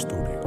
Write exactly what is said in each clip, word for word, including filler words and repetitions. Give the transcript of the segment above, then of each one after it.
Studio.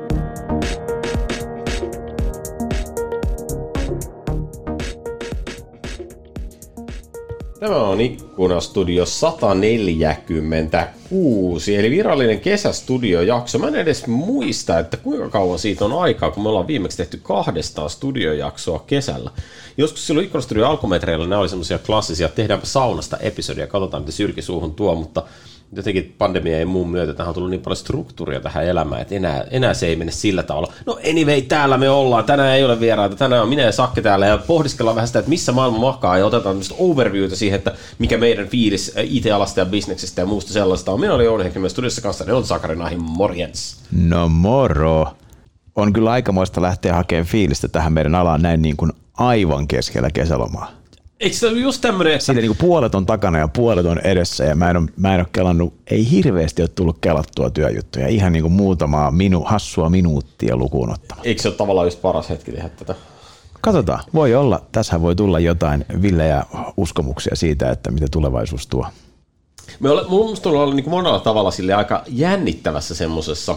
Tämä on Ikkunastudio sata neljäkymmentäkuusi, eli virallinen kesästudiojakso. Mä en edes muista, että kuinka kauan siitä on aikaa, kun me ollaan viimeksi tehty kahdestaan studiojaksoa kesällä. Joskus silloin Ikkunastudio alkumetreillä nämä oli semmoisia klassisia, että tehdäänpä saunasta episodia, katsotaan mitä sylki suuhun tuo, mutta jotenkin pandemia ja muun myötä tähän on tullut niin paljon struktuuria tähän elämään, että enää, enää se ei mene sillä tavalla. No anyway, täällä me ollaan, tänään ei ole vieraita, tänään on minä ja Sakke täällä ja pohdiskellaan vähän sitä, että missä maailma makaa ja otetaan tämmöistä overviewta siihen, että mikä meidän fiilis I T-alasta ja bisneksestä ja muusta sellaista on. Minä olin Jouni Heikkinen studiossa kanssa, ne on Sakari Nahin, morjens. No moro. On kyllä aikamoista lähteä hakemaan fiilistä tähän meidän alaan näin niin kuin aivan keskellä kesälomaa. Eikö se ole just tämmöinen, että siitä niin kuin puolet on takana ja puolet on edessä ja mä en ole, mä en ole kelannut, ei hirveästi ole tullut kelattua työjuttuja, ihan niin kuin muutamaa minu, hassua minuuttia lukuun ottamatta. Eikö se ole tavallaan just paras hetki tehdä tätä? Katsotaan, voi olla, tässä voi tulla jotain villejä uskomuksia siitä, että mitä tulevaisuus tuo. Me ole, mun mielestä ollaan niin kuin monella tavalla sille aika jännittävässä semmosessa,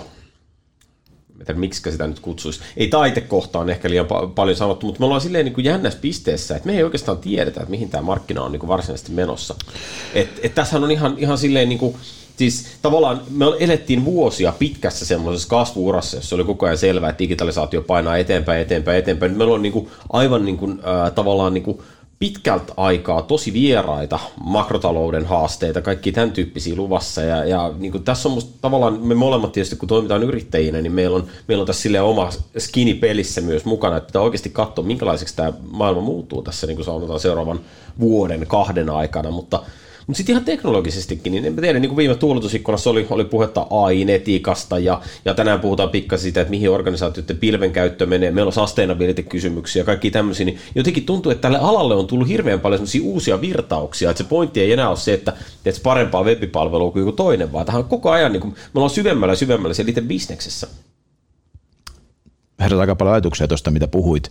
mitä miksi sitä nyt kutsuisi. Ei taitekohta on ehkä liian pa- paljon sanottu, mutta me ollaan silleen niin kuin jännässä pisteessä, että me ei oikeastaan tiedetä, että mihin tämä markkina on niin kuin varsinaisesti menossa. Et, et tässähän on ihan, ihan silleen, niin kuin, siis tavallaan me elettiin vuosia pitkässä semmoisessa kasvu-urassa, jossa oli koko ajan selvää, että digitalisaatio painaa eteenpäin, eteenpäin, eteenpäin. Nyt meillä on niin kuin, aivan niin kuin, äh, tavallaan niin kuin pitkältä aikaa tosi vieraita makrotalouden haasteita, kaikki tämän tyyppisiä luvassa. Ja, ja niin kuin tässä on musta tavallaan, me molemmat tietysti kun toimitaan yrittäjinä, niin meillä on, meillä on tässä silleen oma skini pelissä myös mukana, että pitää oikeasti katsoa, minkälaiseksi tämä maailma muuttuu tässä niin kuin sanotaan seuraavan vuoden, kahden aikana, mutta Mutta sitten ihan teknologisestikin, niin en tiedä, niin kuin viime tuuletusikkunassa oli, oli puhetta A I-etiikasta ja, ja tänään puhutaan pikkasen siitä, että mihin organisaatioiden pilven käyttö menee, meillä on sustainability-kysymyksiä ja kaikki tämmöisiä, niin jotenkin tuntuu, että tälle alalle on tullut hirveän paljon semmoisia uusia virtauksia, että se pointti ei enää ole se, että teet parempaa web-palvelua kuin joku toinen, vaan tähän on koko ajan, niin kuin, me ollaan syvemmällä ja syvemmällä siellä itse bisneksessä. Herätät aika paljon ajatuksia tuosta, mitä puhuit,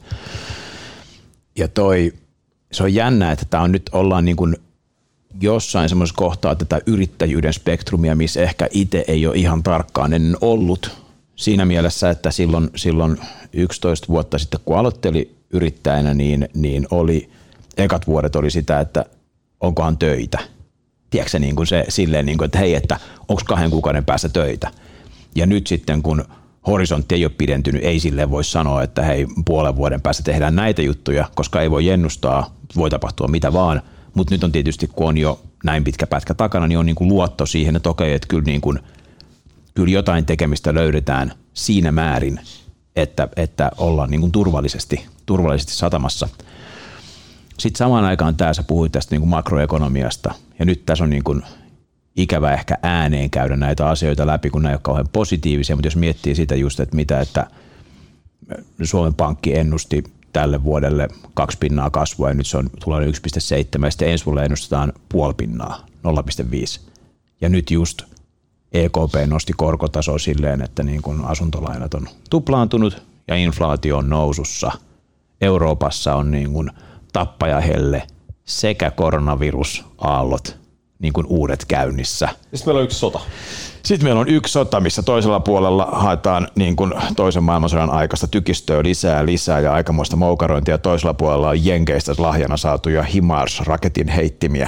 ja toi, se on jännä, että tämä on nyt, ollaan niin kuin jossain semmoisessa kohtaa tätä yrittäjyyden spektrumia, missä ehkä itse ei ole ihan tarkkaan ennen ollut. Siinä mielessä, että silloin, silloin yksitoista vuotta sitten, kun aloitteli yrittäjänä, niin, niin oli, ekat vuodet oli sitä, että onkohan töitä. Tiedätkö niin kuin se silleen, niin kuin, että hei, että onko kahden kuukauden päässä töitä. Ja nyt sitten, kun horisontti ei ole pidentynyt, ei silleen voi sanoa, että hei, puolen vuoden päässä tehdään näitä juttuja, koska ei voi ennustaa, voi tapahtua mitä vaan. Mutta nyt on tietysti, kun on jo näin pitkä pätkä takana, niin on niin kuin luotto siihen, että okei, että kyllä, niin kuin, kyllä jotain tekemistä löydetään siinä määrin, että, että ollaan niin kuin turvallisesti, turvallisesti satamassa. Sitten samaan aikaan tämä, sä puhuit tästä niin kuin makroekonomiasta, ja nyt tässä on niin kuin ikävä ehkä ääneen käydä näitä asioita läpi, kun nämä ei ole kauhean positiivisia, mutta jos miettii sitä just, että mitä, että Suomen Pankki ennusti tälle vuodelle kaksi pinnaa kasvua ja nyt se on tulee yksi pilkku seitsemän ja sitten ensi vuodelle ennustetaan puoli pinnaa, nolla pilkku viisi. Ja nyt just E K P nosti korkotasoa silleen, että niin kun asuntolainat on tuplaantunut ja inflaatio on nousussa. Euroopassa on niin kuin tappajahelle sekä koronavirusaallot niin kuin uudet käynnissä. Sitten meillä on yksi sota. Sitten meillä on yksi sota, missä toisella puolella haetaan niin kuin toisen maailmansodan aikaista tykistöä lisää lisää ja aikamoista moukarointia. Toisella puolella on Jenkeistä lahjana saatuja HIMARS-raketin heittimiä.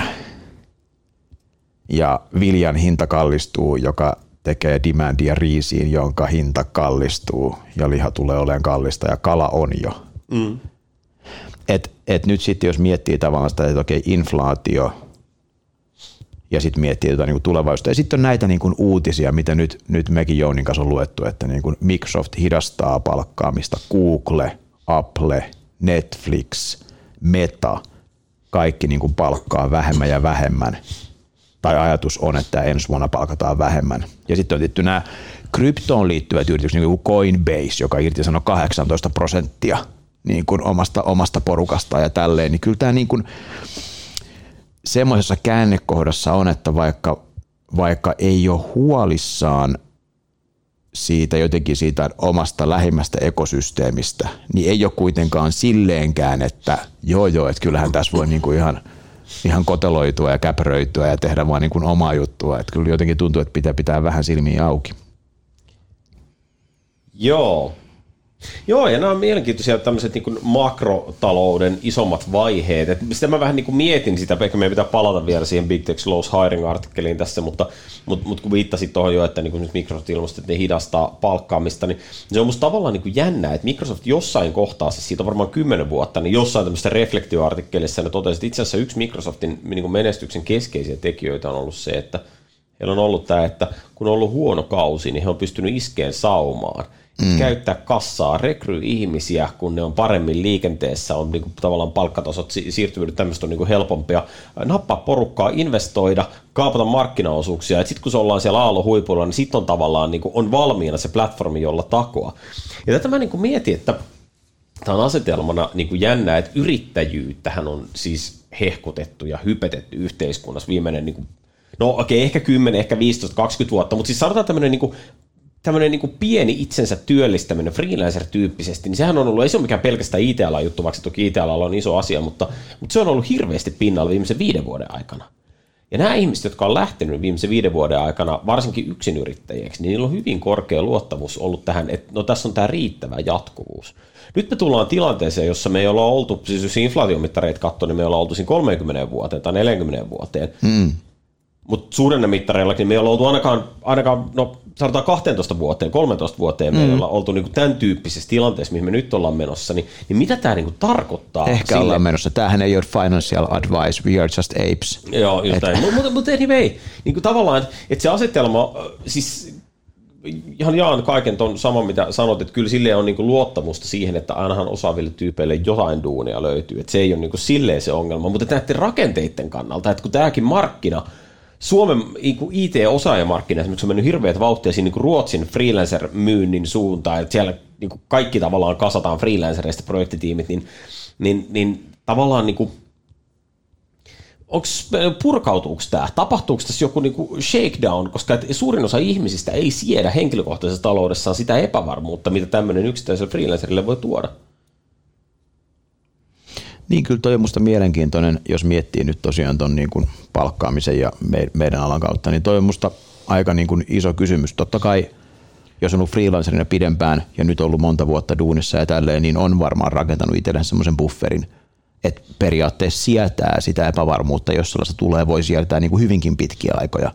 Ja viljan hinta kallistuu, joka tekee demandia riisiin, jonka hinta kallistuu ja liha tulee olemaan kallista ja kala on jo. Mm. Et, et nyt sitten jos miettii tavallaan sitä, että okei, inflaatio ja sitten miettii tota niinku tulevaisuutta. Ja sitten on näitä niinku uutisia, mitä nyt, nyt mekin Jounin kanssa on luettu, että niinku Microsoft hidastaa palkkaamista, Google, Apple, Netflix, Meta, kaikki niinku palkkaa vähemmän ja vähemmän. Tai ajatus on, että ensi vuonna palkataan vähemmän. Ja sitten on tietty nämä kryptoon liittyvät yritykset, niin kuin Coinbase, joka irtisanoi kahdeksantoista prosenttia niin kuin omasta, omasta porukasta ja tälleen. Niin kyllä tämä niin kuin semmoisessa käännekohdassa on, että vaikka, vaikka ei ole huolissaan siitä jotenkin siitä omasta lähimmästä ekosysteemistä, niin ei ole kuitenkaan silleenkään, että joo joo, että kyllähän tässä voi niin kuin ihan, ihan koteloitua ja käpäröityä ja tehdä vaan niin kuin omaa juttua. Että kyllä jotenkin tuntuu, että pitää pitää vähän silmiä auki. Joo. Joo, ja nämä on mielenkiintoisia tämmöiset niin kuin makrotalouden isommat vaiheet. Et sitä mä vähän niin kuin mietin sitä, ehkä meidän pitää palata vielä siihen Big Tech Slows Hiring-artikkeliin tässä, mutta, mutta, mutta kun viittasit tuohon jo, että niin kuin nyt Microsoft ilmoitti, että ne hidastaa palkkaamista, niin se on musta tavallaan niin kuin jännää, että Microsoft jossain kohtaa, siis siitä on varmaan kymmenen vuotta, niin jossain tämmöisessä reflektioartikkelissa ne totesi, että itse asiassa yksi Microsoftin niin kuin menestyksen keskeisiä tekijöitä on ollut se, että heillä on ollut tämä, että kun on ollut huono kausi, niin he on pystynyt iskeen saumaan. Mm. Käyttää kassaa, rekryy ihmisiä, kun ne on paremmin liikenteessä, on niinku tavallaan palkkatasot siirtynyt, tämmöistä on niinku helpompia, nappaa porukkaa, investoida, kaapata markkinaosuuksia, että sitten kun se ollaan siellä aallon huipulla, niin sitten on tavallaan niinku, on valmiina se platformi, jolla takoa. Ja tätä mä niinku mietin, että tämä on asetelmana niinku jännää, että yrittäjyyttähän on siis hehkutettu ja hypetetty yhteiskunnassa viimeinen, niinku, no okei, okay, ehkä kymmenen, ehkä viisitoista, kaksikymmentä vuotta, mutta siis sanotaan tämmöinen niinku, tämmöinen niin kuin pieni itsensä työllistäminen freelancer-tyyppisesti, niin sehän on ollut, ei se ole mikään pelkästään I T-alan-juttu, vaikka toki I T-alalla on iso asia, mutta, mutta se on ollut hirveästi pinnalla viimeisen viiden vuoden aikana. Ja nämä ihmiset, jotka on lähtenyt viimeisen viiden vuoden aikana, varsinkin yksinyrittäjiksi, niin niillä on hyvin korkea luottamus ollut tähän, että no tässä on tämä riittävä jatkuvuus. Nyt me tullaan tilanteeseen, jossa me ei olla oltu, siis jos inflaatiomittareita katsoo, niin me ollaan oltu siinä kolmekymmentä vuoteen tai neljäkymmentä vuoteen. Mm. Mutta suhdannemittareillakin me ei olla oltu ainakaan, ainakaan no, sanotaan kaksitoista vuoteen, kolmetoista vuoteen, mm. me ei olla oltu niinku tämän tyyppisessä tilanteessa, mihin me nyt ollaan menossa, niin, niin mitä tämä niinku tarkoittaa? Ehkä sille? Ollaan menossa. Tämähän ei ole financial advice, we are just apes. Joo, just näin. Mutta mut anyway, niin tavallaan, että et se asetelma, siis ihan jaan kaiken ton saman, mitä sanot, että kyllä silleen on niinku luottamusta siihen, että ainahan osaaville tyypeille jotain duunia löytyy, että se ei ole niinku silleen se ongelma, mutta näiden rakenteiden kannalta, että kun tämäkin markkina, Suomen I T-osaajamarkkina esimerkiksi on mennyt hirveät vauhtia siinä niin Ruotsin freelancer-myynnin suuntaan, että siellä niin kaikki tavallaan kasataan freelancereista projektitiimit, niin, niin, niin tavallaan niin kuin, onks, purkautuuko tämä, tapahtuuko tässä joku niin kuin shakedown, koska suurin osa ihmisistä ei siedä henkilökohtaisessa taloudessaan sitä epävarmuutta, mitä tämmöinen yksittäiselle freelancerille voi tuoda. Niin kyllä toi on musta mielenkiintoinen, jos miettii nyt tosiaan ton niin kuin palkkaamisen ja me, meidän alan kautta, niin toi on musta aika niin kuin iso kysymys. Totta kai, jos on ollut freelancerina pidempään ja nyt ollut monta vuotta duunissa ja tälleen, niin on varmaan rakentanut itselleen semmoisen bufferin, että periaatteessa sietää sitä epävarmuutta, jos sellaista tulee, voi sietää niin kuin hyvinkin pitkiä aikoja,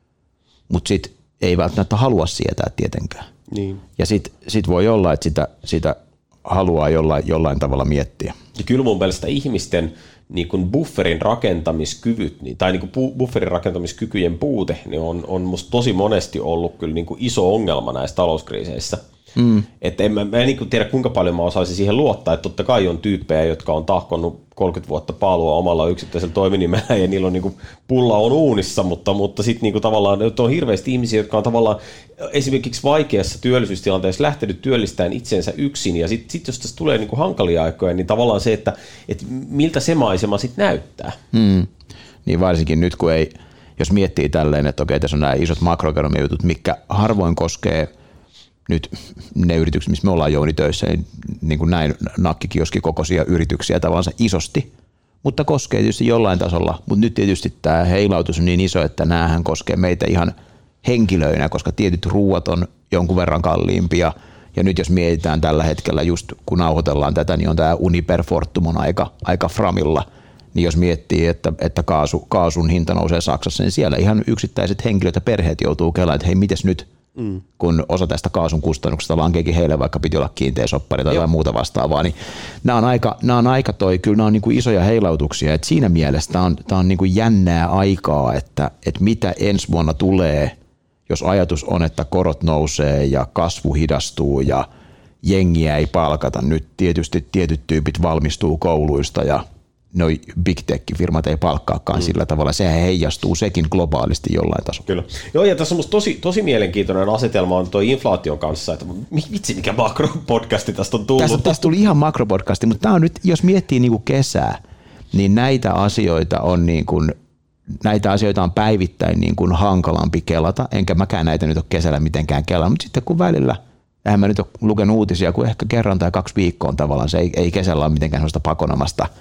mutta sitten ei välttämättä halua sietää tietenkään. Niin. Ja sitten sit voi olla, että sitä, sitä haluaa jollain, jollain tavalla miettiä. Ja kyllä mun mielestä ihmisten niin kuin bufferin rakentamiskyvyt, tai niin kuin bufferin rakentamiskykyjen puute niin on, on musta tosi monesti ollut kyllä niin kuin iso ongelma näissä talouskriiseissä. Mm. Että en mä, mä en niin kuin tiedä, kuinka paljon mä osaisin siihen luottaa, että totta kai on tyyppejä, jotka on tahkonnut kolmekymmentä vuotta paalua omalla yksittäisellä toiminimellä ja niillä on niin kuin, pulla on uunissa, mutta, mutta sitten niin kuin tavallaan on hirveästi ihmisiä, jotka on tavallaan esimerkiksi vaikeassa työllisyystilanteessa lähtenyt työllistämään itsensä yksin ja sitten sit jos tässä tulee niin kuin hankalia aikoja, niin tavallaan se, että, että miltä se maisema sitten näyttää. Mm. Niin varsinkin nyt, kun ei, jos miettii tälleen, että okei, tässä on nämä isot makroekonomian jutut, mitkä harvoin koskee nyt ne yritykset, missä me ollaan Jouni töissä, niin, niin kuin näin nakkikioskikokoisia yrityksiä tavallaan isosti, mutta koskee tietysti jollain tasolla, mutta nyt tietysti tämä heilautus on niin iso, että näähän koskee meitä ihan henkilöinä, koska tietyt ruuat on jonkun verran kalliimpia, ja nyt jos mietitään tällä hetkellä, just kun nauhoitellaan tätä, niin on tämä Uniper Fortum on aika, aika framilla, niin jos miettii, että, että kaasu, kaasun hinta nousee Saksassa, niin siellä ihan yksittäiset henkilöt ja perheet joutuu kelaan, että hei, mites nyt? Mm. Kun osa tästä kaasun kustannuksesta lankeekin heille, vaikka piti olla kiinteä soppari tai jotain muuta vastaavaa, niin nämä on aika, nämä on aika toi, kyllä nämä on niin kuin isoja heilautuksia, että siinä mielessä tämä on, tämä on niin kuin jännää aikaa, että, että mitä ensi vuonna tulee, jos ajatus on, että korot nousee ja kasvu hidastuu ja jengiä ei palkata, nyt tietysti tietyt tyypit valmistuu kouluista ja noi big tech-firmat ei palkkaakaan mm. sillä tavalla. Sehän heijastuu sekin globaalisti jollain tasolla. Kyllä. Joo, ja tässä on musta tosi, tosi mielenkiintoinen asetelma on tuo inflaation kanssa, että vitsi mikä makropodcasti tästä on tullut. Tästä, tästä tuli ihan makropodcasti, mutta tämä on nyt, jos miettii niin kuin kesää, niin näitä asioita on niin kuin, näitä asioita on päivittäin niin kuin hankalampi kelata, enkä mäkään näitä nyt ole kesällä mitenkään kelaa, mutta sitten kun välillä, eihän mä nyt ole lukenut uutisia, kun ehkä kerran tai kaksi viikkoon tavallaan, se ei, ei kesällä ole mitenkään sellaista pakonomasta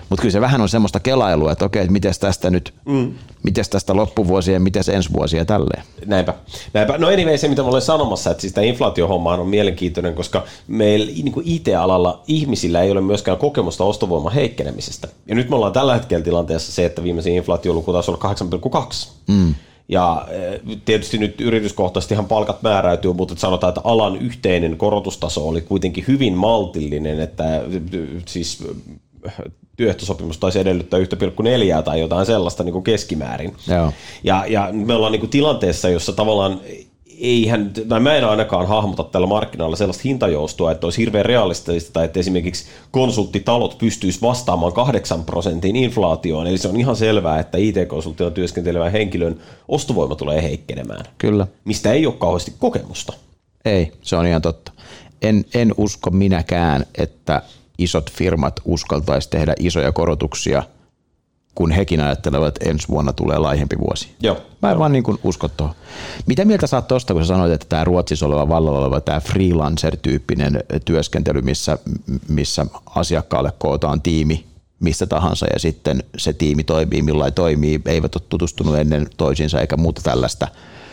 Mutta kyllä se vähän on semmoista kelailua, että okei, että mites tästä nyt, mm. mites tästä loppuvuosia ja mites ensi vuosia tälleen. Näinpä. Näinpä. No anyway, se mitä mä olen sanomassa, että siis tämä inflaatiohomma on mielenkiintoinen, koska meillä niin kuin I T-alalla ihmisillä ei ole myöskään kokemusta ostovoiman heikkenemisestä. Ja nyt me ollaan tällä hetkellä tilanteessa se, että viimeisin inflaatioluku taisi olla kahdeksan pilkku kaksi. Mm. Ja tietysti nyt yrityskohtaisestihan palkat määräytyy, mutta sanotaan, että alan yhteinen korotustaso oli kuitenkin hyvin maltillinen, että siis työehtosopimus taisi edellyttää yksi pilkku neljä tai jotain sellaista niin kuin keskimäärin. Joo. Ja, ja me ollaan niin kuin tilanteessa, jossa tavallaan eihän, tai mä en ainakaan hahmota tällä markkinoilla sellaista hintajoustoa, että olisi hirveän realistista, tai että esimerkiksi konsulttitalot pystyisi vastaamaan kahdeksan prosentin inflaatioon, eli se on ihan selvää, että I T-konsulttina työskentelevän henkilön ostovoima tulee heikkenemään. Kyllä. Mistä ei ole kauheasti kokemusta. Ei, se on ihan totta. En, en usko minäkään, että isot firmat uskaltaisi tehdä isoja korotuksia, kun hekin ajattelevat, että ensi vuonna tulee laihempi vuosi. Joo. Mä en Joo. vaan niin kuin usko tuohon. Mitä mieltä sä oot tosta, kun sä sanoit, että tämä Ruotsissa oleva vallalla oleva tämä freelancer-tyyppinen työskentely, missä, missä asiakkaalle kootaan tiimi mistä tahansa ja sitten se tiimi toimii, millain toimii, eivät ole tutustunut ennen toisiinsa eikä muuta tällaista.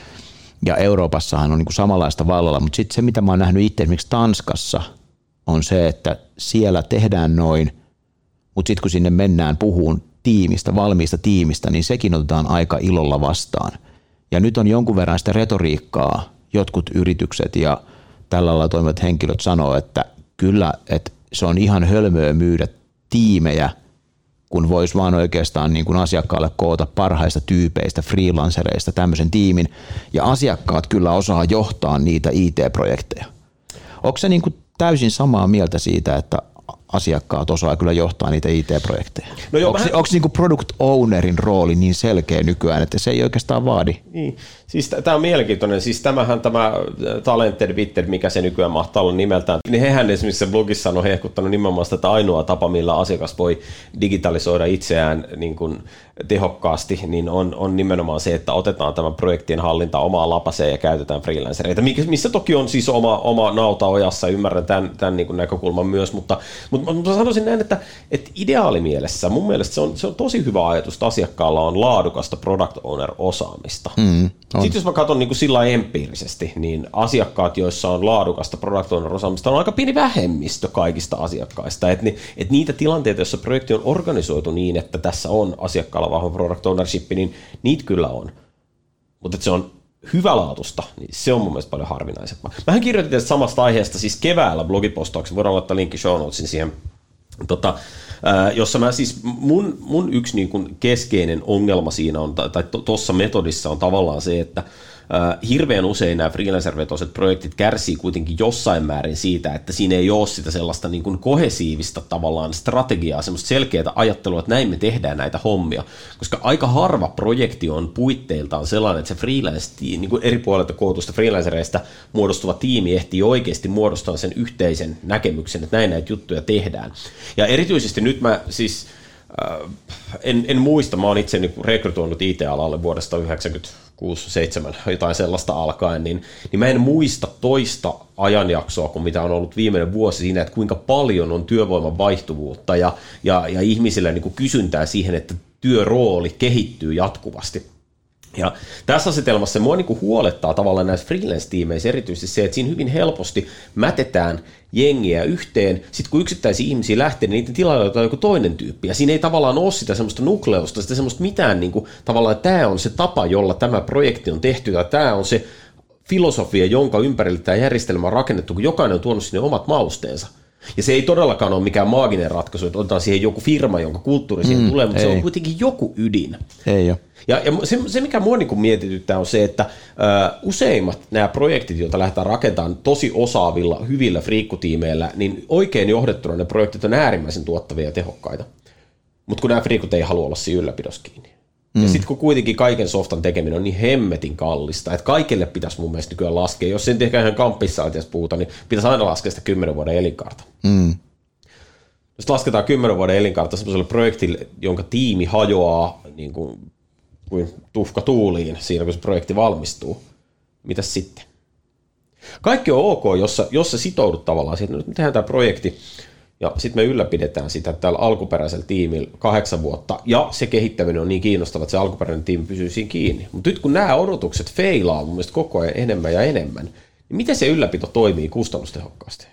Ja Euroopassahan on niin kuin samanlaista vallalla, mutta sitten se, mitä mä oon nähnyt itse esimerkiksi Tanskassa, on se, että siellä tehdään noin, mutta sitten kun sinne mennään puhuun tiimistä, valmiista tiimistä, niin sekin otetaan aika ilolla vastaan. Ja nyt on jonkun verran sitä retoriikkaa, jotkut yritykset ja tällä lailla toimivat henkilöt sanoo, että kyllä, että se on ihan hölmöä myydä tiimejä, kun voisi vaan oikeastaan niin kuin asiakkaalle koota parhaista tyypeistä, freelancereista tämmöisen tiimin, ja asiakkaat kyllä osaa johtaa niitä I T-projekteja. Onko se niin kuin täysin samaa mieltä siitä, että asiakkaat osaa kyllä johtaa niitä I T-projekteja? No onko vähän... onko niinku product ownerin rooli niin selkeä nykyään, että se ei oikeastaan vaadi? Niin. Siis tämä on mielenkiintoinen. Siis tämähän tämä Talented Bitted, mikä se nykyään mahtaa olla nimeltään, niin hehän esimerkiksi blogissa on hehkuttanut nimenomaan sitä ainoa tapa, millä asiakas voi digitalisoida itseään niin kuin tehokkaasti, niin on, on nimenomaan se, että otetaan tämän projektien hallinta omaan lapaseen ja käytetään freelancereita, missä toki on siis oma, oma nauta ojassa, ymmärrän tämän, tämän niin kuin näkökulman myös, mutta, mutta, mutta sanoisin näin, että, että ideaalimielessä mun mielestä se on, se on tosi hyvä ajatus, että asiakkaalla on laadukasta product owner-osaamista. Mm, Sitten jos mä katson niin kuin sillä empiirisesti, niin asiakkaat, joissa on laadukasta product owner-osaamista, on aika pieni vähemmistö kaikista asiakkaista, että, ni, että niitä tilanteita, joissa projekti on organisoitu niin, että tässä on asiakkaalla vahva product ownership, niin niitä kyllä on. Mutta se on hyvälaatusta, niin se on mun mielestä paljon harvinaisempaa. Mähän kirjoitin tästä samasta aiheesta siis keväällä blogipostauksen, voidaan laittaa linkki show notesin siihen, tota, jossa mä siis, mun, mun yksi niin kuin keskeinen ongelma siinä on, tai tuossa metodissa on tavallaan se, että Uh, hirveän usein nämä freelancer-vetoiset projektit kärsii kuitenkin jossain määrin siitä, että siinä ei ole sitä sellaista niin kuin kohesiivista tavallaan strategiaa, semmoista selkeää ajattelua, että näin me tehdään näitä hommia, koska aika harva projekti on puitteiltaan sellainen, että se freelance, niin kuin eri puolilta kootusta freelancereista muodostuva tiimi ehtii oikeasti muodostaa sen yhteisen näkemyksen, että näin näitä juttuja tehdään. Ja erityisesti nyt mä siis uh, en, en muista, mä oon itse niin rekrytoinut I T-alalle vuodesta yhdeksänkymmentäkuusi seitsemän jotain sellaista alkaen, niin, niin mä en muista toista ajanjaksoa kuin mitä on ollut viimeinen vuosi siinä, että kuinka paljon on työvoiman vaihtuvuutta ja, ja, ja ihmisillä niin kuin kysyntää siihen, että työrooli kehittyy jatkuvasti. Ja tässä asetelmassa mua niin kuin huolettaa tavallaan näissä freelance-tiimeissä erityisesti se, että siinä hyvin helposti mätetään jengiä yhteen. Sitten kun yksittäisiä ihmisiä lähtee, niin niiden tilalle on joku toinen tyyppi. Ja siinä ei tavallaan ole sitä semmoista nukleusta, sitä semmoista mitään, niin kuin, tavallaan että tämä on se tapa, jolla tämä projekti on tehty, tai tämä on se filosofia, jonka ympärille tämä järjestelmä on rakennettu, kun jokainen on tuonut sinne omat mausteensa. Ja se ei todellakaan ole mikään maaginen ratkaisu, että otetaan siihen joku firma, jonka kulttuuri siihen mm, tulee, mutta ei. Se on kuitenkin joku ydin. Ei ole. Ja, ja se, se, mikä mua niin mietityttää, on se, että ö, useimmat nämä projektit, joita lähdetään rakentamaan tosi osaavilla, hyvillä friikkutiimeillä, niin oikein johdettuna ne projektit on äärimmäisen tuottavia ja tehokkaita. Mutta kun nämä friikut ei halua olla siinä ylläpidossa kiinni. Mm. Ja sitten kun kuitenkin kaiken softan tekeminen on niin hemmetin kallista, että kaikille pitäisi mun mielestä nykyään laskea, jos sen ehkä ihan kamppissa-altiasta puhuta, niin pitäisi aina laskea sitä kymmenen vuoden elinkaarta. Mm. Jos lasketaan kymmenen vuoden elinkaarta semmoiselle projektille, jonka tiimi hajoaa niin kuin, kuin tuhka tuuliin siinä, kun se projekti valmistuu, mitäs sitten? Kaikki on ok, jos sä, jos sä sitoudut tavallaan siihen, että nyt me tehdään tämä projekti, Ja sitten me ylläpidetään sitä tällä alkuperäisellä tiimillä kahdeksan vuotta, ja se kehittäminen on niin kiinnostava, että se alkuperäinen tiimi pysyy siinä kiinni. Mutta nyt kun nämä odotukset feilaa mun mielestä koko ajan enemmän ja enemmän, niin miten se ylläpito toimii kustannustehokkaasti?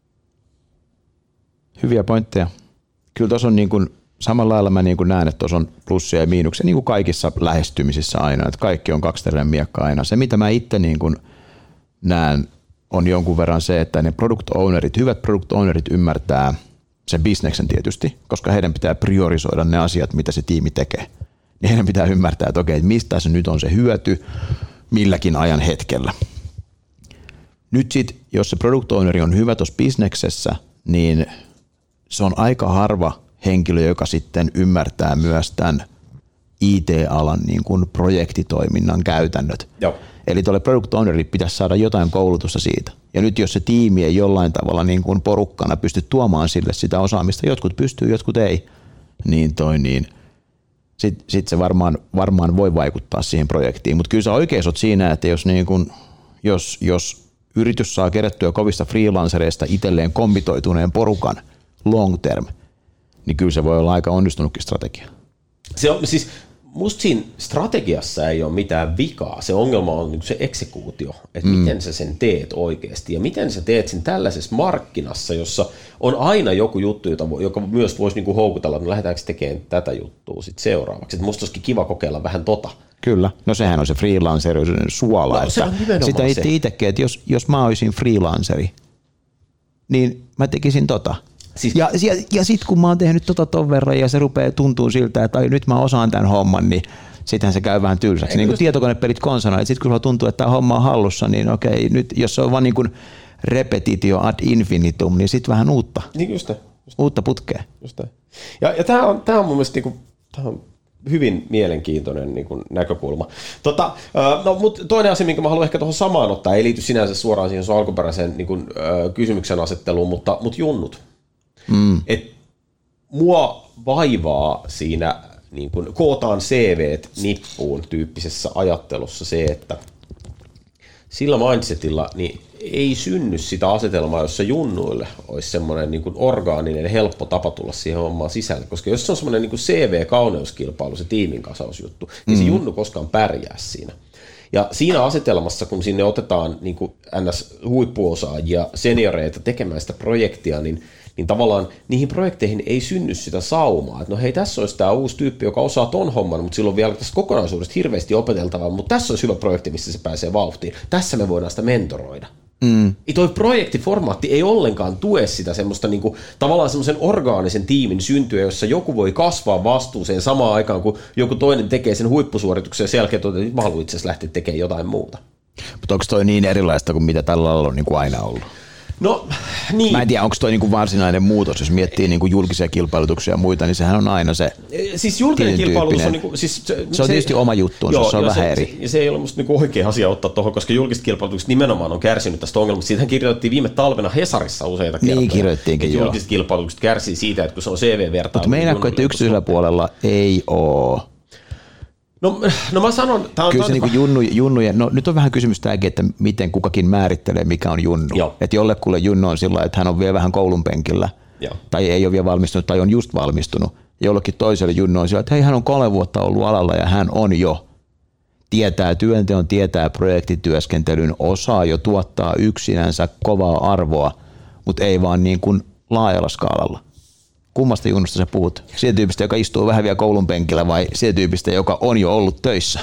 Hyviä pointteja. Kyllä tuossa on niin kuin, samalla lailla mä niin kuin näen, että tuossa on plussia ja miinuksia, niin kuin kaikissa lähestymisissä aina, että kaikki on kaksiteräinen miekka aina. Se, mitä mä itse niin kuin näen, on jonkun verran se, että ne product ownerit, hyvät product ownerit ymmärtää sen bisneksen tietysti, koska heidän pitää priorisoida ne asiat, mitä se tiimi tekee. Niin heidän pitää ymmärtää, että okei, että mistä se nyt on se hyöty milläkin ajan hetkellä. Nyt sitten, jos se product owneri on hyvä tuossa bisneksessä, niin se on aika harva henkilö, joka sitten ymmärtää myös tämän I T-alan niin kuin projektitoiminnan käytännöt. Joo. Eli tuolle product ownerille pitäisi saada jotain koulutusta siitä. Ja nyt jos se tiimi ei jollain tavalla niin kuin porukkana pysty tuomaan sille sitä osaamista, jotkut pystyy, jotkut ei, niin, toi, niin sitten sit se varmaan, varmaan voi vaikuttaa siihen projektiin. Mutta kyllä sä oikein oot siinä, että jos, niin kuin, jos, jos yritys saa kerättyä kovista freelancereista itselleen kommitoituneen porukan long term, niin kyllä se voi olla aika onnistunutkin strategia. Se on siis... Musta siinä strategiassa ei ole mitään vikaa. Se ongelma on se eksekuutio, että mm. miten sä sen teet oikeasti ja miten sä teet sen tällaisessa markkinassa, jossa on aina joku juttu, jota, joka myös voisi niinku houkutella, että no lähdetäänkö tekemään tätä juttua sit seuraavaksi. Et musta olisikin kiva kokeilla vähän tota. Kyllä, no sehän on se freelancerisuuden suola. No, se on sitä itse itsekin, että jos, jos mä olisin freelanceri, niin mä tekisin tota. Siis, ja ja, ja sitten kun mä oon tehnyt tota ton verran ja se rupeaa tuntuu siltä, että ai, nyt mä osaan tämän homman, niin sittenhän se käy vähän tylsäksi. Niin kuin tietokonepelit konsona, että sitten kun sulla tuntuu, että tämä homma on hallussa, niin okei, nyt jos se on vaan niin kuin repetitio ad infinitum, niin sitten vähän uutta. Niin just, just. Uutta putkea. Just ja ja tämä on, tää on mun mielestä niin kuin, tää on hyvin mielenkiintoinen niin kuin näkökulma. Tota, no, mutta toinen asia, minkä mä haluan ehkä tuohon samaan ottaa, ei liity sinänsä suoraan siihen sun alkuperäiseen niin kuin, äh, kysymyksen asetteluun, mutta, mutta junnut. Mm. Et mua vaivaa siinä niin kun kootaan C V:t nippuun tyyppisessä ajattelussa se, että sillä mindsetilla niin ei synny sitä asetelmaa, jossa junnuille olisi semmoinen niin kun orgaaninen ja helppo tapa tulla siihen hommaan sisälle, koska jos se on semmoinen niin kun C V-kauneuskilpailu, se tiimin kasausjuttu, niin mm. se junnu koskaan pärjää siinä. Ja siinä asetelmassa, kun sinne otetaan niin kuin N S-huippuosaajia, senioreita tekemään sitä projektia, niin niin tavallaan niihin projekteihin ei synny sitä saumaa, että no hei, tässä olisi tämä uusi tyyppi, joka osaa ton homman, mutta silloin vielä tästä kokonaisuudesta hirveästi opeteltavaa, mutta tässä olisi hyvä projekti, missä se pääsee vauhtiin. Tässä me voidaan sitä mentoroida. Mm. Ja toi projektiformaatti ei ollenkaan tue sitä semmoista niinku, tavallaan semmoisen orgaanisen tiimin syntyä, jossa joku voi kasvaa vastuuseen samaan aikaan, kun joku toinen tekee sen huippusuorituksen ja sen jälkeen toteaa, että mä haluan itse asiassa lähteä tekemään jotain muuta. Mutta onko toi niin erilaista kuin mitä tällä lailla on niin kuin aina ollut? No, niin. Mä en tiedä, onko toi niinku varsinainen muutos, jos miettii niinku julkisia kilpailutuksia ja muita, niin sehän on aina se. Siis julkinen kilpailutus on niinku, siis se, se on tietysti se, oma juttuun, joo, se on joo, vähän se, eri. Se, se ei ole musta niinku oikea asia ottaa tuohon, koska julkiset kilpailutukset nimenomaan on kärsinyt tästä ongelmasta. Siitähän kirjoitettiin viime talvena Hesarissa useita kertoja. Niin kirjoittiinkin, joo. Julkiset kilpailutukset kärsii siitä, että kun se on C V-vertailu. Mutta meinaatko, että yksityisellä puolella ei ole? No, no mä sanon... Tää on, kyllä se niinku junnu, junnujen, no nyt on vähän kysymys tämäkin, että miten kukakin määrittelee, mikä on junnu. Että jollekulle junnu on sillä, että hän on vielä vähän koulun penkillä, joo, tai ei ole vielä valmistunut, tai on just valmistunut. Jollekin toiselle junnu on sillä, että hei, hän on kolme vuotta ollut alalla ja hän on jo. Tietää työnteon, tietää projektityöskentelyn, osaa jo tuottaa yksinänsä kovaa arvoa, mutta ei vaan niin kuin laajalla skaalalla. Kummasta junnusta sä puhut? Siitä tyypistä, joka istuu vähän vielä koulun penkillä, vai siitä tyypistä, joka on jo ollut töissä?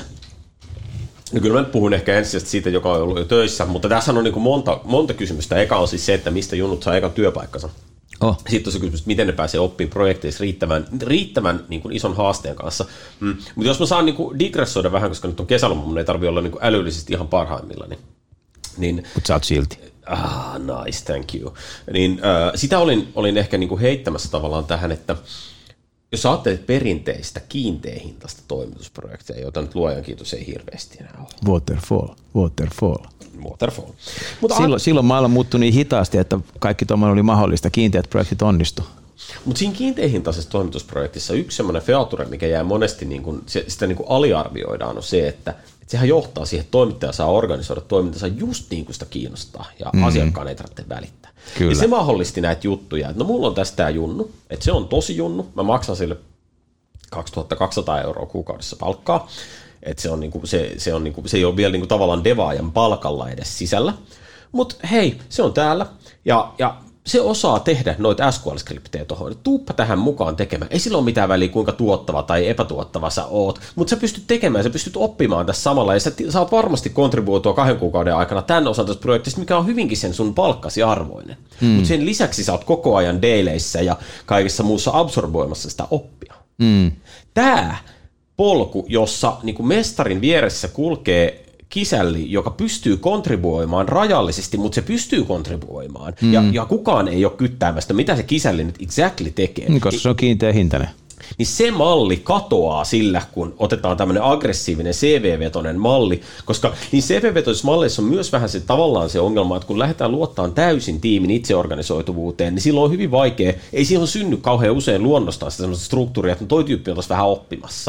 No kyllä mä puhun ehkä ensisijaisesti siitä, joka on ollut jo töissä, mutta tässä on niin kuin monta, monta kysymystä. Eka on siis se, että mistä junnut saa ekan työpaikkansa. Oh. Sitten on se kysymys, että miten ne pääsee oppimaan projekteissa riittävän, riittävän niin kuin ison haasteen kanssa. Mm. Mutta jos mä saan niin kuin digressoida vähän, koska nyt on kesäloma, mun ei tarvitse olla niin kuin älyllisesti ihan parhaimmilla. Niin, niin, mutta sä oot silti. Ah, nice, thank you. Niin, äh, sitä olin, olin ehkä niin kuin heittämässä tavallaan tähän, että jos sä ajattelet perinteistä kiinteähintaista toimitusprojekteja, joita nyt luojan kiitos ei hirveästi enää ole. Waterfall, waterfall. Waterfall. Mutta silloin, a- silloin maailma muuttui niin hitaasti, että kaikki tuommoinen oli mahdollista, kiinteät projektit onnistu. Mutta siinä kiinteähintaisessa toimitusprojektissa yksi semmoinen feature, mikä jää monesti, niin kun, se, sitä niin kun aliarvioidaan, on se, että, että sehän johtaa siihen, että toimittaja saa organisoida toimintansa just niin kuin sitä kiinnostaa, ja mm. asiakkaan ei tarvitse välittää. Kyllä. Ja se mahdollisti näitä juttuja, että no mulla on tästä tämä junnu, että se on tosi junnu, mä maksan sille kaksituhattakaksisataa euroa kuukaudessa palkkaa, että se, on niinku, se, se, on niinku, se ei ole vielä niinku tavallaan devaajan palkalla edes sisällä, mutta hei, se on täällä, ja, ja se osaa tehdä noita S Q L-skriptejä tuohon. Tuuppa tähän mukaan tekemään. Ei sillä ole mitään väliä, kuinka tuottava tai epätuottava sä oot, mutta sä pystyt tekemään, sä pystyt oppimaan tässä samalla, ja sä saat varmasti kontribuoitua kahden kuukauden aikana tämän osan tästä projektista, mikä on hyvinkin sen sun palkkasi arvoinen. Mm. Mutta sen lisäksi sä oot koko ajan daileissä ja kaikessa muussa absorboimassa sitä oppia. Mm. Tää polku, jossa niin kuin mestarin vieressä kulkee kisälli, joka pystyy kontribuoimaan rajallisesti, mutta se pystyy kontribuoimaan, mm. ja, ja kukaan ei ole kyttäämästä, mitä se kisälli nyt exactly tekee. Niin, koska se on kiinteä hintainen. Niin se malli katoaa sillä, kun otetaan tämmöinen aggressiivinen C V-vetoinen malli, koska niin C V-vetoisissa malleissa on myös vähän se tavallaan se ongelma, että kun lähdetään luottamaan täysin tiimin itseorganisoituvuuteen, niin silloin on hyvin vaikea, ei siihen synny kauhean usein luonnostaan sitä semmoista struktuuria, että toi tyyppi on tässä vähän oppimassa.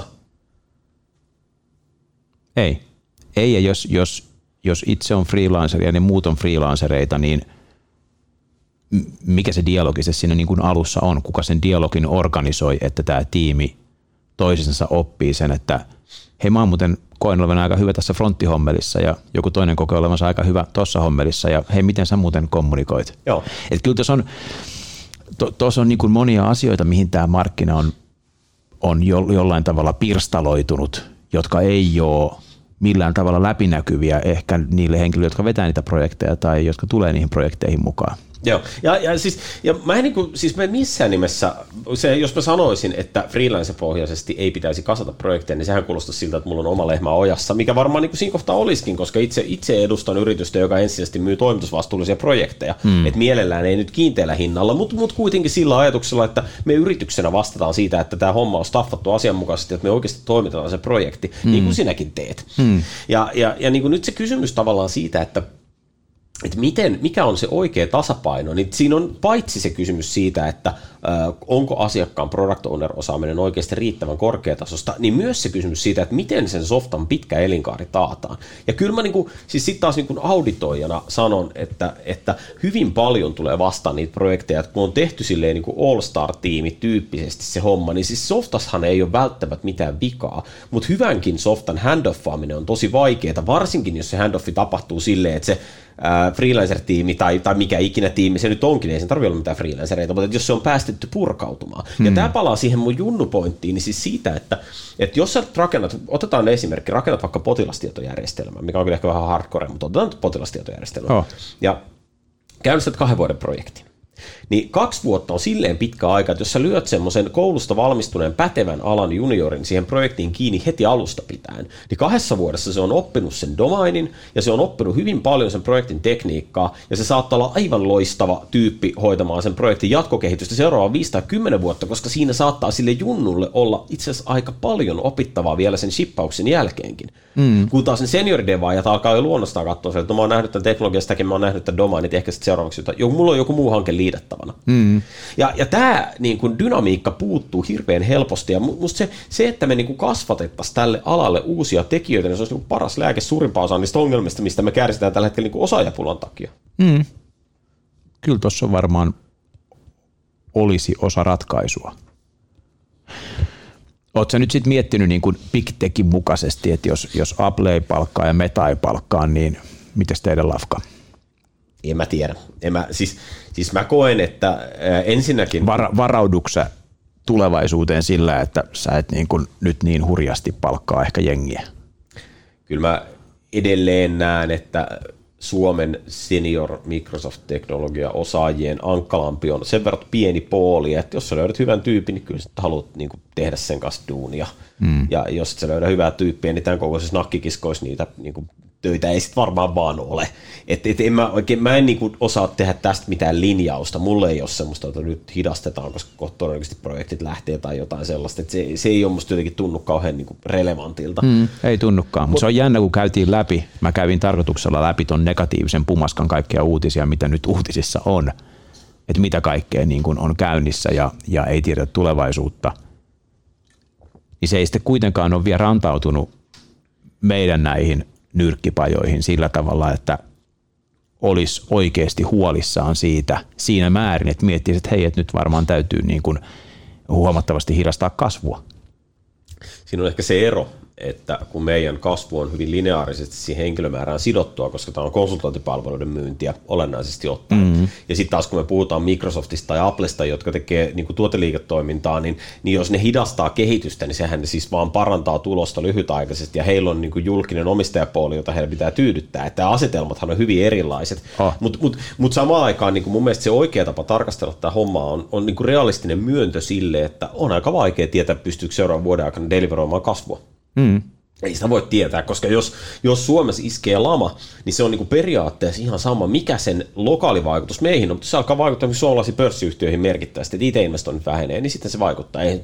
Ei. Ei, ja jos, jos, jos itse on freelancer ja ne muut on freelancereita, niin mikä se dialogi se siinä niin kuin alussa on? Kuka sen dialogin organisoi, että tämä tiimi toisensa oppii sen, että hei, mä oon muuten koen olevan aika hyvä tässä fronttihommelissa ja joku toinen kokee olevansa aika hyvä tuossa hommelissa ja hei, miten sä muuten kommunikoit? Joo. Et kyllä tuossa on, to, tuossa on niin kuin monia asioita, mihin tämä markkina on, on jo, jollain tavalla pirstaloitunut, jotka ei ole millään tavalla läpinäkyviä ehkä niille henkilöille, jotka vetää niitä projekteja tai jotka tulee niihin projekteihin mukaan. Joo, ja, ja, siis, ja mä en niin kuin, siis mä en missään nimessä, se, jos mä sanoisin, että freelance-pohjaisesti ei pitäisi kasata projekteja, niin sehän kuulostaisi siltä, että mulla on oma lehmä ojassa, mikä varmaan niin kuin siinä kohtaa olisikin, koska itse, itse edustan yritystä, joka ensisijaisesti myy toimitusvastuullisia projekteja, hmm. että mielellään ei nyt kiinteällä hinnalla, mutta, mutta kuitenkin sillä ajatuksella, että me yrityksenä vastataan siitä, että tämä homma on staffattu asianmukaisesti, että me oikeasti toimitetaan se projekti, hmm. niin kuin sinäkin teet. Hmm. Ja, ja, ja niin kuin nyt se kysymys tavallaan siitä, että että miten, mikä on se oikea tasapaino, niin siinä on paitsi se kysymys siitä, että äh, onko asiakkaan product owner osaaminen oikeasti riittävän korkeatasosta, niin myös se kysymys siitä, että miten sen softan pitkä elinkaari taataan. Ja kyllä mä niinku, siis sitten taas niinku auditoijana sanon, että, että hyvin paljon tulee vastaan niitä projekteja, että kun on tehty silleen niinku all-star-tiimi tyyppisesti se homma, niin siis softashan ei ole välttämättä mitään vikaa, mutta hyvänkin softan handoffaaminen on tosi vaikeaa, varsinkin jos se handoffi tapahtuu silleen, että se freelancer-tiimi tai, tai mikä ikinä tiimi se nyt onkin, ei sen tarvitse olla mitään freelancereita, mutta jos se on päästetty purkautumaan. Hmm. Ja tämä palaa siihen mun junnupointtiin, niin siis siitä, että, että jos sä rakennat, otetaan esimerkki, rakennat vaikka potilastietojärjestelmää, mikä on kyllä ehkä vähän hardcore, mutta otetaan potilastietojärjestelmää, oh. ja käynnistät kahden vuoden projektin. Niin kaksi vuotta on silleen pitkä aika, että jos sä lyöt semmoisen koulusta valmistuneen pätevän alan juniorin siihen projektiin kiinni heti alusta pitäen, niin kahdessa vuodessa se on oppinut sen domainin ja se on oppinut hyvin paljon sen projektin tekniikkaa ja se saattaa olla aivan loistava tyyppi hoitamaan sen projektin jatkokehitystä seuraavaan viisi tai kymmenen vuotta, koska siinä saattaa sille junnulle olla itse asiassa aika paljon opittavaa vielä sen shippauksen jälkeenkin. Mm. Kun taas sen senioridevaajat alkaa jo luonnostaan katsoa, että no, mä oon nähnyt tämän teknologiastakin, mä oon nähnyt tämän domainit, ehkä sitten seuraavaksi jotain, mulla on joku muu hanke liidattavana. Mm. Ja, ja tämä niin kun dynamiikka puuttuu hirveän helposti, ja musta se, se että me niin kun kasvatettaisiin tälle alalle uusia tekijöitä, niin se olisi niin kun paras lääke suurimpaan osaan niistä ongelmista, mistä me kärsitään tällä hetkellä niin kun osaajapulan takia. Mm. Kyllä tuossa varmaan olisi osa ratkaisua. Oletko sä nyt sitten miettinyt niin kuin Big Techin mukaisesti, että jos, jos Apple ei palkkaa ja Meta ei palkkaa, niin mites teidän lafka? En mä tiedä. En mä, siis, siis mä koen, että ää, ensinnäkin... Vara, varaudutko sä tulevaisuuteen sillä, että sä et niin kuin nyt niin hurjasti palkkaa ehkä jengiä? Kyllä mä edelleen näen, että Suomen senior Microsoft-teknologia osaajien ankkalampi on sen verran pieni pooli, että jos sä löydät hyvän tyypin, niin kyllä sä haluat niin kuin tehdä sen kanssa duunia. Mm. Ja jos sä löydät hyvää tyyppiä, niin tämän kokoisessa nakkikiskoissa niitä niin kuin töitä ei sitten varmaan vaan ole. Et, et en mä, oikein, mä en niin kuin osaa tehdä tästä mitään linjausta. Mulle ei ole semmoista, että nyt hidastetaan, koska todennäköisesti projektit lähtee tai jotain sellaista. Et se, se ei ole musta jotenkin tunnu kauhean niin kuin relevantilta. Mm, ei tunnukaan, mutta Mut, se on jännä, kun käytiin läpi. Mä kävin tarkoituksella läpi ton negatiivisen pumaskan kaikkia uutisia, mitä nyt uutisissa on. että mitä kaikkea niin kuin on käynnissä ja, ja ei tiedetä tulevaisuutta, niin se ei sitten kuitenkaan ole vielä rantautunut meidän näihin nyrkkipajoihin sillä tavalla, että olisi oikeasti huolissaan siitä siinä määrin, että miettisi, että hei, että nyt varmaan täytyy niin kuin huomattavasti hidastaa kasvua. Siinä on ehkä se ero, että kun meidän kasvu on hyvin lineaarisesti siihen henkilömäärään sidottua, koska tämä on konsultointipalveluiden myyntiä olennaisesti ottaen. Mm-hmm. Ja sitten taas kun me puhutaan Microsoftista tai Applesta, jotka tekee niin kuin tuoteliiketoimintaa, niin, niin jos ne hidastaa kehitystä, niin sehän ne siis vaan parantaa tulosta lyhytaikaisesti, ja heillä on niin kuin julkinen omistajapuoli, jota heidän pitää tyydyttää. Että asetelmathan on hyvin erilaiset. Oh. Mutta mut, mut samaan aikaan niin kuin mun mielestä se oikea tapa tarkastella tämä homma on, on niin kuin realistinen myöntö sille, että on aika vaikea tietää, pystyykö seuraavan vuoden aikana deliveroimaan kasvua. Mm. Ei sitä voi tietää, koska jos, jos Suomessa iskee lama, niin se on niinku periaatteessa ihan sama, mikä sen lokaalivaikutus meihin on, mutta se alkaa vaikuttaa suomalaisiin pörssiyhtiöihin merkittävästi, että I T-investoinnit vähenee, niin sitten se vaikuttaa. Ei,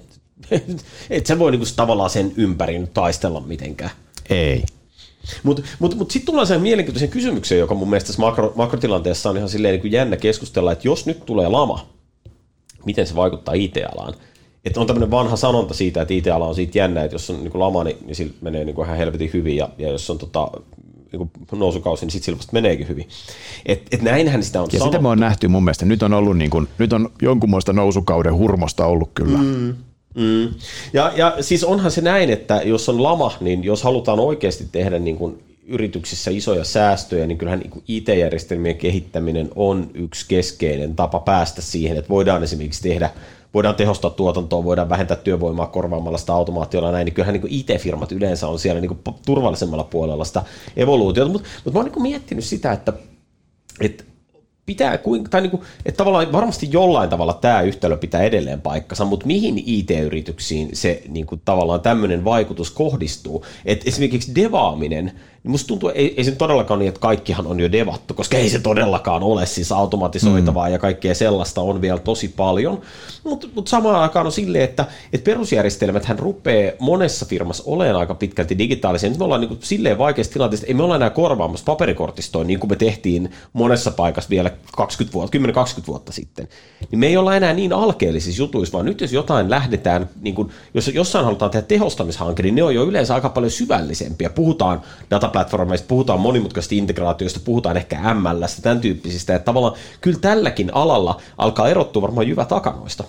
et se voi niinku tavallaan sen ympäri nyt taistella mitenkään. Ei. Mutta mut, mut sitten tullaan siihen mielenkiintoiseen kysymykseen, joka mun mielestä tässä makro, makrotilanteessa on ihan silleen niin jännä keskustella, että jos nyt tulee lama, miten se vaikuttaa I T-alaan? Että on tämmöinen vanha sanonta siitä, että I T-ala on siitä jännä, että jos on niin kuin lama, niin, niin sillä menee niin kuin ihan helvetin hyvin, ja, ja jos on tota, niin kuin nousukausi, niin sitten sillä vasta meneekin hyvin. Että et näinhän sitä on ja sanottu. Ja sitä me on nähty mun mielestä. Nyt on ollut niin kuin, nyt on jonkunmoista nousukauden hurmosta ollut kyllä. Mm. Mm. Ja, ja siis onhan se näin, että jos on lama, niin jos halutaan oikeasti tehdä niin kuin yrityksissä isoja säästöjä, niin kyllähän niin I T-järjestelmien kehittäminen on yksi keskeinen tapa päästä siihen, että voidaan esimerkiksi tehdä voidaan tehostaa tuotantoa, voidaan vähentää työvoimaa korvaamalla sitä automaatiolla ja näin, niin kyllähän niin I T-firmat yleensä on siellä niin turvallisemmalla puolella sitä evoluutiota, mutta mut mä oon niin miettinyt sitä, että, että pitää, tai niin kuin, että tavallaan varmasti jollain tavalla tämä yhtälö pitää edelleen paikkansa, mutta mihin I T-yrityksiin se niin kuin, tavallaan tämmöinen vaikutus kohdistuu, että esimerkiksi devaaminen, niin musta tuntuu, ei, ei se todellakaan niin, että kaikkihan on jo devattu, koska ei se todellakaan ole siis automatisoitavaa mm. ja kaikkea sellaista on vielä tosi paljon, mutta mut samaan aikaan on silleen, että et perusjärjestelmäthän rupeaa monessa firmassa olemaan aika pitkälti digitaalisia. Nyt me ollaan niin kuin silleen vaikeassa tilanteessa, ei me olla enää korvaamassa paperikortistoa niin kuin me tehtiin monessa paikassa vielä kaksikymmentä vuotta, kymmenen kaksikymmentä vuotta sitten. Niin me ei olla enää niin alkeellisissa jutuissa, vaan nyt jos jotain lähdetään, niin kuin, jos jossain halutaan tehdä tehostamishanke, niin ne on jo yleensä aika paljon syvällisempiä. Puhutaan dataplatformeista, puhutaan monimutkaisista integraatioista, puhutaan ehkä M L:stä, tämän tyyppisistä. Että tavallaan kyllä tälläkin alalla alkaa erottua varmaan jyvä takanoista.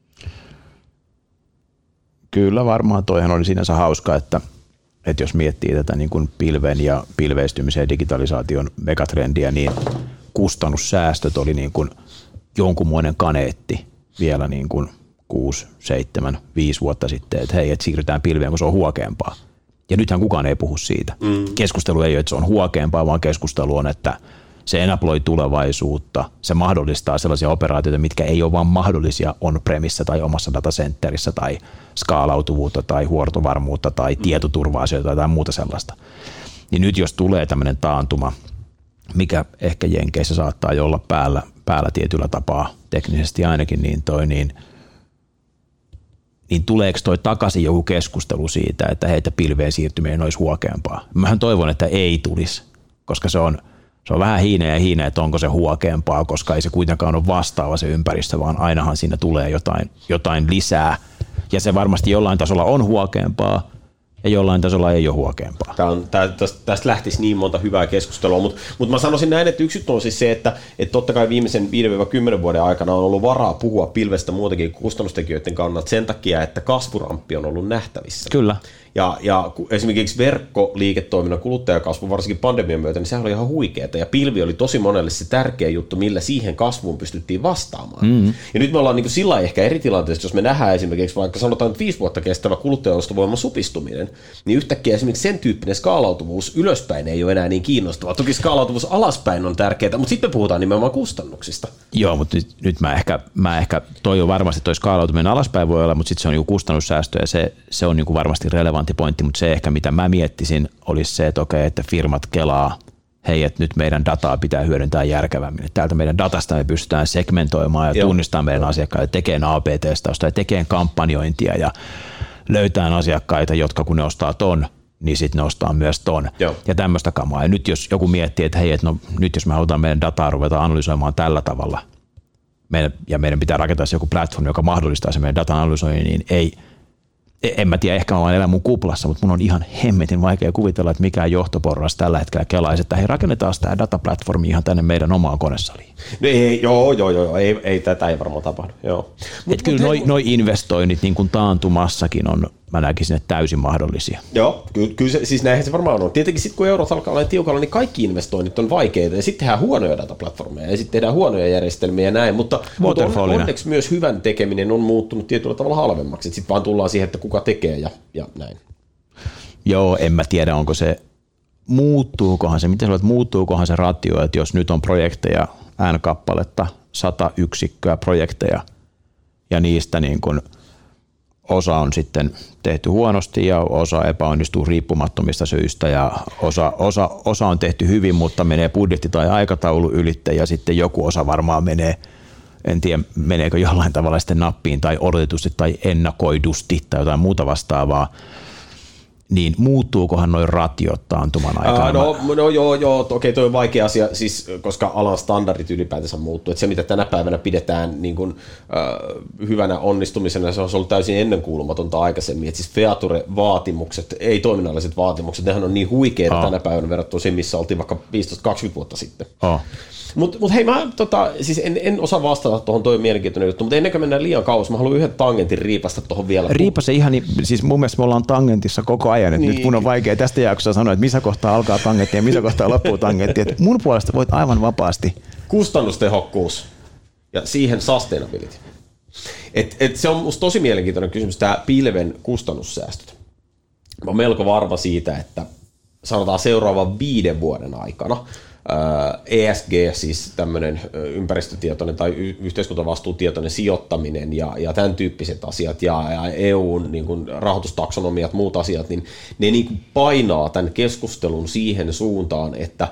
Kyllä varmaan, toihan oli sinänsä hauska, että, että jos miettii tätä niin kuin pilven ja pilveistymisen ja digitalisaation megatrendiä, niin kustannussäästöt oli niin kuin jonkunmoinen kaneetti vielä niin kuin kuusi, seitsemän, viisi vuotta sitten, että hei, että siirrytään pilveen, kun se on huokeampaa. Ja nythän kukaan ei puhu siitä. Mm. Keskustelu ei ole, että se on huokeampaa, vaan keskustelu on, että se enabloi tulevaisuutta, se mahdollistaa sellaisia operaatioita, mitkä ei ole vaan mahdollisia on-premissa tai omassa datacenterissä tai skaalautuvuutta tai huoltovarmuutta tai mm. tietoturva-asioita tai muuta sellaista. Niin nyt jos tulee tämmöinen taantuma, mikä ehkä Jenkeissä saattaa jo olla päällä, päällä tietyllä tapaa, teknisesti ainakin, niin, toi, niin, niin tuleeko toi takaisin joku keskustelu siitä, että heitä pilveen siirtyminen olisi huokeampaa? Mähän toivon, että ei tulisi, koska se on, se on vähän hiineä ja hiineä, että onko se huokeampaa, koska ei se kuitenkaan ole vastaava se ympäristö, vaan ainahan siinä tulee jotain, jotain lisää. Ja se varmasti jollain tasolla on huokeampaa, ja jollain tasolla ei ole huokeampaa. Tämä on, tää, tästä, tästä lähtisi niin monta hyvää keskustelua, mutta, mutta mä sanoisin näin, että yksi on siis se, että, että totta kai viimeisen viisi kymmenen vuoden aikana on ollut varaa puhua pilvestä muutenkin kustannustekijöiden kannalta sen takia, että kasvuramppi on ollut nähtävissä. Kyllä. Ja, ja esimerkiksi verkkoliiketoiminnan kuluttajakasvu, varsinkin pandemian myötä, niin sehän oli ihan huikeeta. Ja pilvi oli tosi monelle se tärkeä juttu, millä siihen kasvuun pystyttiin vastaamaan. Mm-hmm. Ja nyt me ollaan niin kuin sillä ehkä eri tilanteessa, jos me nähdään esimerkiksi vaikka sanotaan viisi vuotta kestävä kuluttajaostovoiman supistuminen, niin yhtäkkiä esimerkiksi sen tyyppinen skaalautuvuus ylöspäin ei ole enää niin kiinnostavaa. Toki skaalautuvuus alaspäin on tärkeää, mutta sitten me puhutaan nimenomaan kustannuksista. Joo, mutta nyt, nyt mä, ehkä, mä ehkä, toi on varmasti toi skaalautuminen alaspäin voi olla, mutta sitten se on joku kustannussäästö ja se, se on niin kuin varmasti relevantti pointti, mutta se ehkä mitä mä miettisin olisi se, että okei, että firmat kelaa, hei, että nyt meidän dataa pitää hyödyntää järkevämmin. Että täältä meidän datasta me pystytään segmentoimaan ja Joo. tunnistamaan meidän asiakkaita, tekemään A B-testausta ja tekemään kampanjointia ja löytämään asiakkaita, jotka kun ne ostaa ton, niin sitten ne ostaa myös ton. Joo. Ja tämmöistä kamaa. Ja nyt jos joku miettii, että hei, että no nyt jos me halutaan meidän dataa ruveta analysoimaan tällä tavalla, meidän, ja meidän pitää rakentaa se joku platformi, joka mahdollistaa se meidän datan analysoinnin, niin ei, en mä tiedä, ehkä mä vaan elän mun kuplassa, mutta mun on ihan hemmetin vaikea kuvitella, että mikään johtoporras tällä hetkellä kelaisi, että hei, rakennetaan tämä dataplatformi ihan tänne meidän omaan konesaliin. No ei, joo, joo, joo, ei, ei tätä ei varmaan tapahdu, joo. Mut, kyllä noi, noi investoinnit niin kuin taantumassakin on, mä näkisin, että täysin mahdollisia. Joo, kyllä, kyllä se, siis näinhän se varmaan on. Tietenkin sitten kun eurot alkaa olla tiukalla, niin kaikki investoinnit on vaikeita, ja sitten tehdään huonoja dataplatformeja, ja sitten tehdään huonoja järjestelmiä ja näin, mutta, mutta on, onneksi myös hyvän tekeminen on muuttunut tietyllä tavalla halvemmaksi, sitten vaan tullaan siihen, että kuka tekee ja, ja näin. Joo, en mä tiedä, onko se, muuttuukohan se, miten sanoit, muuttuukohan se ratio, että jos nyt on projekteja, N-kappaletta, sata yksikköä projekteja, ja niistä niin kuin osa on sitten tehty huonosti ja osa epäonnistuu riippumattomista syistä ja osa, osa, osa on tehty hyvin, mutta menee budjetti tai aikataulu ylitte ja sitten joku osa varmaan menee, en tiedä meneekö jollain tavalla sitten nappiin tai odotetusti tai ennakoidusti tai jotain muuta vastaavaa, niin muuttuukohan noin ratiot taantuman aikana? Ää, no, no joo, joo, okei, toi on vaikea asia, siis, koska alan standardit ylipäätänsä muuttuu. Et se, mitä tänä päivänä pidetään niin kun, äh, hyvänä onnistumisena, se on ollut täysin ennenkuulumatonta aikaisemmin. Et siis feature-vaatimukset, ei toiminnalliset vaatimukset, nehän on niin huikeita oh. tänä päivänä verrattuna siihen, missä oltiin vaikka viisitoista kaksikymmentä vuotta sitten. Oh. Mutta mut hei, mä tota, siis en, en osaa vastata tuohon, toi mielenkiintoinen juttu, mutta ennen kuin mennään liian kauas, mä haluan yhden tangentin riipasta tuohon vielä. Riipase ihan, siis mun mielestä me ollaan tangentissa koko ajan, että niin. Nyt mun on vaikea tästä jaksossa sanoa, että missä kohtaa alkaa tangentti ja missä kohtaa loppuu tangentti, että mun puolesta voit aivan vapaasti. Kustannustehokkuus ja siihen sustainability. Et, et se on musta tosi mielenkiintoinen kysymys, tämä pilven kustannussäästöt. Mä oon melko varma siitä, että sanotaan seuraavan viiden vuoden aikana E S G, siis tämmöinen ympäristötietoinen tai yhteiskuntavastuutietoinen sijoittaminen ja, ja tämän tyyppiset asiat ja, ja E U:n niin kuin rahoitustaksonomiat, muut asiat, niin ne niin kuin painaa tämän keskustelun siihen suuntaan, että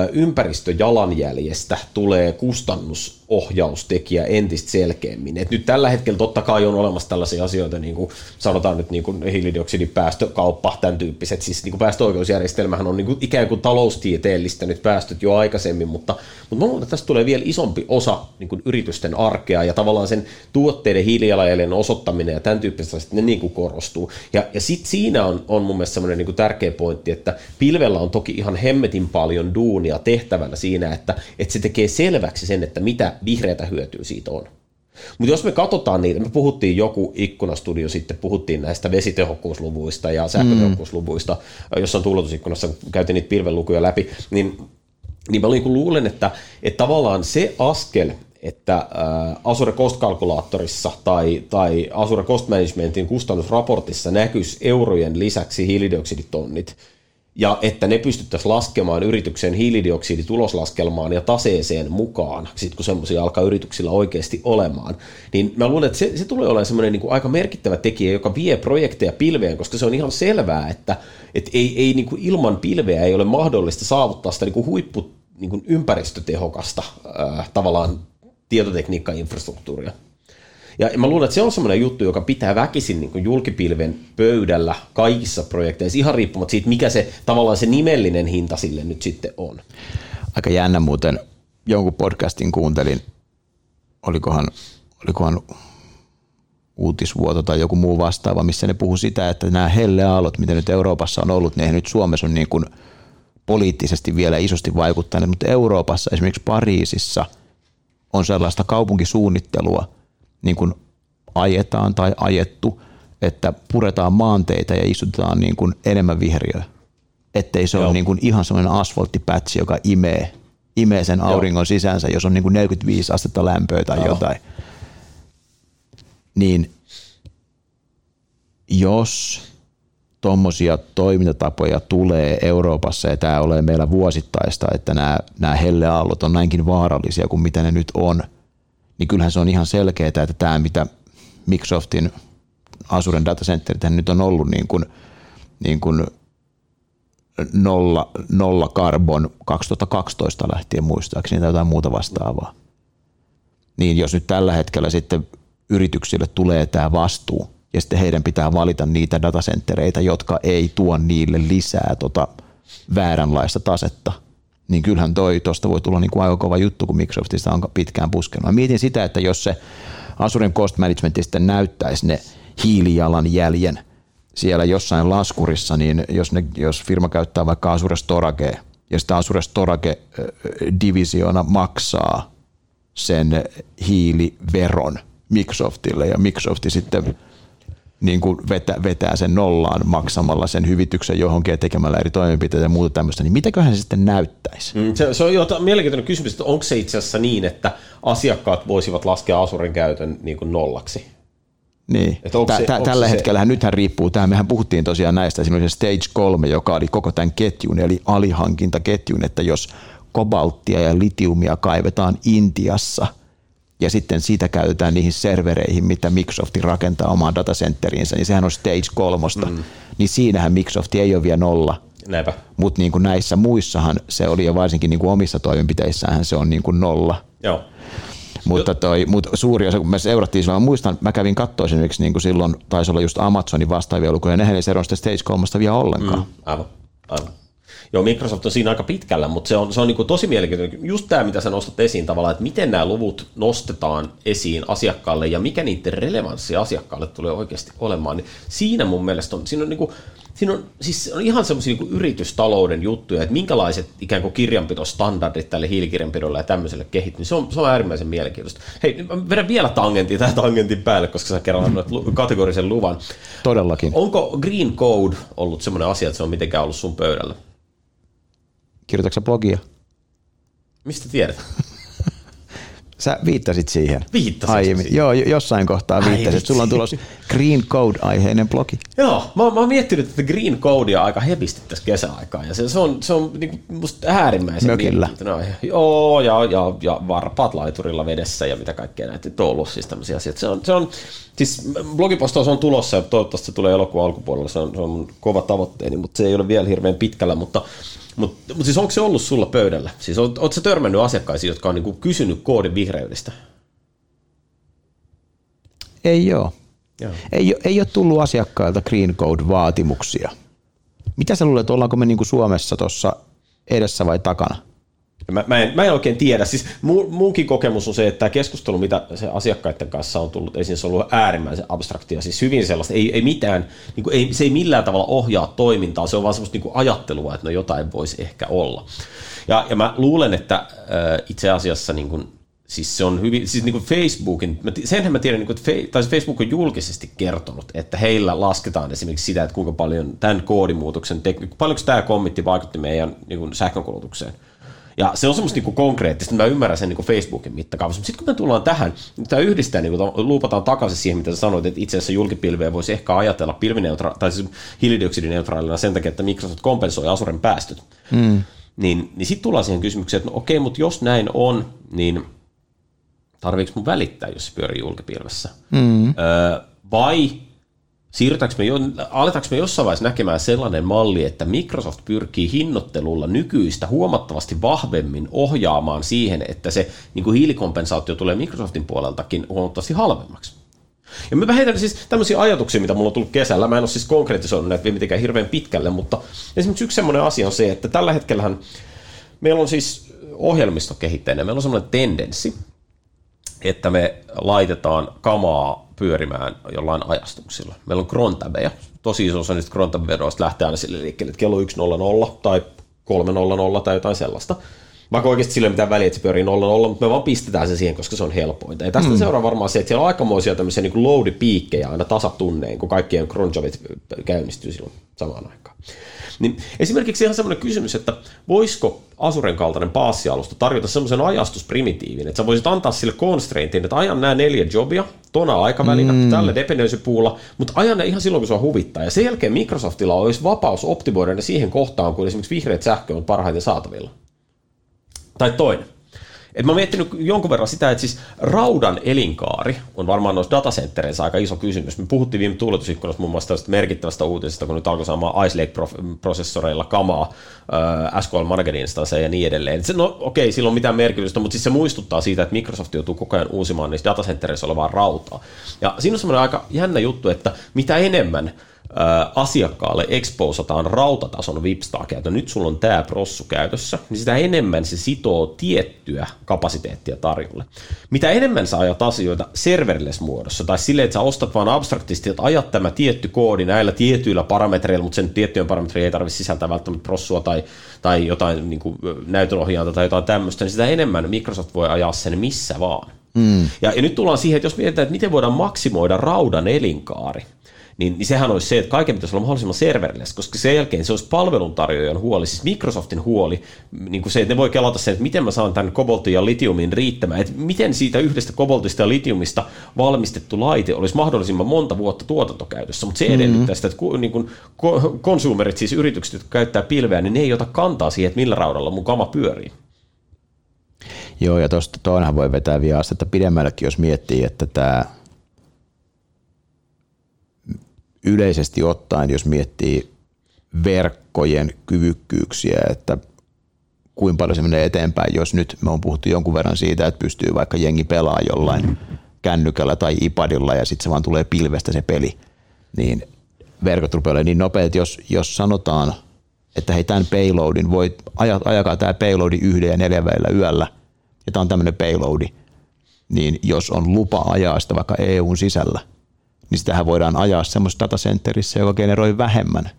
ympäristöjalanjäljestä tulee kustannusohjaustekijä entistä selkeämmin. Et nyt tällä hetkellä totta kai on olemassa tällaisia asioita, niin kuin sanotaan nyt niin kuin hiilidioksidipäästökauppa, tämän tyyppiset, siis niin kuin päästöoikeusjärjestelmähän on niin kuin ikään kuin taloustieteellistänyt päästöt jo aikaisemmin, mutta, mutta mä luulen, että tästä tulee vielä isompi osa niin kuin yritysten arkea ja tavallaan sen tuotteiden hiilijalanjäljen osoittaminen ja tämän tyyppiset asiat, ne niin kuin korostuu. Ja, ja sitten siinä on, on mun mielestä semmoinen niin kuin tärkeä pointti, että pilvellä on toki ihan hemmetin paljon duunia tehtävänä siinä, että, että se tekee selväksi sen, että mitä vihreätä hyötyä siitä on. Mutta jos me katsotaan niitä, me puhuttiin joku ikkunastudio sitten, puhuttiin näistä vesitehokkuusluvuista ja sähkötehokkuusluvuista, mm. jossain tuuletusikkunassa käytiin niitä pilvenlukuja läpi, niin, niin mä luulen, että, että tavallaan se askel, että Azure Cost-kalkulaattorissa tai, tai Azure Cost Managementin kustannusraportissa näkyisi eurojen lisäksi hiilidioksiditonnit, ja että ne pystyttäisiin laskemaan yrityksen hiilidioksidituloslaskelmaan ja taseeseen mukaan, sit kun semmoisia alkaa yrityksillä oikeasti olemaan, niin mä luulen, että se, se tulee olemaan semmoinen niin kuin aika merkittävä tekijä, joka vie projekteja pilveen, koska se on ihan selvää, että et ei, ei niin kuin ilman pilveä ei ole mahdollista saavuttaa sitä niin kuin huippu niin kuin ympäristötehokasta äh, tavallaan tietotekniikka-infrastruktuuria. Ja mä luulen, että se on semmoinen juttu, joka pitää väkisin niin kuin julkipilven pöydällä kaikissa projekteissa, ihan riippumatta siitä, mikä se tavallaan se nimellinen hinta sille nyt sitten on. Aika jännä muuten, jonkun podcastin kuuntelin, olikohan, olikohan Uutisvuoto tai joku muu vastaava, missä ne puhuu sitä, että nämä helleaallot, mitä nyt Euroopassa on ollut, ne nyt Suomessa on niin kuin poliittisesti vielä isosti vaikuttaneet, mutta Euroopassa, esimerkiksi Pariisissa, on sellaista kaupunkisuunnittelua, niin kuin ajetaan tai ajettu, että puretaan maanteitä ja istutetaan niin kuin enemmän vihreää. Ettei se Joo. ole niin kuin ihan sellainen asfalttipätsi, joka imee, imee sen auringon Joo. sisäänsä, jos on niin kuin neljäkymmentäviisi astetta lämpöä tai Joo. jotain. Niin jos tuommoisia toimintatapoja tulee Euroopassa ja tämä ole meillä vuosittaista, että nämä, nämä helleaallot on näinkin vaarallisia kuin mitä ne nyt on, niin kyllähän se on ihan selkeää, että tämä, mitä Microsoftin Azuren datacenterit nyt on ollut niin kuin, niin kuin nolla, nolla carbon kaksituhattakaksitoista lähtien muistaakseni tai jotain muuta vastaavaa. Niin jos nyt tällä hetkellä sitten yrityksille tulee tämä vastuu ja sitten heidän pitää valita niitä datacentereitä, jotka ei tuo niille lisää tota vääränlaista tasetta, niin kyllähän toi tuosta voi tulla niin kuin aika kova juttu, kun Microsoftista on pitkään puskenut. Mä mietin sitä, että jos se Azuren Cost Management sitten näyttäisi ne hiilijalanjäljen siellä jossain laskurissa, niin jos, ne, jos firma käyttää vaikka Azure Storagea, ja sitä Azure Storage-divisiona maksaa sen hiiliveron Microsoftille, ja Microsoft sitten niin kuin vetä, vetää sen nollaan maksamalla sen hyvityksen johonkin ja tekemällä eri toimenpiteitä ja muuta tämmöistä, niin mitäköhän se sitten näyttäisi? Mm, se, se on jo mielenkiintoinen kysymys, että onko se itse asiassa niin, että asiakkaat voisivat laskea Azuren käytön niin kuin nollaksi? Niin. Tä, tä, tällä se hetkellä nythän riippuu tähän, mehän puhuttiin tosiaan näistä, siinä oli se Stage kolme, joka oli koko tämän ketjun, eli alihankintaketjun, että jos kobalttia ja litiumia kaivetaan Intiassa, ja sitten siitä käytetään niihin servereihin, mitä Microsoft rakentaa omaan datacenteriinsä, niin sehän on Stage kolmosta, mm. niin siinähän Microsoft ei ole vielä nolla. Näinpä. Mutta niin kuin näissä muissahan se oli, ja varsinkin niin kuin omissa toimenpiteissähän se on niin kuin nolla. Joo. Mutta toi, mut suuri osa, kun me seurattiin silloin, mä muistan, mä kävin katsoa esimerkiksi niin kuin silloin, taisi olla just Amazonin vastaavia lukuja, ja nehän ei seuraa sitä Stage kolmosta vielä ollenkaan. Mm, aivan, aivan. Joo, Microsoft on siinä aika pitkällä, mutta se on, se on niin kuin tosi mielenkiintoinen. Just tämä, mitä sä nostat esiin tavallaan, että miten nämä luvut nostetaan esiin asiakkaalle ja mikä niiden relevanssi asiakkaalle tulee oikeasti olemaan, niin siinä mun mielestä on, siinä on, niin kuin, siinä on, siis on ihan semmoisia niin kuin yritystalouden juttuja, että minkälaiset ikään kuin kirjanpitostandardit tälle hiilikirjanpidolle ja tämmöiselle kehittyy, niin se on, se on äärimmäisen mielenkiintoista. Hei, vedän vielä tangentin tähän tangentin päälle, koska sä kerran annoit kategorisen luvan. Todellakin. Onko Green Code ollut semmoinen asia, että se on mitenkään ollut sun pöydällä? Kirjoitatko sä blogia? Mistä tiedät? Sä viittasit siihen. Viittasit aiemmin. siihen? Joo, jossain kohtaa viittasit. Sulla on tulossa Green Code-aiheinen blogi. Joo, mä, mä oon miettinyt, että Green Codea aika hevisti tässä kesäaikaan, ja se, se on, se on niin musta äärimmäisen mielenkiintoinen aihe. Joo, ja, ja, ja varpaat laiturilla vedessä ja mitä kaikkea näitä on ollut, siis tämmöisiä asioita. Se on, se on, siis blogipostaus on tulossa, ja toivottavasti se tulee elokuun alkupuolella, se on, se on mun kova tavoitteeni, mutta se ei ole vielä hirveän pitkällä, mutta Mutta mut siis onko se ollut sulla pöydällä? Siis ootko sä törmännyt asiakkaisiin, jotka on niinku kysynyt koodin vihreydestä? Ei ole. Ei, ei ole tullut asiakkailta Green Code-vaatimuksia. Mitä sä luulet, ollaanko me niinku Suomessa tuossa edessä vai takana? Mä, mä, en, mä en oikein tiedä. Siis mu, munkin kokemus on se, että tämä keskustelu, mitä se asiakkaiden kanssa on tullut esiin, se on ollut äärimmäisen abstraktia. Siis hyvin sellaista, ei, ei mitään, niin kuin, ei, se ei millään tavalla ohjaa toimintaa, se on vaan semmoista niin kuin ajattelua, että no jotain voisi ehkä olla. Ja, ja mä luulen, että äh, itse asiassa niin kuin, siis se on hyvin, siis niin kuin Facebookin, senhän mä tiedän, että tai Facebook on julkisesti kertonut, että heillä lasketaan esimerkiksi sitä, että kuinka paljon tämän koodimuutoksen, paljonko tämä kommentti vaikutti meidän niin kuin sähkönkulutukseen. Ja se on semmoista niinku konkreettista, mä ymmärrän sen niinku Facebookin mittakaavassa. Sitten kun me tullaan tähän, niin tämä yhdistää, niinku, luupataan takaisin siihen, mitä sä sanoit, että itse asiassa julkipilveä voisi ehkä ajatella pilvineutra- tai siis hiilidioksidineutraalina sen takia, että Microsoft kompensoi Azuren päästöt. Mm. Niin, niin sitten tullaan siihen kysymykseen, että no okei, mutta jos näin on, niin tarviiko mun välittää, jos se pyörii julkipilvessä? Mm. Öö, vai siirrytäänkö me, aletaanko me jossain vaiheessa näkemään sellainen malli, että Microsoft pyrkii hinnoittelulla nykyistä huomattavasti vahvemmin ohjaamaan siihen, että se niin kuin hiilikompensaatio tulee Microsoftin puoleltakin huomattavasti halvemmaksi. Ja mä väheitän siis tämmöisiä ajatuksia, mitä mulla on tullut kesällä. Mä en ole siis konkretisoinut näitä mitenkään hirveän pitkälle, mutta esimerkiksi yksi semmoinen asia on se, että tällä hetkellähän meillä on siis ohjelmistokehittäjänä, meillä on semmoinen tendenssi, että me laitetaan kamaa pyörimään jollain ajastuksilla. Meillä on crontabeja. Tosi iso osa niistä crontabedoista lähtee aina sille liikkeelle, että kello yksi nolla nolla tai kolme nolla nolla tai jotain sellaista. Vaikka oikeasti sillä ei ole mitään väliä, että se pyörii nolla nolla, mutta me vaan pistetään se siihen, koska se on helpointa. Ja tästä mm. seuraa varmaan se, että siellä on aikamoisia tämmöisiä niin kuin load-piikkejä aina tasatunneen, kun kaikkien cronjobit käynnistyy silloin samaan aikaan. Niin esimerkiksi ihan semmoinen kysymys, että voisiko Azuren kaltainen paassialusta tarjota semmoisen ajastusprimitiivin, että sä voisit antaa sille constraintin, että ajan nämä neljä jobia tona aikavälillä, mm. tällä dependency-puulla, mutta ajan ne ihan silloin, kun se on huvittaa. Ja sen jälkeen Microsoftilla olisi vapaus optimoida ne siihen kohtaan, kun esimerkiksi vihreät sähkö on parhaiten saatavilla. Tai toinen. Et mä oon miettinyt jonkun verran sitä, että siis raudan elinkaari on varmaan noissa datacentereissä aika iso kysymys. Me puhuttiin viime tuuletusikkunassa muun muassa tällaista merkittävästä uutisesta, kun nyt alkoi saamaan Ice Lake-prosessoreilla kamaa, äh, S Q L Marketing-instansseja ja niin edelleen. Se, no okei, okay, sillä on mitään merkitystä, mutta siis se muistuttaa siitä, että Microsoft joutuu koko ajan uusimaan niistä datacentereissä olevaa rautaa. Ja siinä on semmoinen aika jännä juttu, että mitä enemmän asiakkaalle exposataan rautatason vipstaa käytön, nyt sulla on tämä prossu käytössä, niin sitä enemmän se sitoo tiettyä kapasiteettia tarjolle. Mitä enemmän sä ajat asioita serverless muodossa, tai silleen, että sä ostat vaan abstraktisti, että ajat tämä tietty koodi näillä tietyillä parametreilla, mutta sen tiettyjen parametreilla ei tarvitse sisältää välttämättä prossua tai, tai jotain niin kuin näytönohjainta tai jotain tämmöistä, niin sitä enemmän Microsoft voi ajaa sen missä vaan. Mm. Ja, ja nyt tullaan siihen, että jos mietitään, että miten voidaan maksimoida raudan elinkaari, Niin, niin sehän olisi se, että kaiken pitäisi olla mahdollisimman serverless, koska sen jälkeen se olisi palveluntarjoajan huoli, siis Microsoftin huoli, niin kuin se, että ne voi kelata sen, että miten mä saan tämän koboltin ja litiumin riittämään, että miten siitä yhdestä koboltista ja litiumista valmistettu laite olisi mahdollisimman monta vuotta tuotantokäytössä, mutta se edellyttää mm-hmm. sitä, että niin kuin konsumerit, siis yritykset, jotka käyttää pilveä, niin ne ei ota kantaa siihen, että millä raudalla mun kama pyörii. Joo, ja tuosta toinenhan voi vetää vielä astetta pidemmällekin, jos miettii, että tämä yleisesti ottaen, jos miettii verkkojen kyvykkyyksiä, että kuinka paljon se menee eteenpäin, jos nyt me on puhuttu jonkun verran siitä, että pystyy vaikka jengi pelaamaan jollain kännykällä tai iPadilla ja sitten se vaan tulee pilvestä se peli, niin verkot rupeaa olemaan niin nopeat, jos, jos sanotaan, että hei tämän payloadin, voit, ajakaa tämä payloadi yhden ja neljän välillä yöllä, ja tämä on tämmöinen payloadi, niin jos on lupa ajaa sitä vaikka E U:n sisällä, niin sitähän voidaan ajaa semmoisessa datacenterissä, joka generoi vähemmän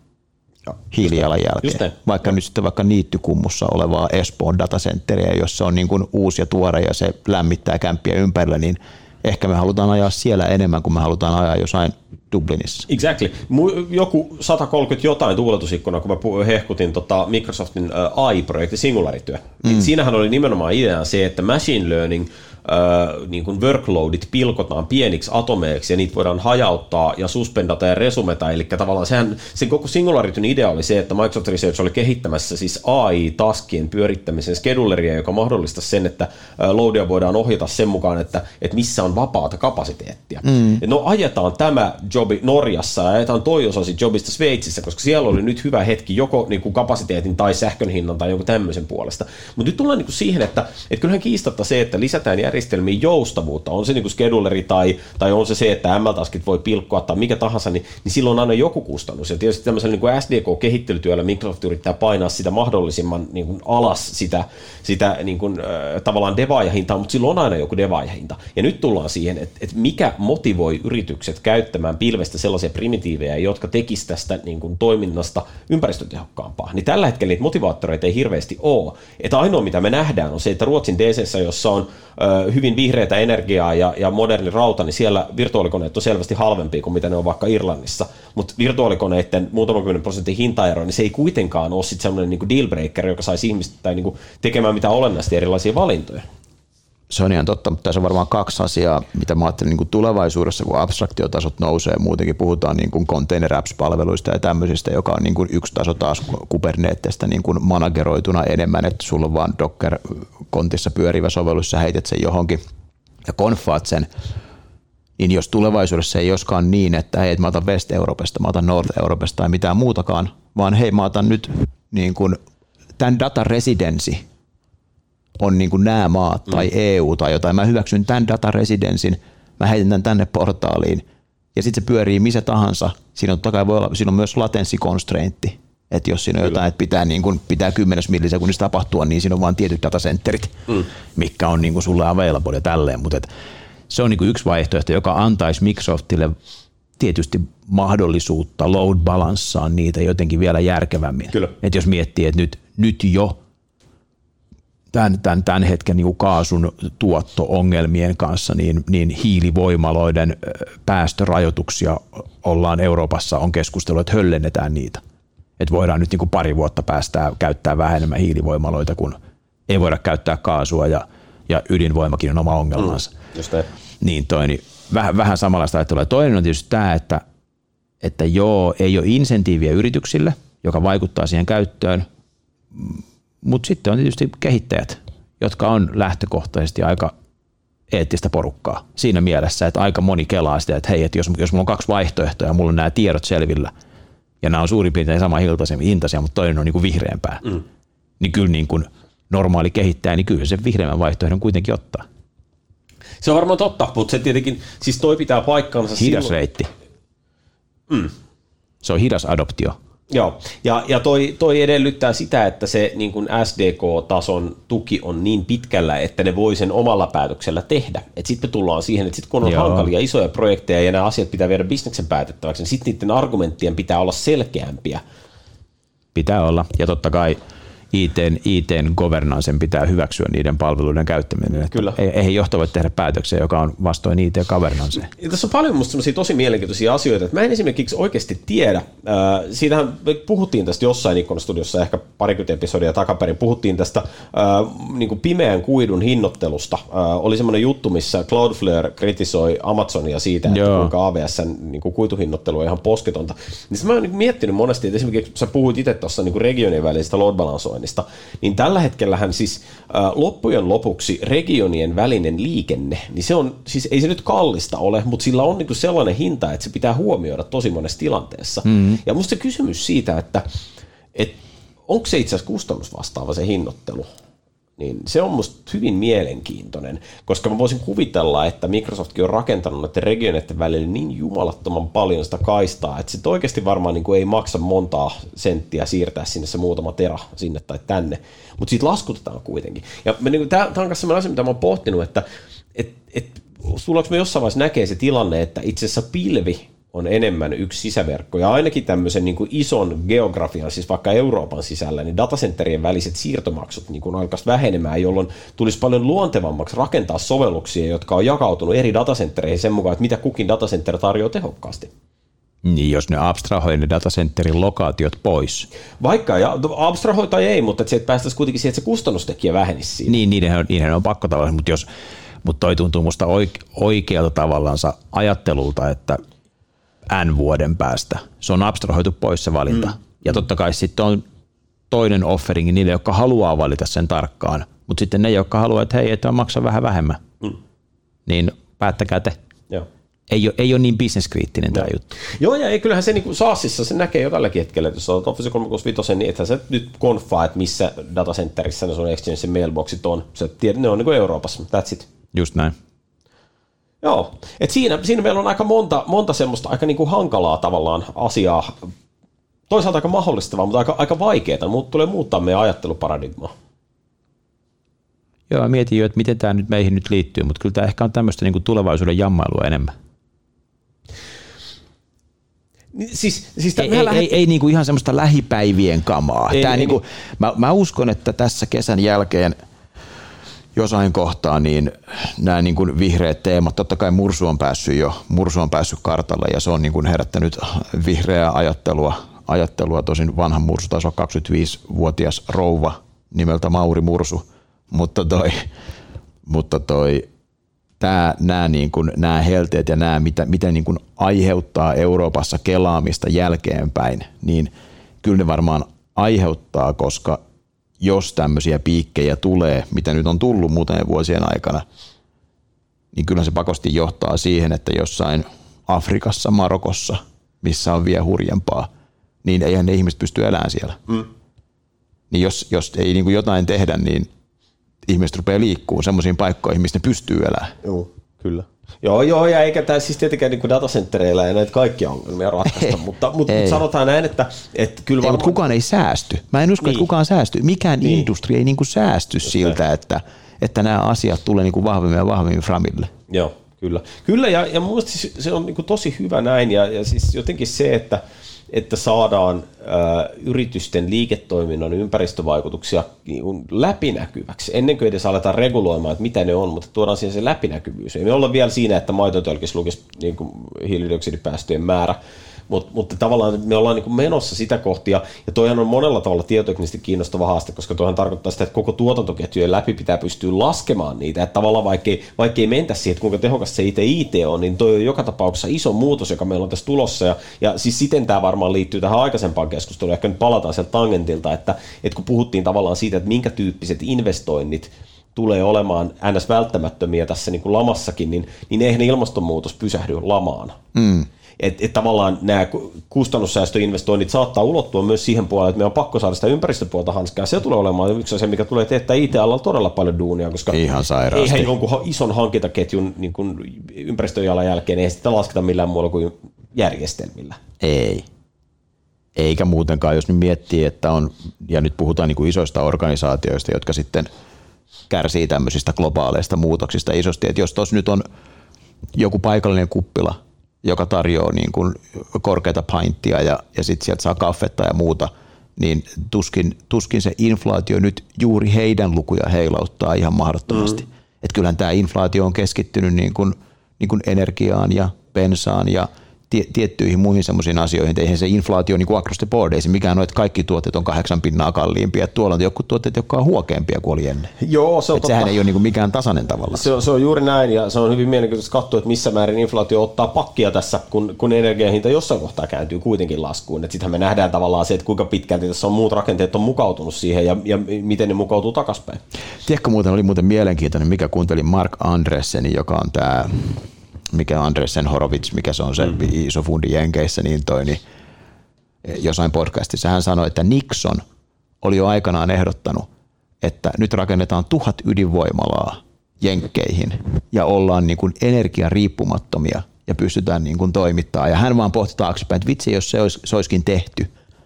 hiilijalanjälkeä. Vaikka nyt sitten vaikka niittykummussa olevaa Espoon datacenteriä, jossa on niin kuin uusi ja tuore ja se lämmittää kämppiä ympärillä, niin ehkä me halutaan ajaa siellä enemmän kuin me halutaan ajaa jossain Dublinissa. Exactly. Joku sata kolmekymmentä jotain tuuletusikkuna, kun mä hehkutin tota Microsoftin A I-projekti Singularity. Mm. Siinähän oli nimenomaan idea se, että machine learning Öö, niin kuin workloadit pilkotaan pieniksi atomeiksi ja niitä voidaan hajauttaa ja suspendata ja resumeta, eli tavallaan sehän, sen koko Singularityn idea oli se, että Microsoft Research oli kehittämässä siis A I-taskien pyörittämisen scheduleria, joka mahdollistaisi sen, että loadia voidaan ohjata sen mukaan, että, että missä on vapaata kapasiteettia. Mm. No ajetaan tämä jobi Norjassa ja ajetaan toi osasi jobista Sveitsissä, koska siellä oli nyt hyvä hetki joko niin kuin kapasiteetin tai sähkön hinnan tai jonkun tämmöisen puolesta. Mutta nyt tullaan niin kuin siihen, että, että kyllähän kiistatta se, että lisätään järjestelmiin joustavuutta, on se niin kuin scheduleri tai, tai on se se, että M L-taskit voi pilkkoa tai mikä tahansa, niin, niin silloin on aina joku kustannus. Ja tietysti tämmöisellä niin kuin S D K-kehittelytyöllä Microsoft yrittää painaa sitä mahdollisimman niin kuin alas sitä, sitä niin kuin, äh, tavallaan devaajahintaa, mutta silloin on aina joku devaajahinta. Ja nyt tullaan siihen, että, että mikä motivoi yritykset käyttämään pilvestä sellaisia primitiivejä, jotka tekisivät tästä niin kuin toiminnasta ympäristötehokkaampaa. Niin tällä hetkellä niitä motivaattoreita ei hirveästi ole. Että ainoa mitä me nähdään on se, että Ruotsin D C:ssä, jossa on hyvin vihreätä energiaa ja, ja moderni rauta, niin siellä virtuaalikoneet on selvästi halvempia kuin mitä ne on vaikka Irlannissa. Mutta virtuaalikoneiden muutaman kymmenen prosentin hintaero, niin se ei kuitenkaan ole sitten sellainen niinku dealbreaker, joka saisi ihmistä tai niinku tekemään mitään olennaisesti erilaisia valintoja. Se on ihan totta, mutta tässä on varmaan kaksi asiaa, mitä mä ajattelin niin tulevaisuudessa, kun abstraktiotasot nousee. Muutenkin puhutaan niin kuin container apps-palveluista ja tämmöisistä, joka on niin kuin yksi taso taas Kubernetesta niin kuin manageroituna enemmän, että sulla on vaan Docker-kontissa pyörivä sovellus, sä heität sen johonkin ja konfaat sen. Niin jos tulevaisuudessa ei joskaan niin, että hei, mä otan West-Euroopasta, mä otan North-Euroopasta tai mitään muutakaan, vaan hei, mä otan nyt niin kuin tämän data residency on niin kuin nämä maat tai mm. E U tai jotain. Mä hyväksyn tämän data residensin, mä heitän tämän tänne portaaliin ja sitten se pyörii missä tahansa. Siinä on, totta kai voi olla, siinä on myös latency constraintti, että jos siinä on Kyllä. jotain, että pitää, niin kuin, pitää kymmenes millisekunnissa tapahtua, niin siinä on vain tietyt datacenterit, mm. mitkä on niin kuin sulle available ja tälleen. Mutta et, se on niin kuin yksi vaihtoehto, joka antaisi Microsoftille tietysti mahdollisuutta load balanssaan niitä jotenkin vielä järkevämmin. Että jos miettii, että nyt, nyt jo Tämän, tämän, tämän hetken niin kuin kaasun tuotto-ongelmien kanssa, niin, niin hiilivoimaloiden päästörajoituksia ollaan Euroopassa, on keskustelu, että höllennetään niitä. Että voidaan nyt niin kuin pari vuotta päästää käyttää vähän enemmän hiilivoimaloita, kun ei voida käyttää kaasua ja, ja ydinvoimakin on oma ongelmansa. Mm, niin toi, niin vähän, vähän samanlaista ajattelua. Toinen on tietysti tämä, että, että joo, ei ole insentiiviä yrityksille, joka vaikuttaa siihen käyttöön, mutta sitten on tietysti kehittäjät, jotka on lähtökohtaisesti aika eettistä porukkaa siinä mielessä, että aika moni kelaa sitä, että hei, että jos, jos mulla on kaksi vaihtoehtoa ja mulla on nämä tiedot selvillä ja nämä on suurin piirtein sama hintaisia, mutta toinen on niin kuin vihreämpää, mm. niin kyllä niin kuin normaali kehittäjä, niin kyllä se vihreämmän vaihtoehdon kuitenkin ottaa. Se on varmaan totta, mutta se tietenkin, siis toi pitää paikkaansa hidas reitti. Mm. Se on hidas adoptio. Joo, ja, ja toi, toi edellyttää sitä, että se niin kuin S D K-tason tuki on niin pitkällä, että ne voi sen omalla päätöksellä tehdä. Sitten me tullaan siihen, että sit kun on Joo. hankalia isoja projekteja ja nämä asiat pitää viedä bisneksen päätettäväksi, niin sitten niiden argumenttien pitää olla selkeämpiä. Pitää olla, ja totta kai I T:n, I T:n governancen pitää hyväksyä niiden palveluiden käyttäminen. Kyllä. Ei johto voi tehdä päätöksiä, joka on vastoin I T-governancea. Tässä on paljon musta sellaisia tosi mielenkiintoisia asioita, että mä en esimerkiksi oikeasti tiedä. Siitähän me puhuttiin tästä jossain Ikon-studiossa ehkä parikymmentä episodia takaperin, puhuttiin tästä niin kuin pimeän kuidun hinnoittelusta. Oli semmoinen juttu, missä Cloudflare kritisoi Amazonia siitä, että Joo. kuinka A W S:n niin kuin kuituhinnoittelu on ihan posketonta. Niin mä oon niin miettinyt monesti, että esimerkiksi sä puhuit itse tuossa niin kuin regionien välisestä load balanceoinnista, niin tällä hetkellähän siis äh, loppujen lopuksi regionien välinen liikenne, niin se on, siis ei se nyt kallista ole, mutta sillä on niinku sellainen hinta, että se pitää huomioida tosi monessa tilanteessa. Mm-hmm. Ja musta se kysymys siitä, että et, onko se itse asiassa kustannusvastaava se hinnoittelu, niin se on musta hyvin mielenkiintoinen, koska mä voisin kuvitella, että Microsoftkin on rakentanut näiden regioneiden välillä niin jumalattoman paljon sitä kaistaa, että se oikeasti varmaan niin kuin ei maksa montaa senttiä siirtää sinne se muutama tera sinne tai tänne, mutta siitä laskutetaan kuitenkin. Ja niin tämä on myös sellainen asia, mitä mä oon pohtinut, että et, et, tullaanko me jossain vaiheessa näkee se tilanne, että itse asiassa pilvi on enemmän yksi sisäverkko, ja ainakin tämmöisen niin kuin ison geografian, siis vaikka Euroopan sisällä, niin datacenterien väliset siirtomaksut niin kuin alkaisi vähenemään, jolloin tulisi paljon luontevammaksi rakentaa sovelluksia, jotka on jakautunut eri datacentereihin sen mukaan, että mitä kukin datacenter tarjoaa tehokkaasti. Niin, jos ne abstrahoi ne datacenterin lokaatiot pois. Vaikka, ja abstrahoi tai ei, mutta että päästäisiin kuitenkin siihen, että se kustannustekijä vähenisi siinä. Niin, niiden on, niiden on pakko tavallaan, mutta, jos, mutta toi tuntuu musta oikealta tavallansa ajattelulta, että N vuoden päästä. Se on abstrahoitu pois se valinta. Mm. Ja totta kai sitten on toinen offering niille, jotka haluaa valita sen tarkkaan, mutta sitten ne, jotka haluaa, että hei, että maksaa vähän vähemmän, mm. niin päättäkää te. Joo. Ei ole, ei ole niin bisneskriittinen tämä juttu. Joo, ja ei, kyllähän se niin SaaSissa se näkee jo tälläkin hetkellä, että jos olet Office kolmesataakuusikymmentäviisi, niin ethän sä nyt konfaa, että missä datacenterissä ne sun Exchangein mailboxit on. Sä tiedät, ne on niin kuin Euroopassa, that's it. Just näin. Joo, että siinä, siinä meillä on aika monta, monta semmoista aika niin kuin hankalaa tavallaan asiaa, toisaalta aika mahdollistavaa, mutta aika, aika vaikeaa, mutta tulee muuttaa meidän ajatteluparadigmaa. Joo, mietin jo, että miten tämä nyt meihin nyt liittyy, mutta kyllä tämä ehkä on tämmöistä niin kuin tulevaisuuden jammailua enemmän. Siis, siis ei ei, lähet... ei, ei niin kuin ihan semmoista lähipäivien kamaa. Ei, tämä ei, niin kuin, ei. Mä, mä uskon, että tässä kesän jälkeen jossain kohtaa niin nämä niin kuin vihreät teemat, totta kai Mursu on päässyt jo, Mursu on päässyt kartalle ja se on niin kuin herättänyt vihreää ajattelua, ajattelua tosin vanha Mursu, taisi olla kaksikymmentäviisivuotias rouva nimeltä Mauri Mursu, mutta toi, mutta toi Tämä, nämä, niin kuin, nämä helteet ja nämä, mitä, miten niin kuin aiheuttaa Euroopassa kelaamista jälkeenpäin, niin kyllä ne varmaan aiheuttaa, koska jos tämmöisiä piikkejä tulee, mitä nyt on tullut muutamien vuosien aikana, niin kyllä se pakosti johtaa siihen, että jossain Afrikassa, Marokossa, missä on vielä hurjempaa, niin eihän ne ihmiset pysty elämään siellä. Mm. Niin jos, jos ei niin kuin jotain tehdä, niin ihmiset rupeaa liikkuu semmoisiin paikkoihin, missä ne pystyy elämään. Joo, kyllä. Joo, joo, ja eikä tämä siis tietenkään niin datacentereillä ei näitä kaikkia ongelmia ratkaista, mutta, mutta sanotaan näin, että, että kyllä varmaan... Ei, mutta kukaan ei säästy. Mä en usko, niin. että kukaan säästyy. Mikään niin. industri ei niin kuin säästy Just siltä, että, että nämä asiat tulee niin kuin vahvemmin ja vahvemmin framille. Joo, kyllä. Kyllä, ja, ja mun mielestä se on niin kuin tosi hyvä näin, ja, ja siis jotenkin se, että että saadaan ä, yritysten liiketoiminnan ympäristövaikutuksia niin läpinäkyväksi, ennen kuin edes aletaan reguloimaan, että mitä ne on, mutta tuodaan siihen se läpinäkyvyys. Ei me olla vielä siinä, että maitotölkissä lukisi niin kuin hiilidioksidipäästöjen määrä, Mut, mutta tavallaan me ollaan niin kuin menossa sitä kohti, ja, ja toihan on monella tavalla tietoteknisesti kiinnostava haaste, koska toihan tarkoittaa sitä, että koko tuotantoketjujen läpi pitää pystyä laskemaan niitä, että tavallaan vaikkei, vaikkei mentä siihen, että kuinka tehokasta se itse I T on, niin toi on joka tapauksessa iso muutos, joka meillä on tässä tulossa, ja, ja siis siten tämä varmaan liittyy tähän aikaisempaan keskusteluun, ehkä nyt palataan sieltä tangentilta, että, että kun puhuttiin tavallaan siitä, että minkä tyyppiset investoinnit tulee olemaan ns. Välttämättömiä tässä niin kuin lamassakin, niin, niin eihän ilmastonmuutos pysähdy lamaan. Mm. Että et tavallaan nämä kustannussäästöinvestoinnit saattaa ulottua myös siihen puolelle, että meidän on pakko saada sitä ympäristöpuolta hanskaa. Se tulee olemaan yksi asia, mikä tulee teettää I T-alalla todella paljon duunia, koska ihan sairaasti. Eihän jonkun ison hankintaketjun niin kuin ympäristöjalan jälkeen ei sitä lasketa millään muulla kuin järjestelmillä. Ei. Eikä muutenkaan, jos nyt miettii, että on, ja nyt puhutaan niin kuin isoista organisaatioista, jotka sitten kärsii tämmöisistä globaaleista muutoksista isosti, että jos tuossa nyt on joku paikallinen kuppila, joka tarjoaa niin kuin korkeata pinttia ja, ja sitten sieltä saa kaffetta ja muuta, niin tuskin, tuskin se inflaatio nyt juuri heidän lukuja heilauttaa ihan mahdottomasti. Mm. Että kyllähän tämä inflaatio on keskittynyt niin kuin, niin kuin energiaan ja bensaan ja tie, tiettyihin muihin semmoisiin asioihin. Eihän se inflaatio niin kuin across the board, ei se mikään ole, että kaikki tuotteet on kahdeksan pinnaa kalliimpia. Tuolla on joku tuotteet, jotka on huokeampia kuin oli ennen. Joo, se on totta. Sehän ei ole niin kuin mikään tasainen tavalla. Se on, se on juuri näin, ja se on hyvin mielenkiintoista katsoa, että missä määrin inflaatio ottaa pakkia tässä, kun, kun energiahinta jossain kohtaa kääntyy kuitenkin laskuun. Sittenhän me nähdään tavallaan se, että kuinka pitkälti tässä on muut rakenteet on mukautunut siihen, ja, ja miten ne mukautuu takaspäin. Tiedätkö muuten, oli muuten mielenkiintoinen, mikä kuuntelin Mark Andressenin, joka on tämä, mikä Andressen Horowitz, mikä se on se mm. iso fundi Jenkeissä, niin toi, niin jossain podcastissa hän sanoi, että Nixon oli jo aikanaan ehdottanut, että nyt rakennetaan tuhat ydinvoimalaa Jenkkeihin ja ollaan niin kuin energiariippumattomia ja pystytään niin kuin toimittamaan. Ja hän vaan pohti taaksepäin, että vitsi, jos se, olisi, se olisikin tehty,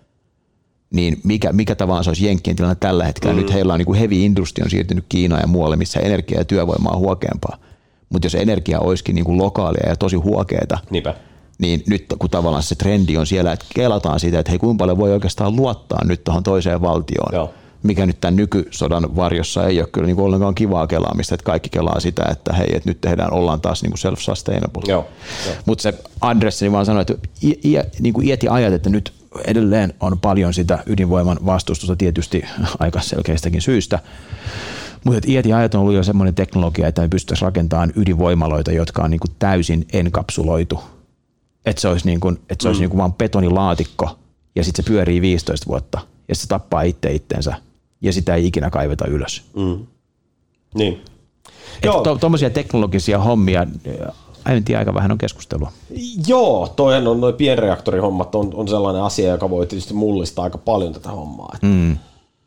niin mikä, mikä tavallaan se olisi Jenkkien tilanne tällä hetkellä. Mm. Nyt heillä on niin kuin heavy industry on siirtynyt Kiinaan ja muualle, missä energia ja työvoima on huokeampaa. Mutta jos energia olisikin niin kuin lokaalia ja tosi huokeeta, Niinpä. niin nyt kun tavallaan se trendi on siellä, että kelataan siitä, että hei, kuinka paljon voi oikeastaan luottaa nyt tuohon toiseen valtioon, Joo. mikä nyt tämän nykysodan varjossa ei ole kyllä niin kuin ollenkaan kivaa kelaamista, että kaikki kelaa sitä, että hei, että nyt tehdään, ollaan taas niin kuin self-sustainable. Mutta se Andresseni vaan sanoi, että i, i, niin kuin iät ja ajat, että nyt edelleen on paljon sitä ydinvoiman vastustusta tietysti aika selkeistäkin syystä, mutta iät ja ajat on ollut jo semmoinen teknologia, että me pystyttäisiin rakentamaan ydinvoimaloita, jotka on niin kuin täysin enkapsuloitu. Että se olisi, niin kuin, että se olisi mm. niin kuin vaan betonilaatikko ja sitten se pyörii viisitoista vuotta ja se tappaa itse itsensä ja sitä ei ikinä kaiveta ylös. Mm. Niin. Tuommoisia to, teknologisia hommia, en tiedä, aika vähän on keskustelua. Joo, toihan on, noi pienreaktorihommat on, on sellainen asia, joka voi tietysti mullistaa aika paljon tätä hommaa. Mm.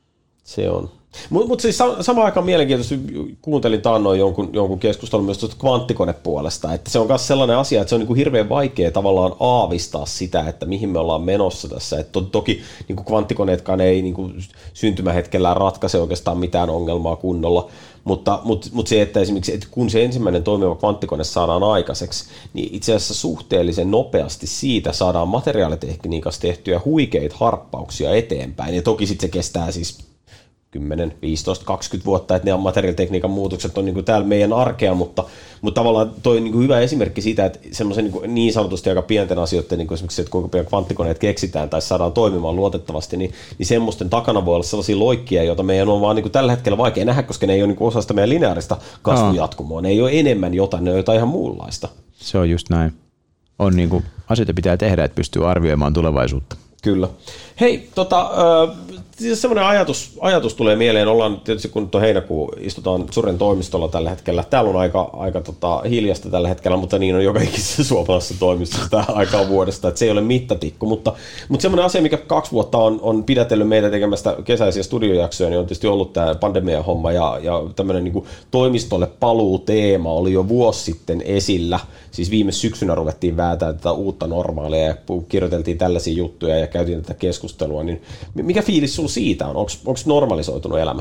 Se on. Mutta mut siis samaan aikaan mielenkiintoisesti kuuntelin taannoin jonkun, jonkun keskustelun myös tuosta kvanttikonepuolesta, että se on myös sellainen asia, että se on niinku hirveän vaikea tavallaan aavistaa sitä, että mihin me ollaan menossa tässä. Et to, toki niinku kvanttikoneetkaan ei niinku syntymähetkellään ratkaise oikeastaan mitään ongelmaa kunnolla, mutta, mutta, mutta se, että esimerkiksi että kun se ensimmäinen toimiva kvanttikone saadaan aikaiseksi, niin itse asiassa suhteellisen nopeasti siitä saadaan materiaalitekniikassa tehtyjä huikeita harppauksia eteenpäin, ja toki sitten se kestää siis kymmenen, viisitoista, kaksikymmentä vuotta, että ne materiaalitekniikan muutokset on niin kuin täällä meidän arkea, mutta, mutta tavallaan toi on niin kuin hyvä esimerkki siitä, että semmoisen niin, kuin niin sanotusti aika pienten asioiden, niin kuin esimerkiksi, että kuinka pian kvanttikoneet keksitään tai saadaan toimimaan luotettavasti, niin, niin semmoisten takana voi olla sellaisia loikkia, joita meidän on vaan niin kuin tällä hetkellä vaikea nähdä, koska ne ei ole niin kuin osa sitä meidän lineaarista kasvujatkumoa, ne ei ole enemmän jotain, ne on jotain ihan muunlaista. Se on just näin. On niin kuin, asioita pitää tehdä, että pystyy arvioimaan tulevaisuutta. Kyllä. Hei, tota, siis semmoinen ajatus, ajatus tulee mieleen, ollaan tietysti kun tuon heinäkuun istutaan Suren toimistolla tällä hetkellä, täällä on aika, aika tota, hiljasta tällä hetkellä, mutta niin on joka ikisessä suomalaisessa toimistossa tämä aikaa vuodesta, että se ei ole mittatikku, mutta, mutta semmoinen asia, mikä kaksi vuotta on, on pidätellyt meitä tekemästä kesäisiä studiojaksoja, niin on tietysti ollut tämä pandemian homma ja, ja tämmöinen niin kuin toimistolle paluu-teema oli jo vuosi sitten esillä, siis viime syksynä ruvettiin vääntää tätä uutta normaalia ja kirjoiteltiin tällaisia juttuja ja käytiin tätä keskustelua, niin mikä fiilis sulla siitä on? Onko normalisoitunut elämä?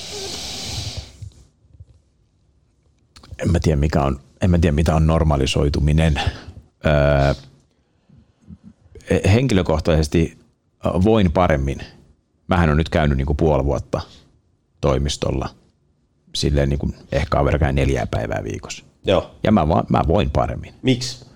En mä tiedä, mikä on, en mä tiedä mitä on normalisoituminen. Öö, henkilökohtaisesti voin paremmin. Mähän on nyt käynyt niin kuin puoli vuotta toimistolla. Silleen niin kuin ehkä on verran neljää päivää viikossa. Joo. Ja mä, mä voin paremmin. Miksi?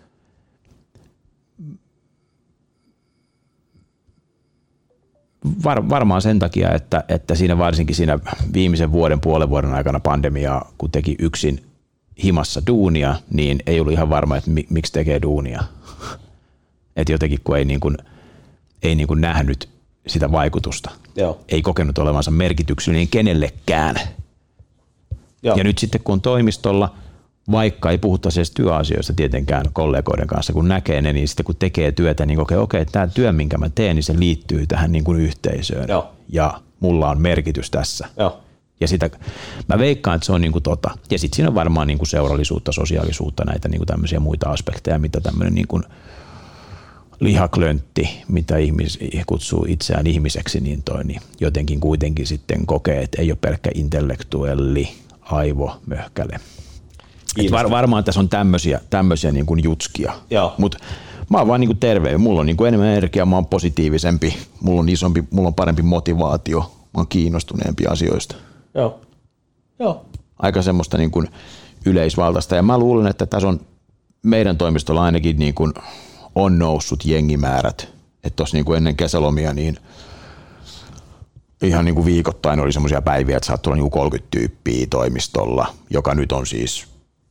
Var, varmaan sen takia, että, että siinä varsinkin siinä viimeisen vuoden, puolen vuoden aikana pandemiaa, kun teki yksin himassa duunia, niin ei ollut ihan varma, että mi, miksi tekee duunia. Että jotenkin kun ei, niin kuin, ei niin kuin nähnyt sitä vaikutusta. Joo. Ei kokenut olevansa merkityksellinen kenellekään. Joo. Ja nyt sitten kun on toimistolla, vaikka ei puhuttaisi edes työasioista tietenkään kollegoiden kanssa, kun näkee ne, niin sitten kun tekee työtä, niin okei, okei, tämä työ, minkä mä teen, niin se liittyy tähän niin kuin yhteisöön. Joo. Ja mulla on merkitys tässä. Joo. Ja sitä, mä veikkaan, että se on niin kuin tota. Ja sitten siinä on varmaan niin kuin seurallisuutta, sosiaalisuutta, näitä niin kuin tämmöisiä muita aspekteja, mitä tämmöinen niin kuin lihaklöntti, mitä ihmis, kutsuu itseään ihmiseksi, niin, toi, niin jotenkin kuitenkin sitten kokee, että ei ole pelkkä intellektuelli aivomöhkäle. Var, varmaan tässä on tämmöisiä, tämmöisiä niin kuin jutskia, mutta mä oon vaan niin kuin terve. Mulla on niin kuin enemmän energiaa, mä oon positiivisempi, mulla on isompi, mulla on parempi motivaatio, mä oon kiinnostuneempi asioista. Joo. Joo. Aika semmoista niin kuin yleisvaltaista. Ja mä luulen, että tässä on meidän toimistolla ainakin niin kuin on noussut jengimäärät. Että tuossa niin kuin ennen kesälomia niin ihan niin kuin viikoittain oli semmoisia päiviä, että saattoi olla niin kuin kolmekymmentä tyyppiä toimistolla, joka nyt on siis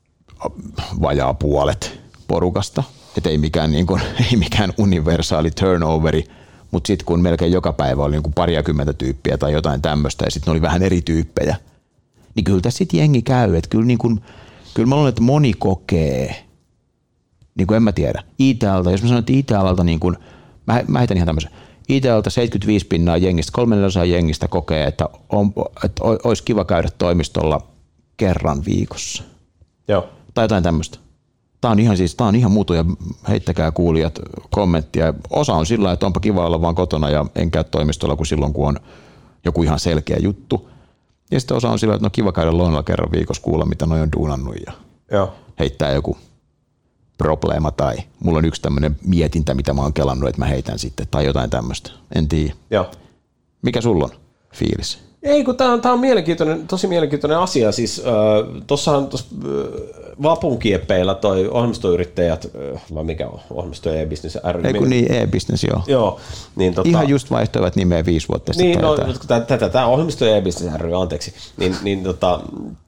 vajaa puolet porukasta. Että ei mikään, niin kuin, ei mikään universaali turnoveri, mutta sitten kun melkein joka päivä oli niin kuin pariakymmentä tyyppiä tai jotain tämmöistä ja sitten oli vähän eri tyyppejä, niin kyllä tässä sitten jengi käy. Että kyllä, niin kuin, kyllä mä luulen, että moni kokee, niin kuin en mä tiedä, I T L:ltä, jos mä sanon, että I T L:ltä, niin kuin, mä, mä heitän ihan tämmöisen, I T L:ltä seitsemänkymmentäviisi pinnaa jengistä, kolmannella jengistä kokee, että, on, että olisi kiva käydä toimistolla kerran viikossa. Joo. Tai jotain tämmöistä. Tämä on ihan siis, tämä on ihan muuta ja heittäkää kuulijat kommenttia. Osa on sillä, että onpa kiva olla vaan kotona ja en käy toimistolla kuin silloin, kun on joku ihan selkeä juttu. Ja sitten osa on sillä, että no kiva käydä lounalla kerran viikossa kuulla, mitä noi on duunannut ja Joo. heittää joku probleema tai mulla on yksi tämmöinen mietintä, mitä mä oon kelannut, että mä heitän sitten tai jotain tämmöistä. En tiedä. Joo. Mikä sulla on fiilis? Ei, kun tämä on, tää on mielenkiintoinen, tosi mielenkiintoinen asia. Siis äh, tuossahan tuossa äh, Vapun kieppeillä toi ohjelmistoyrittäjät, äh, vai mikä on, ohjelmisto ja e-business ry. Ei kun niin, e-business joo. Joo. Niin, tota, ihan just vaihtoivat nimeä viisi vuotta sitten. Niin, no, tätä, tämä ohjelmisto ja e-business ry, anteeksi. Niin, niin, tota,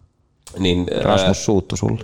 niin, Rasmus suuttu sulle.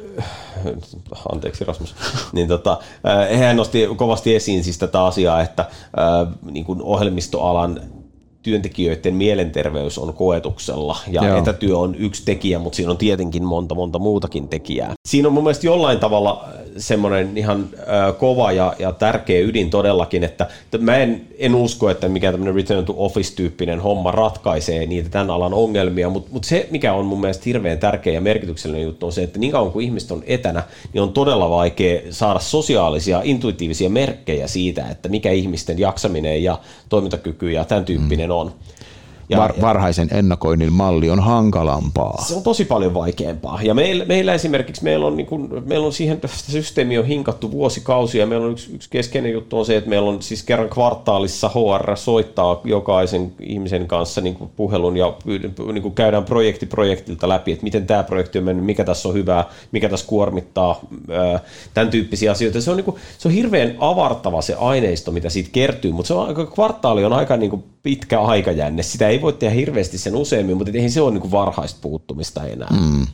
Anteeksi Rasmus. niin, tota, hän nosti kovasti esiin siis tätä asiaa, että äh, niin kuin ohjelmistoalan työntekijöiden mielenterveys on koetuksella ja Joo. etätyö on yksi tekijä, mutta siinä on tietenkin monta monta muutakin tekijää. Siinä on mun mielestä jollain tavalla semmoinen ihan äh, kova ja, ja tärkeä ydin todellakin, että, että mä en, en usko, että mikään tämmöinen return to office-tyyppinen homma ratkaisee niitä tämän alan ongelmia, mutta, mutta se, mikä on mun mielestä hirveän tärkeä ja merkityksellinen juttu on se, että niin kauan kuin ihmiset on etänä, niin on todella vaikea saada sosiaalisia, intuitiivisia merkkejä siitä, että mikä ihmisten jaksaminen ja toimintakyky ja tämän tyyppinen mm. on. Ja, Var, varhaisen ennakoinnin malli on hankalampaa. Se on tosi paljon vaikeampaa. Ja meillä, meillä esimerkiksi meillä on, niin kuin, meillä on siihen systeemi on hinkattu vuosikausia. Ja meillä on yksi, yksi keskeinen juttu on se, että meillä on siis kerran kvartaalissa H R soittaa jokaisen ihmisen kanssa niin kuin puhelun ja niin kuin käydään projekti projektilta läpi, että miten tämä projekti on mennyt, mikä tässä on hyvää, mikä tässä kuormittaa, tämän tyyppisiä asioita. Se on, niin kuin, se on hirveän avartava se aineisto, mitä siitä kertyy, mutta se on, kvartaali on aika niin kuin pitkä aikajänne. Sitä ei voi tehdä hirveästi sen useammin, mutta eihän se ole niin kuin varhaista puuttumista enää. Mm.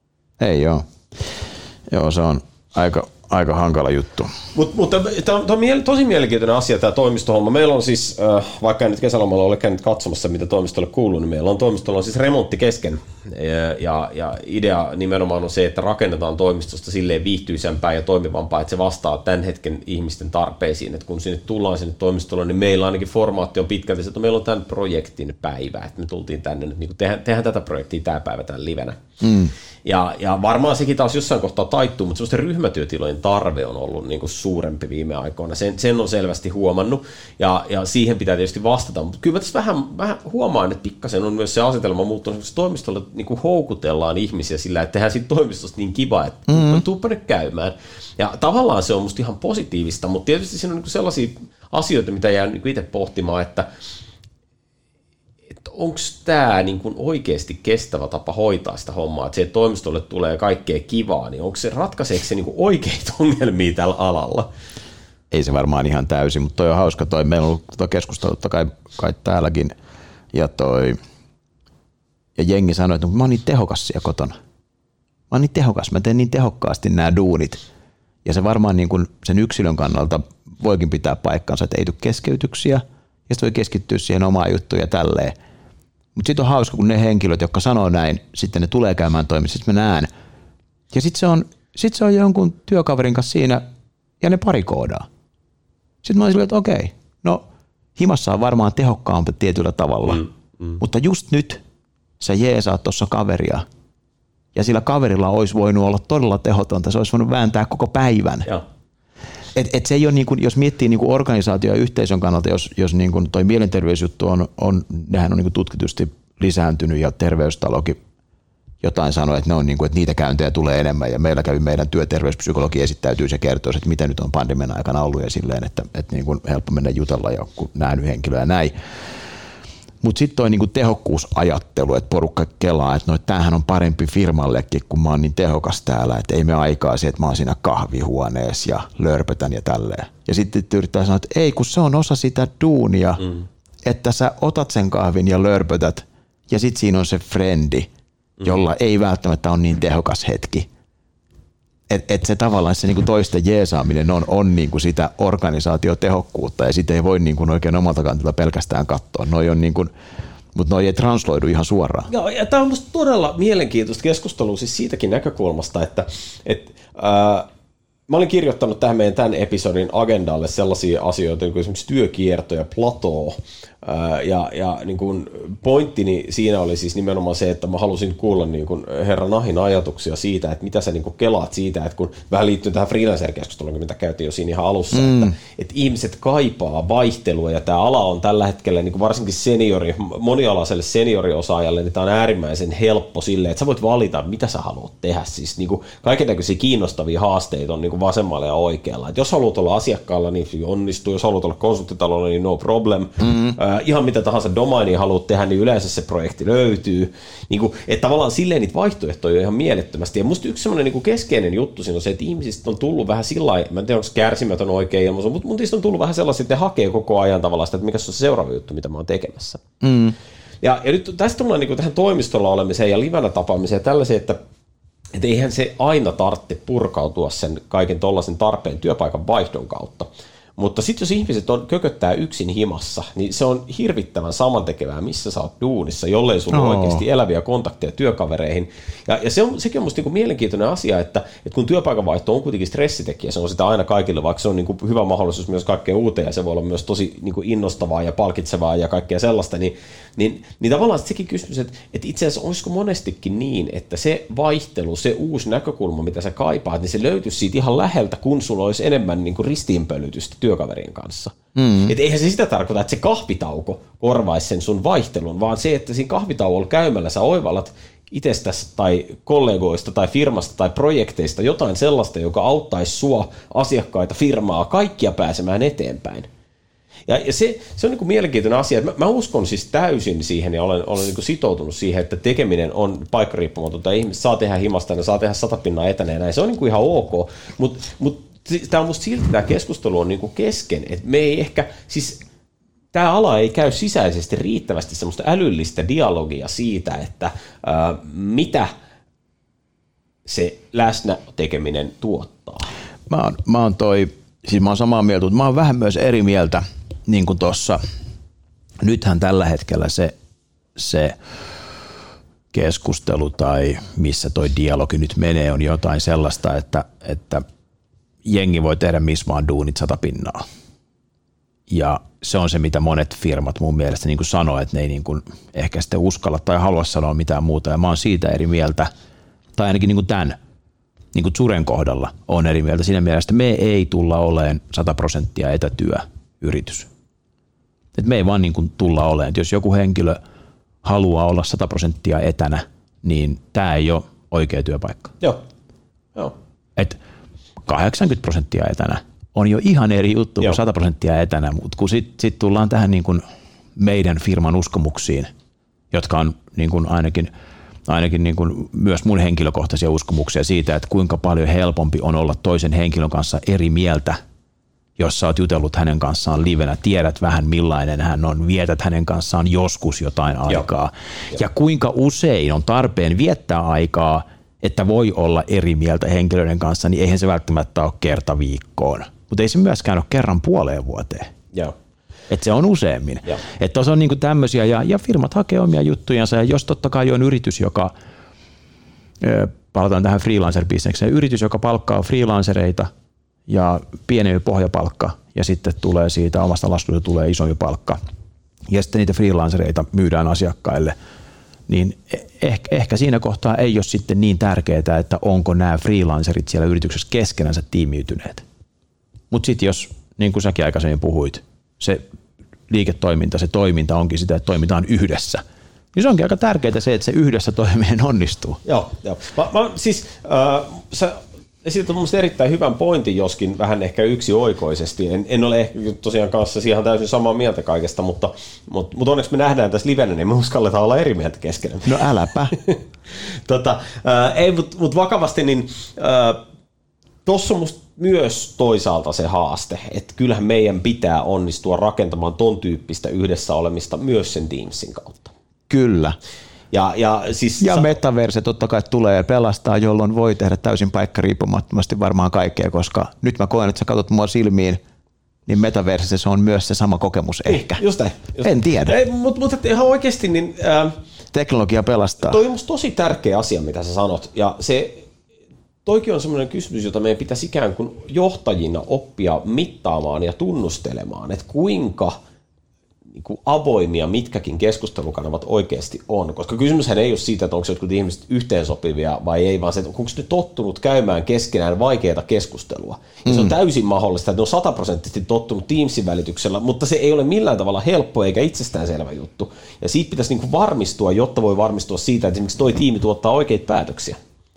Ei joo. Joo, se on aika, aika hankala juttu. Mut, mutta tämä on tosi mielenkiintoinen asia tämä toimistohomma. Meillä on siis, vaikka en nyt kesälomalla ole käynyt katsomassa, mitä toimistolle kuuluu, niin meillä on toimistolla on siis remontti kesken. Ja, ja, ja idea nimenomaan on se, että rakennetaan toimistosta silleen viihtyisämpää ja toimivampaa, että se vastaa tämän hetken ihmisten tarpeisiin. Että kun sinne tullaan sinne toimistolle, niin meillä ainakin formaatti on pitkälti se, että meillä on tämän projektin päivä. Että me tultiin tänne nyt, niin tehdään, tehdään tätä projektia tämä päivä tämän livenä. Mm. Ja, ja varmaan sekin taas jossain kohtaa taittuu, mutta semmoisten ryhmätyötilojen tarve on ollut niin kuin suurempi viime aikoina. Sen, sen on selvästi huomannut ja, ja siihen pitää tietysti vastata. Mutta kyllä mä tässä vähän, vähän huomaan, että pikkasen on myös se asetelma muuttunut. Toimistolla niin kuin houkutellaan ihmisiä sillä, että tehdään siitä toimistosta niin kiva, että mm-hmm. tuuppa nyt käymään. Ja tavallaan se on musta ihan positiivista, mutta tietysti siinä on niin sellaisia asioita, mitä jää niin itse pohtimaan, että onko tämä niin kuin oikeasti kestävä tapa hoitaa sitä hommaa, että se että toimistolle tulee kaikkea kivaa, niin onko se ratkaiseeko se niin kuin oikeita ongelmia tällä alalla? Ei se varmaan ihan täysin, mutta toi on hauska. Toi, meillä on ollut keskustelua kai, kai täälläkin ja, toi, ja jengi sanoi, että mä oon niin tehokas siellä kotona. Mä oon niin tehokas, mä teen niin tehokkaasti nämä duunit. Ja se varmaan niin kuin sen yksilön kannalta voikin pitää paikkansa, että ei tule keskeytyksiä ja sitten voi keskittyä siihen omaan juttuun ja tälleen. Mutta sitten on hauska, kun ne henkilöt, jotka sanoo näin, sitten ne tulee käymään toimissa, sitten mä näen. Ja sitten se, on, sit se on jonkun työkaverin kanssa siinä, ja ne parikoodaa. Sitten mä olin silleen, että okei, no himassa on varmaan tehokkaampi tietyllä tavalla, mm, mm. mutta just nyt sä jeesaat tuossa kaveria, ja sillä kaverilla olisi voinut olla todella tehotonta, se olisi voinut vääntää koko päivän. Ja. Et, et se ei ole niin kuin, jos miettii niin kuin organisaatio- ja yhteisön kannalta, jos, jos niin kuin toi mielenterveysjuttu on, on nehän on niin kuin tutkitusti lisääntynyt ja terveystalokin jotain sanoi, että, ne on niin kuin, että niitä käyntejä tulee enemmän ja meillä kävi meidän työterveyspsykologi esittäytyy ja kertoo, että mitä nyt on pandemian aikana ollut ja silleen, että, että niin kuin helppo mennä jutella ja kun nähnyt henkilöä ja näin. Mutta sitten toi niinku tehokkuusajattelu, että porukka kelaa, että no, tämähän on parempi firmallekin, kun mä oon niin tehokas täällä, että ei me aikaa siihen, että mä oon siinä kahvihuoneessa ja lörpötän ja tälleen. Ja sitten yrittää sanoa, että ei, kun se on osa sitä duunia, mm. että sä otat sen kahvin ja lörpötät ja sitten siinä on se frendi, jolla mm. ei välttämättä ole niin tehokas hetki. Että et se tavallaan se niinku toisten jeesaaminen on, on niinku sitä organisaatiotehokkuutta ja sitä ei voi niinku oikein omalta kantilta pelkästään katsoa. Noi on niinku, mutta noi ei transloidu ihan suoraan. Joo, ja tämä on musta todella mielenkiintoista keskustelua siis siitäkin näkökulmasta, että et, ää, mä olin kirjoittanut tähän meidän tämän episodin agendalle sellaisia asioita, niin kuin esimerkiksi työkierto ja platoo. Ja, ja niin kuin pointtini siinä oli siis nimenomaan se, että mä halusin kuulla niin kuin herra Nahin ajatuksia siitä, että mitä sä niin kuin kelaat siitä, että kun vähän liittyy tähän freelancer-keskusteluun, mitä käytiin jo siinä ihan alussa, mm. että, että ihmiset kaipaa vaihtelua ja tämä ala on tällä hetkellä niin kuin varsinkin seniori, monialaiselle senioriosaajalle, niin tämä on äärimmäisen helppo silleen, että sä voit valita, mitä sä haluat tehdä. Siis niin kuin kaikennäköisiä kiinnostavia haasteita on niin kuin vasemmalla ja oikealla. Että jos haluat olla asiakkaalla, niin onnistuu, jos haluat olla konsulttitalolla, niin no problem. Mm. Ihan mitä tahansa domainia haluat tehdä, niin yleensä se projekti löytyy. Niin kuin, että tavallaan silleen niitä vaihtoehtoja on ihan mielettömästi. Ja musta yksi semmoinen niin keskeinen juttu siinä on se, että ihmisistä on tullut vähän sillä lailla, mä en tiedä, onko kärsimätön oikein ilmaisu, mutta mun on tullut vähän sellaisia, että ne hakee koko ajan tavallaan sitä, että mikä se on se seuraava juttu, mitä mä oon tekemässä. Mm. Ja, ja nyt tästä tullaan niin kuin tähän toimistolla olemiseen ja livenä tapaamiseen ja tällaiseen, että että eihän se aina tarvitse purkautua sen kaiken tollaisen tarpeen työpaikan vaihdon kautta. Mutta sitten jos ihmiset on, kököttää yksin himassa, niin se on hirvittävän samantekevää, missä sä oot duunissa, jollei sulla ole oikeasti eläviä kontakteja työkavereihin. Ja, ja se on, sekin on musta niinku mielenkiintoinen asia, että, että kun työpaikan vaihto on kuitenkin stressitekijä, se on sitä aina kaikille, vaikka se on niinku hyvä mahdollisuus myös kaikkeen uuteen, ja se voi olla myös tosi niinku innostavaa ja palkitsevaa ja kaikkea sellaista, niin, niin, niin tavallaan sekin kysymys, että, että itse asiassa olisiko monestikin niin, että se vaihtelu, se uusi näkökulma, mitä sä kaipaat, niin se löytyisi siitä ihan läheltä, kun sulla olisi enemmän niinku ristiinpölytystä työkaverien kanssa. Mm. Et eihän se sitä tarkoita, että se kahvitauko korvaisi sen sun vaihtelun, vaan se, että siinä kahvitauolla käymällä sä oivallat itsestäsi tai kollegoista tai firmasta tai projekteista jotain sellaista, joka auttaisi sua, asiakkaita, firmaa, kaikkia pääsemään eteenpäin. Ja, ja se, se on niin kuin mielenkiintoinen asia. Mä, mä uskon siis täysin siihen ja olen, olen niin kuin sitoutunut siihen, että tekeminen on paikkariippumatonta. Ihmiset saa tehdä himasta ja saa tehdä sata pinnaa etänä ja näin. Se on niin kuin ihan ok, mutta mut, tämä on musta silti tämä keskustelu on niin kuin kesken. Et me ei ehkä, siis tämä ala ei käy sisäisesti riittävästi semmoista älyllistä dialogia siitä, että ää, mitä se läsnä tekeminen tuottaa. Mä oon, mä oon toi, siis mä oon samaa mieltä, mutta mä oon vähän myös eri mieltä, niin kuin tuossa, nythän tällä hetkellä se, se keskustelu tai missä toi dialogi nyt menee on jotain sellaista, että, että jengi voi tehdä missä vaan duunit sata pinnaa. Ja se on se, mitä monet firmat mun mielestä niin kuin sanoo, että ne ei niin kuin ehkä sitten uskalla tai halua sanoa mitään muuta. Ja mä oon siitä eri mieltä, tai ainakin niin kuin tämän niin kuin Zuren kohdalla on eri mieltä siinä mielessä, että me ei tulla oleen sata prosenttia etätyöyritys. Että me ei vaan niin kuin tulla oleen. Että jos joku henkilö haluaa olla sata prosenttia etänä, niin tämä ei ole oikea työpaikka. Joo. Joo. Että kahdeksankymmentä prosenttia etänä on jo ihan eri juttu kuin sata prosenttia etänä, mutta kun sitten sit tullaan tähän niin kuin meidän firman uskomuksiin, jotka on niin kuin ainakin, ainakin niin kuin myös mun henkilökohtaisia uskomuksia siitä, että kuinka paljon helpompi on olla toisen henkilön kanssa eri mieltä, jos sä oot jutellut hänen kanssaan livenä, tiedät vähän millainen hän on, vietät hänen kanssaan joskus jotain aikaa. Joo. Ja kuinka usein on tarpeen viettää aikaa, että voi olla eri mieltä henkilöiden kanssa, niin eihän se välttämättä ole kerta viikkoon. Mutta ei se myöskään ole kerran puoleen vuoteen. Joo. Että se on useammin. Että tuossa on niinku tämmöisiä, ja, ja firmat hakee omia juttujansa, ja jos totta kai on yritys, joka, palataan tähän freelancer-bisnekseen, yritys, joka palkkaa freelancereita, ja pienempi pohjapalkka, ja sitten tulee siitä omasta laskusta tulee isompi palkka, ja sitten niitä freelancereita myydään asiakkaille, niin ehkä, ehkä siinä kohtaa ei ole sitten niin tärkeää, että onko nämä freelancerit siellä yrityksessä keskenänsä tiimiytyneet. Mutta sitten jos, niin kuin säkin aikaisemmin puhuit, se liiketoiminta, se toiminta onkin sitä, että toimitaan yhdessä, niin se onkin aika tärkeää se, että se yhdessä toimiminen onnistuu. Joo, joo. Mä, mä, siis, äh, sä esität minusta erittäin hyvän pointin, joskin vähän ehkä yksioikoisesti. En, en ole ehkä tosiaan kanssa ihan täysin samaa mieltä kaikesta, mutta, mutta, mutta onneksi me nähdään tässä livenä, niin me uskalletaan olla eri mieltä keskenään. No äläpä. tota, äh, ei, mutta mut vakavasti, niin äh, tuossa on musta myös toisaalta se haaste, että kyllähän meidän pitää onnistua rakentamaan ton tyyppistä yhdessä olemista myös sen Teamsin kautta. Kyllä. Ja, ja, siis ja sa- metaverse totta kai tulee pelastaa, jolloin voi tehdä täysin paikkariippumattomasti varmaan kaikkea, koska nyt mä koen, että sä katsot mua silmiin, niin metaversessä se on myös se sama kokemus ehkä. Just näin. Just en tiedä. Ei, mutta, mutta ihan oikeasti, niin, äh, teknologia pelastaa. toi on musta tosi tärkeä asia, mitä sä sanot, ja se toikin on semmoinen kysymys, jota meidän pitäisi ikään kuin johtajina oppia mittaamaan ja tunnustelemaan, että kuinka niin kuin avoimia mitkäkin keskustelukanavat oikeasti on. Koska kysymyshän ei ole siitä, että onko jotkut ihmiset yhteensopivia vai ei, vaan se, että onko ne tottunut käymään keskenään vaikeaa keskustelua. Ja mm. se on täysin mahdollista, että ne on sataprosenttisesti tottunut Teamsin välityksellä, mutta se ei ole millään tavalla helppo eikä itsestäänselvä juttu. Ja siitä pitäisi niin kuin varmistua, jotta voi varmistua siitä, että esimerkiksi toi tiimi tuottaa oikeita päätöksiä.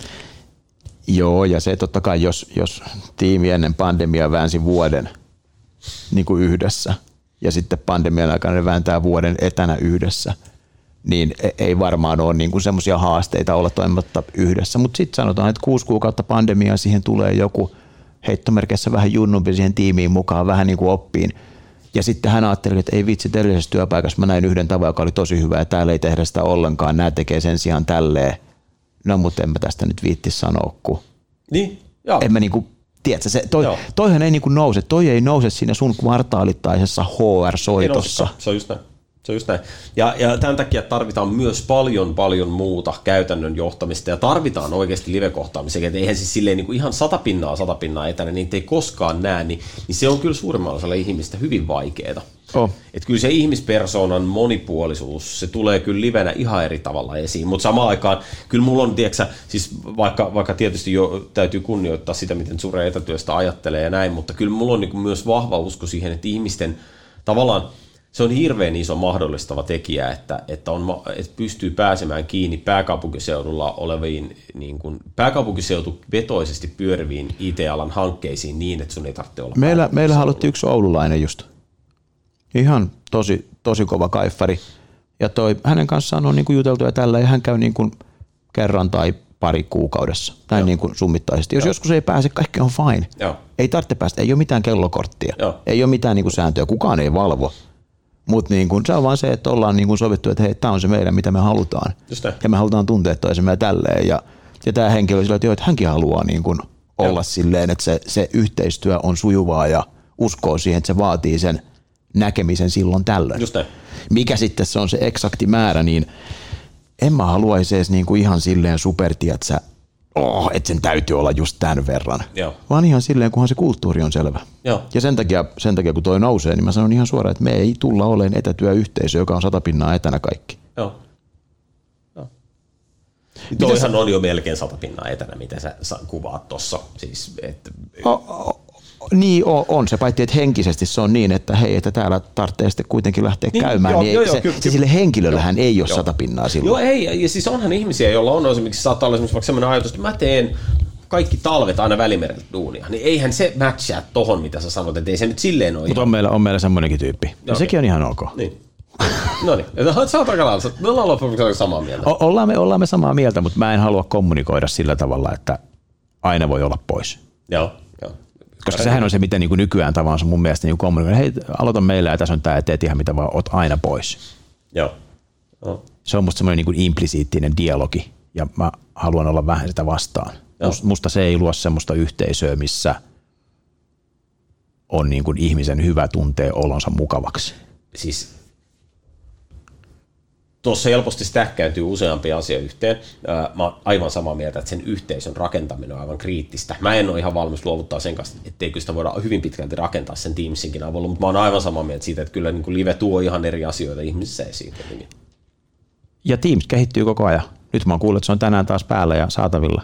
Joo, ja se totta kai, jos, jos tiimi ennen pandemiaa väänsi vuoden niin kuin yhdessä, ja sitten pandemian aikana ne vääntää vuoden etänä yhdessä, niin ei varmaan ole niin kuin semmoisia haasteita olla toimimatta yhdessä. Mutta sitten sanotaan, että kuusi kuukautta pandemiaa, siihen tulee joku heittomerkissä vähän junnumpi siihen tiimiin mukaan, vähän niin kuin oppiin. Ja sitten hän ajatteli, että ei vitsi, edellisessä työpaikassa mä näin yhden tavan, joka oli tosi hyvä, ja täällä ei tehdä sitä ollenkaan, nämä tekee sen sijaan tälleen. No, mutta en mä tästä nyt viitti sanoa, kun niin, joo. En mä niinku, tiedätkö, se, toi, toihan ei niinku nouse, toi ei nouse siinä sun kvartaalittaisessa H R-soitossa. Se on just näin. Se on just näin. Ja, ja tämän takia tarvitaan myös paljon, paljon muuta käytännön johtamista ja tarvitaan oikeasti live-kohtaamisia. Että eihän siis silleen niin kuin ihan sata pinnaa, sata pinnaa etänä, niin ei koskaan näe, niin, niin se on kyllä suurimmalla osalla ihmistä hyvin vaikeaa. Oh. Että kyllä se ihmispersoonan monipuolisuus, se tulee kyllä livenä ihan eri tavalla esiin, mutta samaan aikaan kyllä mulla on, tiedätkö, siis vaikka, vaikka tietysti jo täytyy kunnioittaa sitä, miten Sure etätyöstä ajattelee ja näin, mutta kyllä mulla on niin kuin myös vahva usko siihen, että ihmisten tavallaan se on hirveän iso mahdollistava tekijä, että, että, on, että pystyy pääsemään kiinni pääkaupunkiseudulla oleviin, niin kuin pääkaupunkiseutu vetoisesti pyöriviin I T-alan hankkeisiin niin, että sun ei tarvitse olla. Meillä, meillä haluttiin yksi oululainen just. Ihan tosi, tosi kova kaiffari. Ja toi, hänen kanssaan on niin kuin juteltu ja tällä, ja hän käy niin kuin kerran tai pari kuukaudessa, näin niin kuin summittaisesti. Jos Joo. joskus ei pääse, kaikki on fine. Joo. Ei tarvitse päästä, ei ole mitään kellokorttia, Joo. ei ole mitään niin kuin sääntöjä, kukaan ei valvo. Mutta niin se on vaan se, että ollaan niin kuin sovittu, että hei, tämä on se meidän, mitä me halutaan. Ja me halutaan tuntea toisemme tälleen. Ja, ja tämä henkilö sillä, että, joo, että hänkin haluaa niin kuin olla Joo. silleen, että se, se yhteistyö on sujuvaa ja uskoo siihen, että se vaatii sen näkemisen silloin tällöin. Mikä sitten se on se eksakti määrä, niin en mä haluaisi edes niin kuin ihan silleen superti, että, sä, oh, että sen täytyy olla just tämän verran. Joo. Vaan ihan silleen, kunhan se kulttuuri on selvä. Joo. Ja sen takia, sen takia, kun toi nousee, niin mä sanon ihan suoraan, että me ei tulla olemaan etätyöyhteisö, joka on sata pinnaa etänä kaikki. Joo. Joo. Toihan on jo melkein sata pinnaa etänä, mitä sä kuvaat tuossa. Siis, että... oh, oh. Niin on, on se, paitsi että henkisesti se on niin, että hei, että täällä tarvitsee sitten kuitenkin lähteä niin, käymään, joo, niin joo, se, joo, kyllä, se sille henkilöllähän joo, ei ole joo. sata pinnaa silloin. Joo ei, ja siis onhan ihmisiä, joilla on esimerkiksi, saattaa olla esimerkiksi vaikka sellainen ajatus, että mä teen kaikki talvet aina Välimerellä duunia, niin eihän se matchaa tohon, mitä sä sanot, että ei se nyt silleen ole. Mutta on meillä, on meillä semmoinenkin tyyppi, ja sekin on ihan ok. Niin. No niin, sä oot aika lailla, me ollaan loppujen samaa mieltä. O- ollaan, me, ollaan me samaa mieltä, mutta mä en halua kommunikoida sillä tavalla, että aina voi olla pois. Joo. Koska sehän on se, miten niin nykyään tavansa mun mielestä niin kommunikoida. Hei, aloita meillä ja tässä on tämä, ja teet ihan mitä vaan, oot aina pois. Joo. Oh. Se on musta semmoinen niin implisiittinen dialogi, ja mä haluan olla vähän sitä vastaan. Joo. Musta se ei luo semmoista yhteisöä, missä on niin kuin ihmisen hyvä tuntee olonsa mukavaksi. Siis tuossa helposti stähkäytyy useampia asia yhteen. Mä oon aivan samaa mieltä, että sen yhteisön rakentaminen on aivan kriittistä. Mä en ole ihan valmis luovuttaa sen kanssa, etteikö sitä voida hyvin pitkälti rakentaa sen Teamsinkin avulla, mutta mä oon aivan samaa mieltä siitä, että kyllä niin kuin live tuo ihan eri asioita ihmisissä esiin. Ja Teams kehittyy koko ajan. Nyt mä oon kuullut, että se on tänään taas päällä ja saatavilla.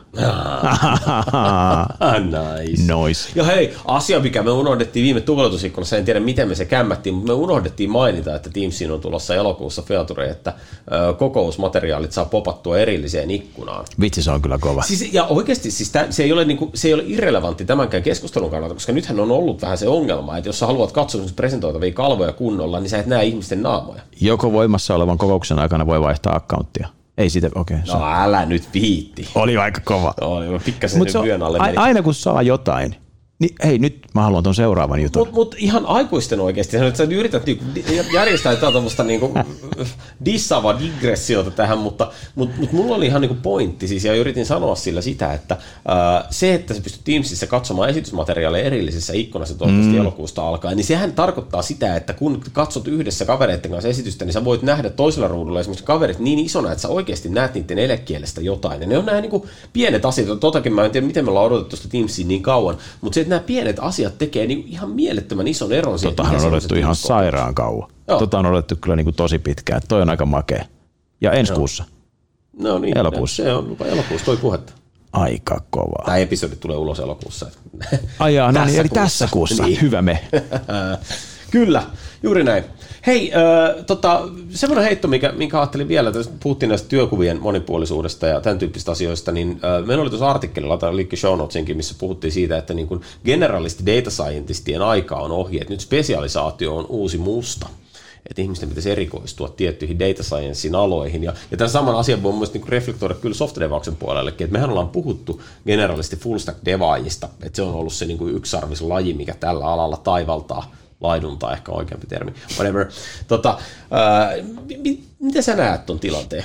Nice. Nois. Ja hei, asia, mikä me unohdettiin viime tuuletusikkunassa, en tiedä miten me se kämmättiin, mutta me unohdettiin mainita, että Teamsiin on tulossa elokuussa feature, että ö, kokousmateriaalit saa popattua erilliseen ikkunaan. Vitsi, se on kyllä kova. Siis, ja oikeasti siis tää, se, ei ole niinku, se ei ole irrelevantti tämänkään keskustelun kannalta, koska nythän on ollut vähän se ongelma, että jos sä haluat katsoa presentoitavia kalvoja kunnolla, niin sä et näe ihmisten naamoja. Joko voimassa olevan kokouksen aikana voi vaihtaa accounttia. Ei siitä, okei. Okay, no älä nyt viitti. Oli aika kova. Oli, pikkasen nyt vyön alle meni. Aina kun saa jotain, niin hei, nyt mä haluan ton seuraavan jutun. Mutta mut ihan aikuisten oikeasti, että sä yrität niinku järjestää jotain tämmöistä niinku dissaavaa digressiota tähän, mutta mut, mut mulla oli ihan niinku pointti siis, ja yritin sanoa sillä sitä, että ää, se, että sä pystyt Teamsissa katsomaan esitysmateriaaleja erillisessä ikkunassa toivottavasti mm. elokuusta alkaen, niin sehän tarkoittaa sitä, että kun katsot yhdessä kavereiden kanssa esitystä, niin sä voit nähdä toisella ruudulla esimerkiksi kaverit niin isona, että sä oikeasti näet niiden elekielestä jotain. Ja ne on nämä niinku pienet asiat, totakin mä en tiedä, miten me ollaan odotettu sitä Teamsia niin kauan, mutta se, että nämä pienet asiat tekee niinku ihan mielettömän ison eron. Totahan on odotettu ihan sairaan kauan. Joo. Tota on odotettu kyllä niinku tosi pitkään. Toi on aika makea. Ja ensi Joo. kuussa. No niin, elokuussa. Se on elokuussa, toi puhetta. Aika kovaa. Tämä episodi tulee ulos elokuussa. Ai jaa, no niin, eli tässä kuussa. Niin. Hyvä me. Kyllä, juuri näin. Hei, äh, tota, semmoinen heitto, minkä, minkä ajattelin vielä, että puhuttiin näistä työkuvien monipuolisuudesta ja tämän tyyppisistä asioista, niin äh, meillä oli tuossa artikkelilla, tai linkki show notesinkin, missä puhuttiin siitä, että niin kuin generalisti data scientistien aika on ohi, että nyt spesialisaatio on uusi musta. Että ihmisten pitäisi erikoistua tiettyihin data sciencein aloihin. Ja, ja tämän saman asian voi mielestäni niin reflektoida kyllä softdevauksen puolellekin. Että mehän ollaan puhuttu generalisti full stack devaajista, että se on ollut se niin kuin yksarvislaji, mikä tällä alalla taivaltaa. Laiduntaa ehkä oikeampi termi. Whatever. Tota, ää, m- miten sä näet ton tilanteen?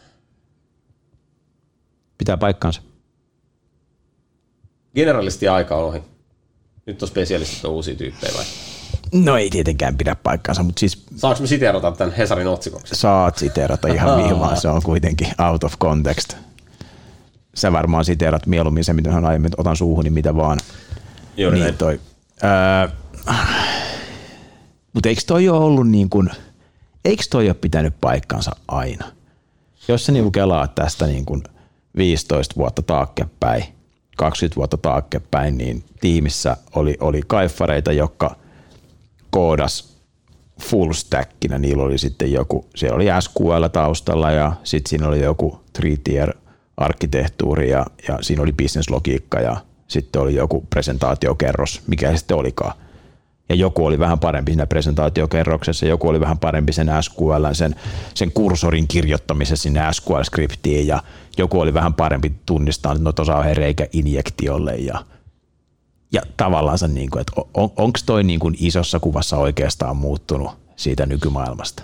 Pitää paikkaansa. Generalisti aika on ohi. Nyt on spesialistit on uusia tyyppejä vai? No ei tietenkään pidä paikkaansa, mutta siis... Saanko me siteerata tämän Hesarin otsikoksi? Saat siteerata ihan viimaan, se on kuitenkin out of context. Sä varmaan siteerat mieluummin se, mitä hän aiemmin otan suuhuni, mitä vaan. Juuri niin näin. Toi, ää, mutta eikö toi ole ollut niin kuin, eikö toi ole pitänyt paikkansa aina? Jos sä niin kelaat tästä niin kuin viisitoista vuotta taaksepäin, kaksikymmentä vuotta taaksepäin, niin tiimissä oli, oli kaiffareita, jotka koodas full stackina. Niillä oli sitten joku, siellä oli S Q L taustalla ja sitten siinä oli joku three-tier arkkitehtuuri ja, ja siinä oli business-logiikka ja sitten oli joku presentaatiokerros, mikä se sitten olikaan. Ja joku oli vähän parempi siinä presentaatiokerroksessa, joku oli vähän parempi sen S Q L, sen, sen kursorin kirjoittamisessa sinne S Q L-skriptiin ja joku oli vähän parempi tunnistaa, että no tuossa on reikä injektiolle ja, ja tavallaan se, niin kuin, että on, onko toi niin kuin isossa kuvassa oikeastaan muuttunut siitä nykymaailmasta?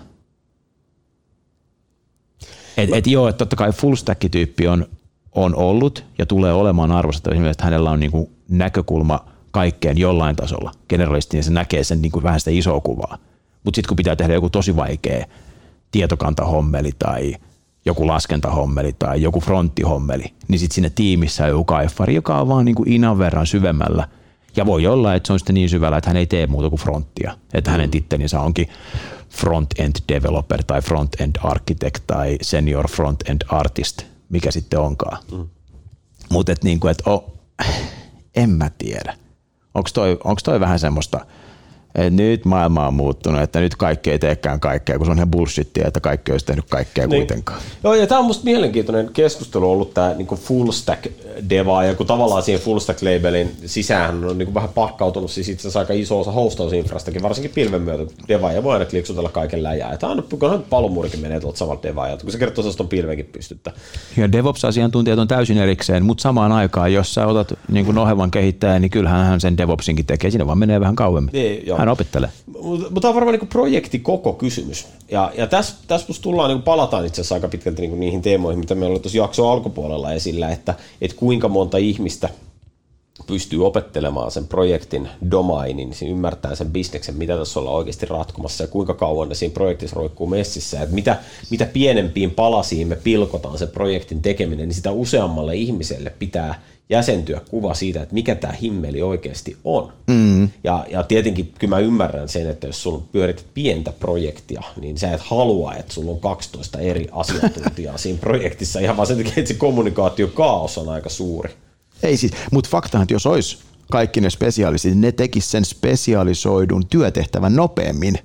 Et, et joo, että totta kai full stack-tyyppi on, on ollut ja tulee olemaan arvostettu esimerkiksi, että hänellä on niin kuin näkökulma kaikkeen jollain tasolla. Generalisti se näkee sen niin kuin vähän sitä isoa kuvaa. Mutta sitten kun pitää tehdä joku tosi vaikea tietokantahommeli tai joku laskentahommeli tai joku fronttihommeli, niin sitten siinä tiimissä on joku kaiffari, joka on vaan niin kuin inan verran syvemmällä. Ja voi olla, että se on sitten niin syvällä, että hän ei tee muuta kuin fronttia. Että hänen tittelinsä onkin front-end developer tai front-end architect tai senior front-end artist, mikä sitten onkaan. Mm. Mutta et niin kuin, että oh, en mä tiedä. Onko toi, onko toi vähän semmoista, että nyt maailma on muuttunut, että nyt kaikki ei teekään kaikkea, kun se on ihan bullshittia, että kaikki olisi tehnyt kaikkea niin. Kuitenkaan. Joo, ja tämä on musta mielenkiintoinen keskustelu ollut tämä niin full stack deva, ja kun tavallaan siihen full stack labelin sisään on niin vähän pakkautunut siis itse asiassa aika iso osa hostausinfrastakin, varsinkin pilven myötä deva, ja voi aina kliksutella kaiken läjää. Ja tämä on, kunhan paluumuurikin menee tuolta samalta devaa, kun se kertoo, että on pilvenkin pystyttä. Ja DevOps-asiantuntijat on täysin erikseen, mutta samaan aikaan, jos sä otat niin kuin nohevan kehittäjän, niin kyllähän hän sen DevOpsinkin tekee, siinä vaan menee vähän kauemmin. Niin, hän opettelee. Mutta tämä on varmaan niin projekti koko kysymys. Ja, ja tässä täs tullaan, niin palataan itse asiassa aika pitkälti niin niihin teemoihin, mitä meillä oli tuossa jakson alkupuolella esillä, että, että kuinka monta ihmistä pystyy opettelemaan sen projektin domainin, niin ymmärtää sen bisneksen, mitä tässä ollaan oikeasti ratkomassa ja kuinka kauan ne siinä projektissa roikkuu messissä. Että mitä, mitä pienempiin palasiin me pilkotaan sen projektin tekeminen, niin sitä useammalle ihmiselle pitää jäsentyä kuva siitä, että mikä tämä himmeli oikeasti on. Mm. Ja, ja tietenkin kyllä mä ymmärrän sen, että jos sulla pyörität pientä projektia, niin sä et halua, että sulla on kaksitoista eri asiantuntijaa siinä projektissa, ihan vaan sen takia, että se kommunikaatiokaos on aika suuri. Ei siis, mutta faktahan, että jos olisi kaikki ne spesiaaliset, ne tekis sen spesialisoidun työtehtävän nopeammin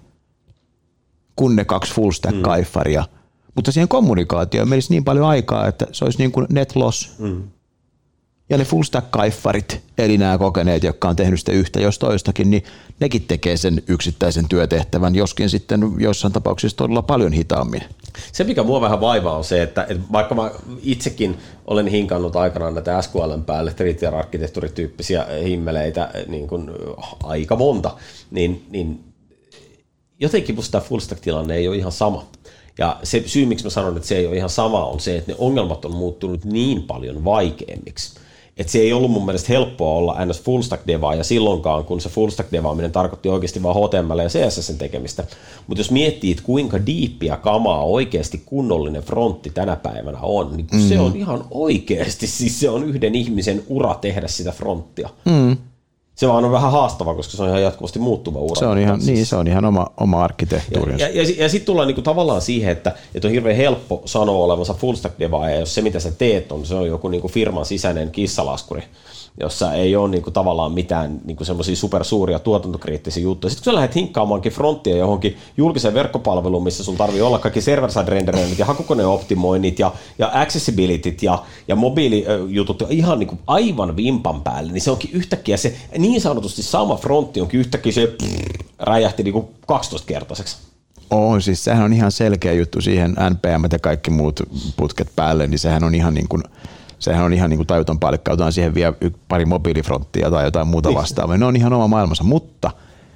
kuin ne kaksi full stack mm. kaifaria. Mutta siihen kommunikaatioon menisi niin paljon aikaa, että se olisi niin kuin net loss. Mm. Ja ne full stack kaifarit, eli nämä kokeneet, jotka on tehnyt sitä yhtä jos toistakin, niin nekin tekee sen yksittäisen työtehtävän, joskin sitten joissain tapauksissa todella paljon hitaammin. Se, mikä mua vähän vaivaa, on se, että, että vaikka mä itsekin olen hinkannut aikanaan näitä S Q L:n päälle three-tier-arkkitehtuurityyppisiä himmeleitä niin kuin aika monta, niin, niin jotenkin musta tämä full stack-tilanne ei ole ihan sama. Ja se syy, miksi mä sanon, että se ei ole ihan sama, on se, että ne ongelmat on muuttunut niin paljon vaikeammiksi. Että se ei ollut mun mielestä helppoa olla ns. Full stack devaa ja silloinkaan, kun se full stack devaaminen tarkoitti oikeasti vaan H T M L ja C S S:n tekemistä. Mutta jos miettii, että kuinka diippiä kamaa oikeasti kunnollinen frontti tänä päivänä on, niin mm. se on ihan oikeasti, siis se on yhden ihmisen ura tehdä sitä fronttia. Mm. Se vaan on vähän haastava, koska se on ihan jatkuvasti muuttuva ura. Se on ihan, niin, se on ihan oma, oma arkkitehtuurinsa. Ja, ja, ja, ja sitten tullaan niinku tavallaan siihen, että, että on hirveän helppo sanoa olevansa full stack devaaja, jos se mitä sä teet on, se on joku niinku firman sisäinen kissalaskuri, jossa ei ole niinku tavallaan mitään niinku semmoisia supersuuria tuotantokriittisiä juttuja. Sitten kun sä lähdet hinkkaamaankin fronttia johonkin julkiseen verkkopalveluun, missä sun tarvii olla kaikki server-side renderoinnit ja hakukoneoptimoinnit ja, ja accessibilityt ja, ja mobiilijutut ihan niinku aivan vimpan päälle, niin se onkin yhtäkkiä se niin sanotusti sama frontti onkin yhtäkkiä se pff, räjähti niinku kaksitoistakertaiseksi. Oh, siis sehän on ihan selkeä juttu siihen N P M ja kaikki muut putket päälle, niin sehän on ihan niin kuin Sehän on ihan niin kuin tajuton palikka, otetaan siihen vielä pari mobiilifronttia tai jotain muuta vastaavaa. Ne on ihan oma maailmansa, mutta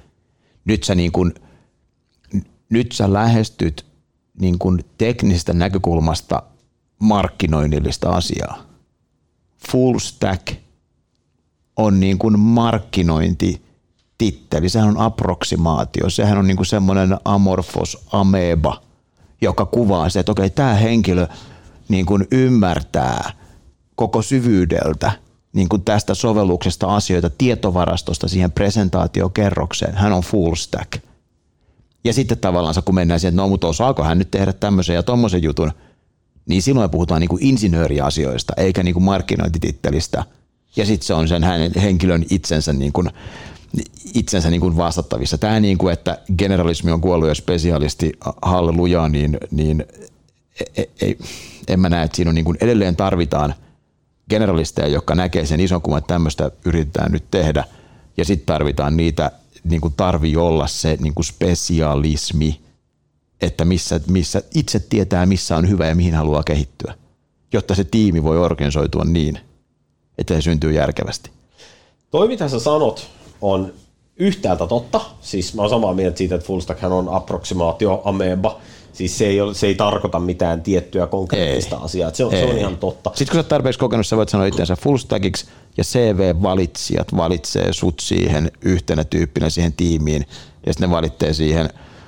nyt sä, niin kuin, nyt sä lähestyt niin kuin teknisestä näkökulmasta markkinoinnillista asiaa. Full stack on niin kuin markkinointititteli, sehän on approksimaatio, sehän on niin kuin semmoinen amorphous ameba, joka kuvaa se, että okei, tämä henkilö niin kuin ymmärtää koko syvyydeltä niin kuin tästä sovelluksesta asioita tietovarastosta siihen presentaatiokerrokseen. Hän on full stack. Ja sitten tavallaan kun mennään siihen, että no mutta osaako hän nyt tehdä tämmöisen ja tommosen jutun, niin silloin puhutaan niin kuin insinööriasioista eikä niin kuin markkinointitittelistä. Ja sitten se on sen hänen henkilön itsensä, niin kuin, itsensä niin kuin vastattavissa. Tämä niin kuin, että generalismi on kuollut ja spesialisti halleluja, niin, niin ei, ei, en mä näe, että siinä on niin kuin edelleen tarvitaan generalisteja, jotka näkee sen ison kuvan, että tämmöistä yritetään nyt tehdä, ja sitten tarvitaan niitä, niin kuin tarvii olla se niin kuin spesialismi, että missä, missä itse tietää, missä on hyvä ja mihin haluaa kehittyä, jotta se tiimi voi organisoitua niin, että se syntyy järkevästi. Toi, mitä sä sanot, on yhtäältä totta, siis mä oon samaa mieltä siitä, että full stackhän on approksimaatio, ameba. Siis se ei, ole, se ei tarkoita mitään tiettyä konkreettista ei. asiaa. Se on, se on ihan totta. Sitten kun sä oot tarpeeksi kokenut, sä voit sanoa itseänsä full stackiksi ja C V-valitsijat valitsee sut siihen yhtenä tyyppinä siihen tiimiin ja sitten ne valitsee siihen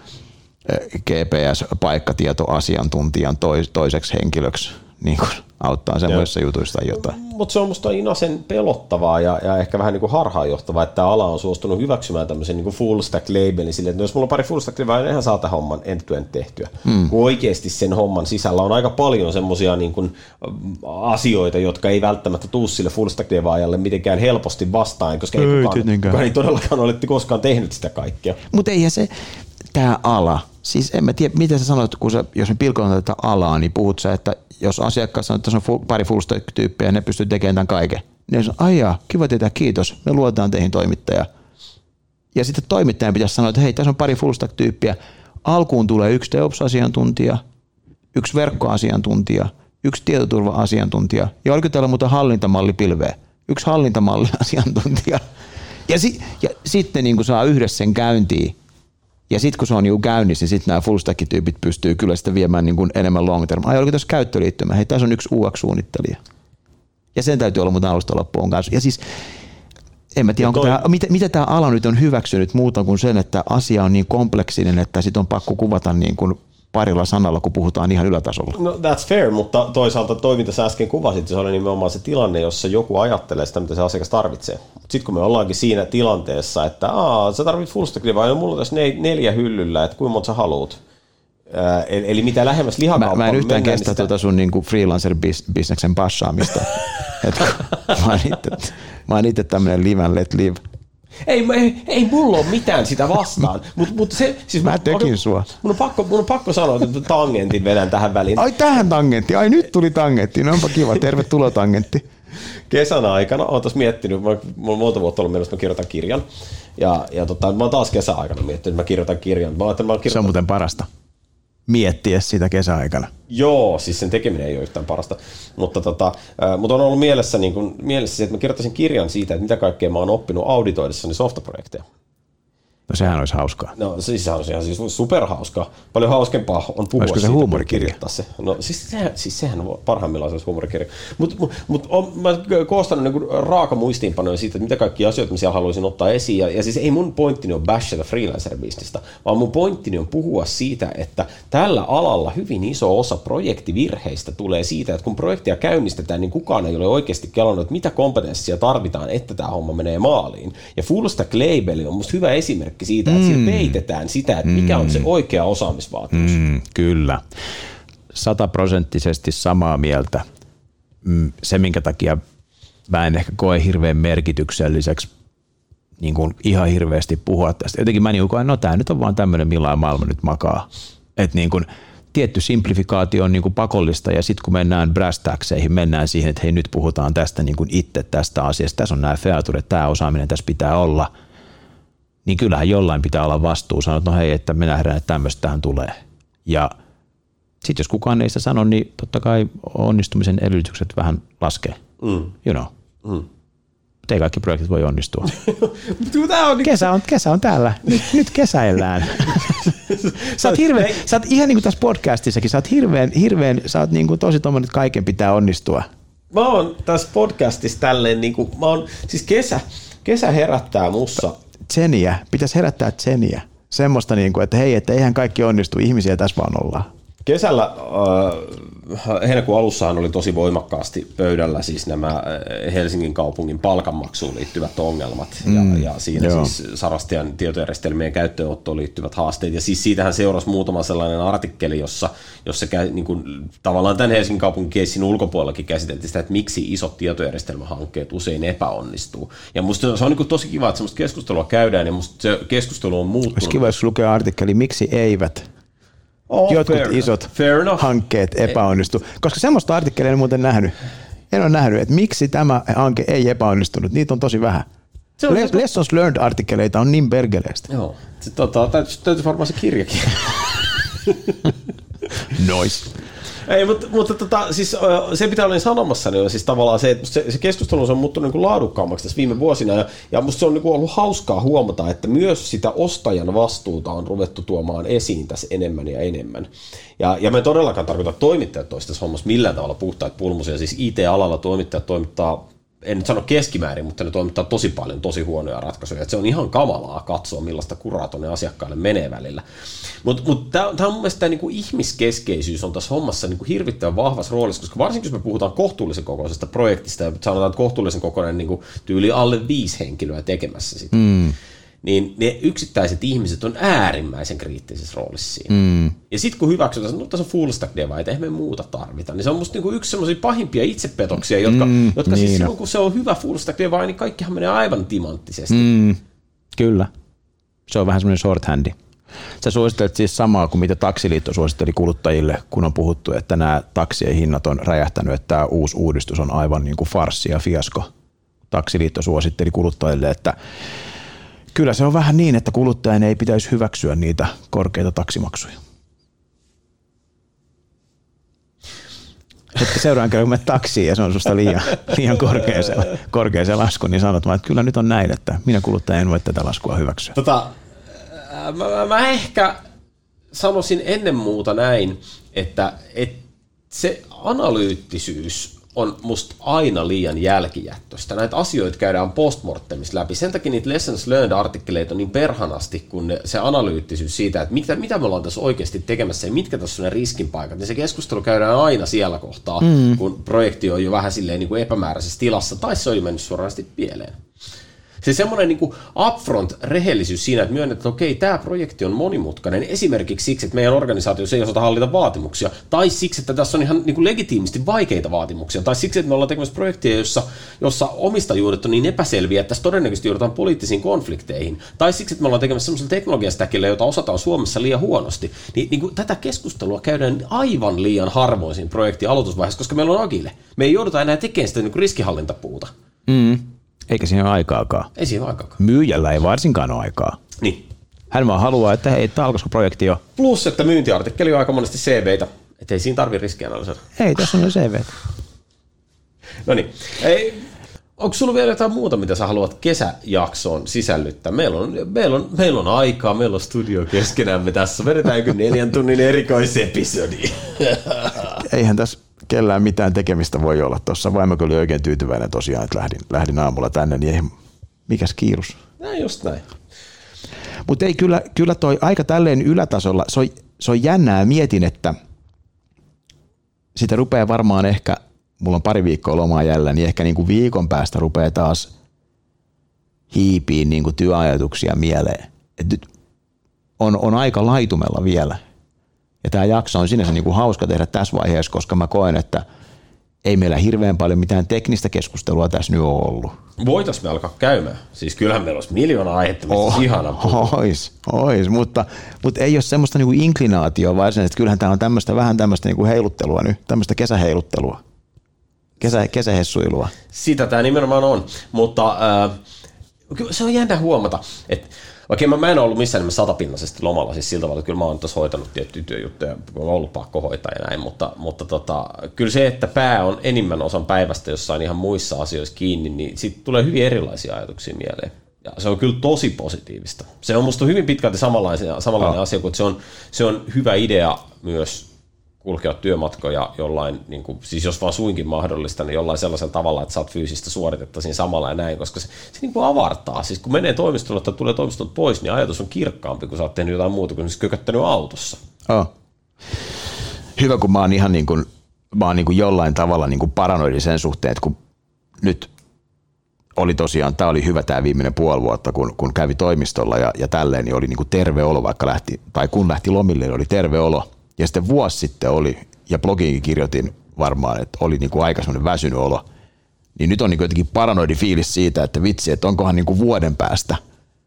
G P S-paikkatietoasiantuntijan toiseksi henkilöksi. Niin kuin auttaa semmoisissa jutuissa jotain. Mutta se on musta inasen pelottavaa ja, ja ehkä vähän niin kuin harhaanjohtavaa, että tämä ala on suostunut hyväksymään tämmöisen niin kuin full stack labelin silleen, että jos mulla on pari full stack devaajaa, niin eihän saa tämän homman end-to-end tehtyä. Mm. Kun oikeasti sen homman sisällä on aika paljon semmoisia niin kuin asioita, jotka ei välttämättä tuu sille full stack devaajalle mitenkään helposti vastaan, koska ei, ei kukaan, kukaan ei todellakaan ole koskaan tehnyt sitä kaikkea. Mutta eihän se, tämä ala, siis en mä tiedä, miten sä sanoit, kun sä, jos me pilkotaan tätä alaa, niin puhut sä, että jos asiakkaat sanoo, että tässä on pari full stack-tyyppiä ja ne pystyy tekemään tämän kaiken, niin se on, aijaa, kiva tietää, kiitos, me luotetaan teihin toimittaja. Ja sitten toimittajan pitäisi sanoa, että hei, tässä on pari full stack-tyyppiä, alkuun tulee yksi DevOps-asiantuntija, yksi verkkoasiantuntija, yksi tietoturva-asiantuntija ja oliko täällä muuta hallintamallipilveä, yksi hallintamalliasiantuntija. Ja, si- ja sitten niin kun saa yhdessä sen käyntiin, ja sitten kun se on jo käynnissä, niin sitten nämä full stack-tyypit pystyy kyllä sitä viemään niin kuin enemmän long term. Ai, oliko tässä käyttöliittymä? Hei, tässä on yksi U X-suunnittelija. Ja sen täytyy olla muuten alusta loppuun kanssa. Ja siis En mä tiedä, onko toi... tämä, mitä, mitä tämä ala nyt on hyväksynyt muuta kuin sen, että asia on niin kompleksinen, että sit on pakko kuvata niin kuin parilla sanalla, kun puhutaan ihan ylätasolla. No that's fair, mutta toisaalta toi, mitä sä äsken kuvasit, se oli nimenomaan se tilanne, jossa joku ajattelee sitä, mitä se asiakas tarvitsee. Sitten kun me ollaankin siinä tilanteessa, että Aa, sä tarvitset full stack devaa, no mulla on tässä neljä hyllyllä, että kuinka monta sä haluut. Äh, eli mitä lähemmäs lihakauppaan. Mä, mä en yhtään mennään, kestä sitä... tuota sun niinku freelancer-bisneksen bashaamista. Mä oon itse tämmönen live and let live. Ei, ei, ei mulla ole mitään sitä vastaan. Mut, mut se, siis mä mun, tökin mun, sua. Mun on, pakko, mun on pakko sanoa, että tangentin vedän tähän väliin. Ai tähän tangentti, ai nyt tuli tangentti, no onpa kiva, tervetuloa tangentti. Kesän aikana, oon taas miettinyt, mä oon monta vuotta ollut menossa, mä kirjoitan kirjan. Ja, ja tota, mä oon taas kesäaikana miettinyt, että mä kirjoitan kirjan. Mä mä kirjoitan... Se on muuten parasta. Miettiä sitä kesäaikana. Joo, siis sen tekeminen ei ole yhtään parasta, mutta, tota, äh, mutta on ollut mielessä, niin kuin, mielessä se, että mä kirjoittaisin kirjan siitä, että mitä kaikkea mä oon oppinut auditoidessani softaprojekteja. No sehän olisi hauskaa. No siis sehän olisi ihan siis superhauskaa. Paljon hauskempaa on puhua Olisiko se siitä, huumorikirja? Se. No siis sehän, siis sehän on parhaimmillaan se huumorikirja. Mutta mut, mut mä oon koostanut niinku raaka muistiinpanoja siitä, että mitä kaikkia asioita mä siellä haluaisin ottaa esiin. Ja, ja siis ei mun pointtini ole bashata freelancer-bisnestä, vaan mun pointtini on puhua siitä, että tällä alalla hyvin iso osa projektivirheistä tulee siitä, että kun projektia käynnistetään, niin kukaan ei ole oikeasti kelannut, että mitä kompetenssia tarvitaan, että tämä homma menee maaliin. Ja Full Stack Label on musta hyvä esimerkki siitä, että mm. siellä peitetään sitä, että mikä on se oikea osaamisvaatimus. Mm, kyllä. Sataprosenttisesti samaa mieltä. Se, minkä takia mä en ehkä koe hirveän merkitykselliseksi niin kuin ihan hirveästi puhua tästä. Jotenkin mä niin kuin, no tää nyt on vaan tämmöinen, millainen maailma nyt makaa. Että niin kuin tietty simplifikaatio on niin kuin pakollista ja sitten kun mennään brass tackseihin, mennään siihen, että hei nyt puhutaan tästä niin kuin itse tästä asiasta. Tässä on nämä featuret, tämä osaaminen tässä pitää olla. Niin kyllähän jollain pitää olla vastuu. Sanot, no hei, että me nähdään, että tämmöistä tähän tulee. Ja sitten jos kukaan ei sitä sano, niin totta kai onnistumisen edellytykset vähän laskee. Mm. You know. Mm. Ei kaikki projektit voi onnistua. on kesä, on, kesä on täällä. Nyt, nyt kesäillään. sä, oot hirveän, sä oot ihan niin kuin tässä podcastissakin, sä oot hirveän, hirveän sä oot niin kuin tosi tommoinen, että kaiken pitää onnistua. Mä oon tässä podcastissa tälleen, niin kuin, mä oon, siis kesä, kesä herättää mussa. Tseniä, pitäisi herättää tseniä. Semmoista, niin kuin, että hei, että eihän kaikki onnistu, ihmisiä tässä vaan ollaan. Kesällä äh, heinäkuun alussahan oli tosi voimakkaasti pöydällä siis nämä Helsingin kaupungin palkanmaksuun liittyvät ongelmat mm, ja, ja siinä joo. siis Sarastian tietojärjestelmien käyttöönottoon liittyvät haasteet. Ja siis siitähän seurasi muutama sellainen artikkeli, jossa, jossa kä, niin kuin, tavallaan tämän Helsingin kaupungin keissin ulkopuolellakin käsiteltiin sitä, että miksi isot tietojärjestelmähankkeet usein epäonnistuu. Ja musta se on niin kuin tosi kiva, että semmoista keskustelua käydään ja musta se keskustelu on muuttunut. Olisi kiva, jos lukee artikkeli, miksi eivät Oh, jotkut fair isot fair hankkeet epäonnistu. Koska semmoista artikkelia en muuten nähnyt. En ole nähnyt, että miksi tämä hanke ei epäonnistunut. Niitä on tosi vähän. Se on Les- to... Lessons learned-artikkeleita on niin perkeleistä. Joo. Tota, täytyy, täytyy varmaan se kirjakin. Nois. Ei, mutta, mutta tota, siis, se mitä olin sanomassa, niin on siis tavallaan se, että se, se keskustelu on muuttunut niin kuin laadukkaammaksi tässä viime vuosina, ja, ja musta se on niin kuin ollut hauskaa huomata, että myös sitä ostajan vastuuta on ruvettu tuomaan esiin tässä enemmän ja enemmän. Ja, ja me todellakaan tarkoita toimittajat toista tässä hommassa millään tavalla puhtaat pulmusia, siis I T-alalla toimittajat toimittaa, en nyt sano keskimäärin, mutta ne toimittaa tosi paljon tosi huonoja ratkaisuja. Et se on ihan kamalaa katsoa, millaista kuraa tuonne asiakkaille menee välillä. Mutta mut tämä on mun mielestä niinku ihmiskeskeisyys on tässä hommassa niinku hirvittävän vahvassa roolissa, koska varsinkin jos me puhutaan kohtuullisen kokoisesta projektista ja sanotaan, että kohtuullisen kokoinen niinku tyyli alle viisi henkilöä tekemässä sitä, mm. niin ne yksittäiset ihmiset on äärimmäisen kriittisessä roolissa siinä. Mm. Ja sitten kun hyväksytään, että no, tässä on full stack deva, eihän me muuta tarvita, niin se on musta niinku yksi semmoisia pahimpia itsepetoksia, jotka, mm, jotka niin siis silloin kun se on hyvä full stack deva, niin kaikkihan menee aivan timanttisesti. Mm, kyllä. Se on vähän semmoinen shorthandi. Sä suosittelet siis samaa kuin mitä Taksiliitto suositteli kuluttajille, kun on puhuttu, että nämä taksien hinnat on räjähtänyt, että tämä uusi uudistus on aivan niin kuin farssi ja fiasko. Taksiliitto suositteli kuluttajille, että kyllä se on vähän niin, että kuluttajan ei pitäisi hyväksyä niitä korkeita taksimaksuja. Että seuraan kerran, kun menet taksiin ja se on susta liian, liian korkea, se, korkea se lasku, niin sanot vaan, että kyllä nyt on näin, että minä kuluttaja en voi tätä laskua hyväksyä. Tota, mä, mä ehkä sanoisin ennen muuta näin, että, että se analyyttisyys on musta aina liian jälkijättöistä. Näitä asioita käydään postmortemissa läpi. Sen takia niitä lessons learned-artikkeleita on niin perhanasti, kun ne, se analyyttisyys siitä, että mitä, mitä me ollaan tässä oikeasti tekemässä ja mitkä tässä on ne riskinpaikat. Ja se keskustelu käydään aina siellä kohtaa, mm. kun projekti on jo vähän silleen niin kuin epämääräisessä tilassa, tai se on jo mennyt suorasti pieleen. Se semmoinen niin kuin upfront-rehellisyys siinä, että myönnetään, että okei, tämä projekti on monimutkainen esimerkiksi siksi, että meidän organisaatiossa ei osata hallita vaatimuksia, tai siksi, että tässä on ihan niin kuin legitiimisti vaikeita vaatimuksia, tai siksi, että me ollaan tekemässä projekteja, jossa, jossa omistajuudet on niin epäselviä, että tässä todennäköisesti joudutaan poliittisiin konflikteihin, tai siksi, että me ollaan tekemässä semmoisella teknologiastäkillä, jota osataan Suomessa liian huonosti. Niin, niin kuin tätä keskustelua käydään aivan liian harvoin siinä projektin aloitusvaiheessa, koska meillä on agile. Me ei jouduta enää tekemään sitä niin kuin riskihallintapuuta. Mm. Eikä siinä ole aikaakaan. Ei siinä ole aikaakaan. Myyjällä ei varsinkaan ole aikaa. Niin. Hän vaan haluaa, että hei, tämä alkoisiko projekti jo. Plus, että myyntiartikkeli on aika monesti C V:tä. Että ei siinä tarvitse riskianalysoida. Ei, tässä on jo C V:tä. No niin. Ei, onko sulla vielä jotain muuta, mitä sä haluat kesäjaksoon sisällyttää? Meillä on, meillä on, meillä on aikaa, meillä on studio keskenämme tässä. Vedetäänkö neljän tunnin erikoisepisodi? Eihän tässä kellään mitään tekemistä voi olla. Tuossa vaimo oli oikein tyytyväinen tosiaan, että lähdin, lähdin aamulla tänne, niin ei, mikäs kiirus. Näin just näin. Mutta ei kyllä, kyllä toi aika tälleen ylätasolla, se on, se on jännää, mietin, että sitä rupeaa varmaan ehkä, mulla on pari viikkoa lomaa jäljellä, niin ehkä niinku viikon päästä rupeaa taas hiipiin niinku työajatuksia mieleen. Et nyt on, on aika laitumella vielä. Ja tämä jakso on sinänsä niinku hauska tehdä tässä vaiheessa, koska mä koen, että ei meillä hirveän paljon mitään teknistä keskustelua tässä nyt ole ollut. Voitaisiin me alkaa käymään. Siis kyllähän meillä olisi miljoona aihetta, mistä oh, ihana puhua. Ois, ois, mutta, mutta ei ole semmoista niinku inklinaatioa varsinaisesti. Kyllähän tämä on tämmöistä, vähän tämmöistä niinku heiluttelua nyt, tämmöistä kesäheiluttelua, Kesä, kesähessuilua. Sitä tämä nimenomaan on, mutta äh, se on jännä huomata, että vaikka mä, mä en ollut missään nimessä satapinnaisesti lomalla, siis siltä tavalla, että kyllä mä oon tuossa hoitanut tiettyjä työjuttuja, kun on ollut pakko hoitaa ja näin, mutta, mutta tota, kyllä se, että pää on enimmän osan päivästä jossain ihan muissa asioissa kiinni, niin siitä tulee hyvin erilaisia ajatuksia mieleen. Ja se on kyllä tosi positiivista. Se on musta hyvin pitkälti samanlainen, samanlainen oh. asia, kun se on, se on hyvä idea myös kulkea työmatkoja jollain, niin kuin, siis jos vaan suinkin mahdollista, niin jollain sellaisella tavalla, että saat fyysistä suoritetta siinä samalla ja näin, koska se, se niin kuin avartaa. Siis kun menee toimistolle tai tulee toimistolta pois, niin ajatus on kirkkaampi, kun sä oot tehnyt jotain muuta kuin siis kököttänyt autossa. Oh. Hyvä, kun mä oon ihan niin kuin, mä oon niin kuin jollain tavalla niin kuin paranoidin sen suhteen, että kun nyt oli tosiaan, tää oli hyvä tää viimeinen puoli vuotta, kun, kun kävi toimistolla ja, ja tälleen, niin oli niin kuin terve olo, vaikka lähti, tai kun lähti lomille, niin oli terve olo. Ja sitten vuosi sitten oli, ja blogiinkin kirjoitin varmaan, että oli niin kuin aika semmoinen väsynyt olo. Niin nyt on niin kuin jotenkin paranoidi fiilis siitä, että vitsi, että onkohan niin kuin vuoden päästä,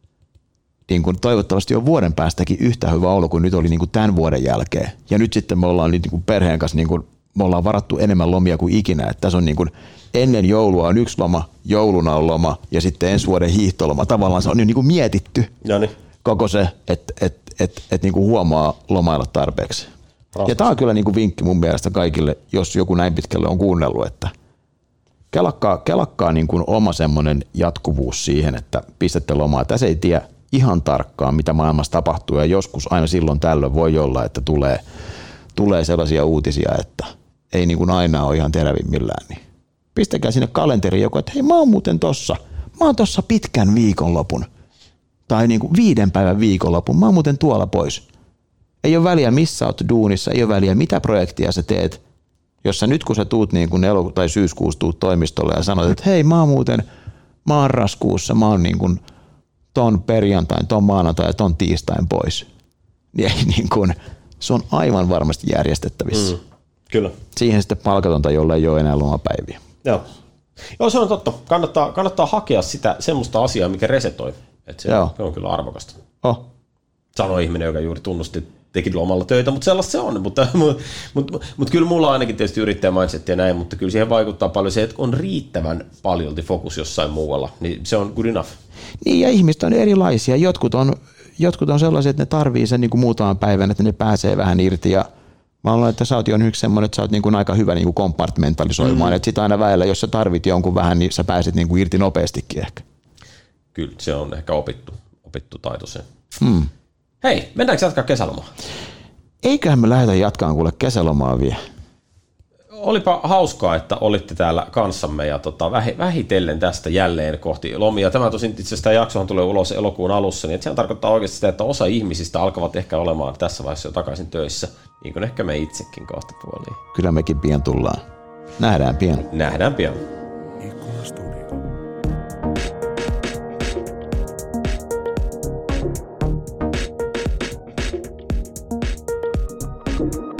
niin kuin toivottavasti on vuoden päästäkin yhtä hyvä olo kuin nyt oli niin kuin tämän vuoden jälkeen. Ja nyt sitten me ollaan niin kuin perheen kanssa, niin kuin, me ollaan varattu enemmän lomia kuin ikinä. Että tässä on niin kuin, ennen joulua on yksi loma, jouluna on loma ja sitten ensi vuoden hiihtoloma. Tavallaan se on niin kuin mietitty Jani. koko se, että et, et, et, niin kuin huomaa lomailla tarpeeksi. Raskas. Ja tämä on kyllä niin kuin vinkki mun mielestä kaikille, jos joku näin pitkälle on kuunnellut, että kelakkaa, kelakkaa niin kuin oma semmoinen jatkuvuus siihen, että pistätte lomaa. Tässä ei tiedä ihan tarkkaan, mitä maailmassa tapahtuu, ja joskus aina silloin tällöin voi olla, että tulee, tulee sellaisia uutisia, että ei niin kuin aina ole ihan terävimmillään. Niin pistäkää sinne kalenteriin joku, että hei, mä oon muuten tossa, mä oon tossa pitkän viikonlopun, tai niin kuin viiden päivän viikonlopun, mä oon muuten tuolla pois. Ei ole väliä, missä olet duunissa, ei ole väliä, mitä projektia sä teet. Jos sä nyt, kun sä tuut niin kuin elo- tai syyskuussa tuut toimistolle ja sanot, että hei, mä oon muuten marraskuussa, mä oon niin kuin ton perjantain, ton maanantain ja ton tiistain pois. Niin, niin kuin, se on aivan varmasti järjestettävissä. Mm, kyllä. Siihen sitten palkatonta, jolla ei ole enää lomapäiviä. Joo. Joo, se on totta. Kannattaa, kannattaa hakea sitä semmoista asiaa, mikä resetoi. Että se, on, se on kyllä arvokasta. Oh. Sanoi ihminen, joka juuri tunnusti, teki lomalla töitä, mutta sellaista se on. Mutta, mutta, mutta, mutta kyllä mulla on ainakin tietysti yrittäjä mindset ja näin, mutta kyllä siihen vaikuttaa paljon se, että on riittävän paljolti fokus jossain muualla, niin se on good enough. Niin, ja ihmiset on erilaisia. Jotkut on, jotkut on sellaisia, että ne tarvii sen niin kuin muutaman päivän, että ne pääsee vähän irti. Ja mä luulen, että sä oot jo yksi semmoinen, että sä oot niin kuin aika hyvä niin kuin kompartmentalisoimaan. Mm. Että sit aina väellä, jos sä tarvit jonkun vähän, niin sä pääset niin kuin irti nopeastikin ehkä. Kyllä, se on ehkä opittu, opittu taito se. Hmm. Hei, mennäänkö jatkaa kesälomaa? Eiköhän me lähdetä jatkaan kuule kesälomaa vielä. olipa hauskaa, että olitte täällä kanssamme ja tota, vähitellen tästä jälleen kohti lomia. Tämä tosin itse asiassa tämä jaksohan tulee ulos elokuun alussa, niin sehän tarkoittaa oikeasti sitä, että osa ihmisistä alkavat ehkä olemaan tässä vaiheessa jo takaisin töissä, niin kuin ehkä me itsekin kohta puoliin. Kyllä mekin pian tullaan. Nähdään pian. Nähdään pian. Ikkuna Studio.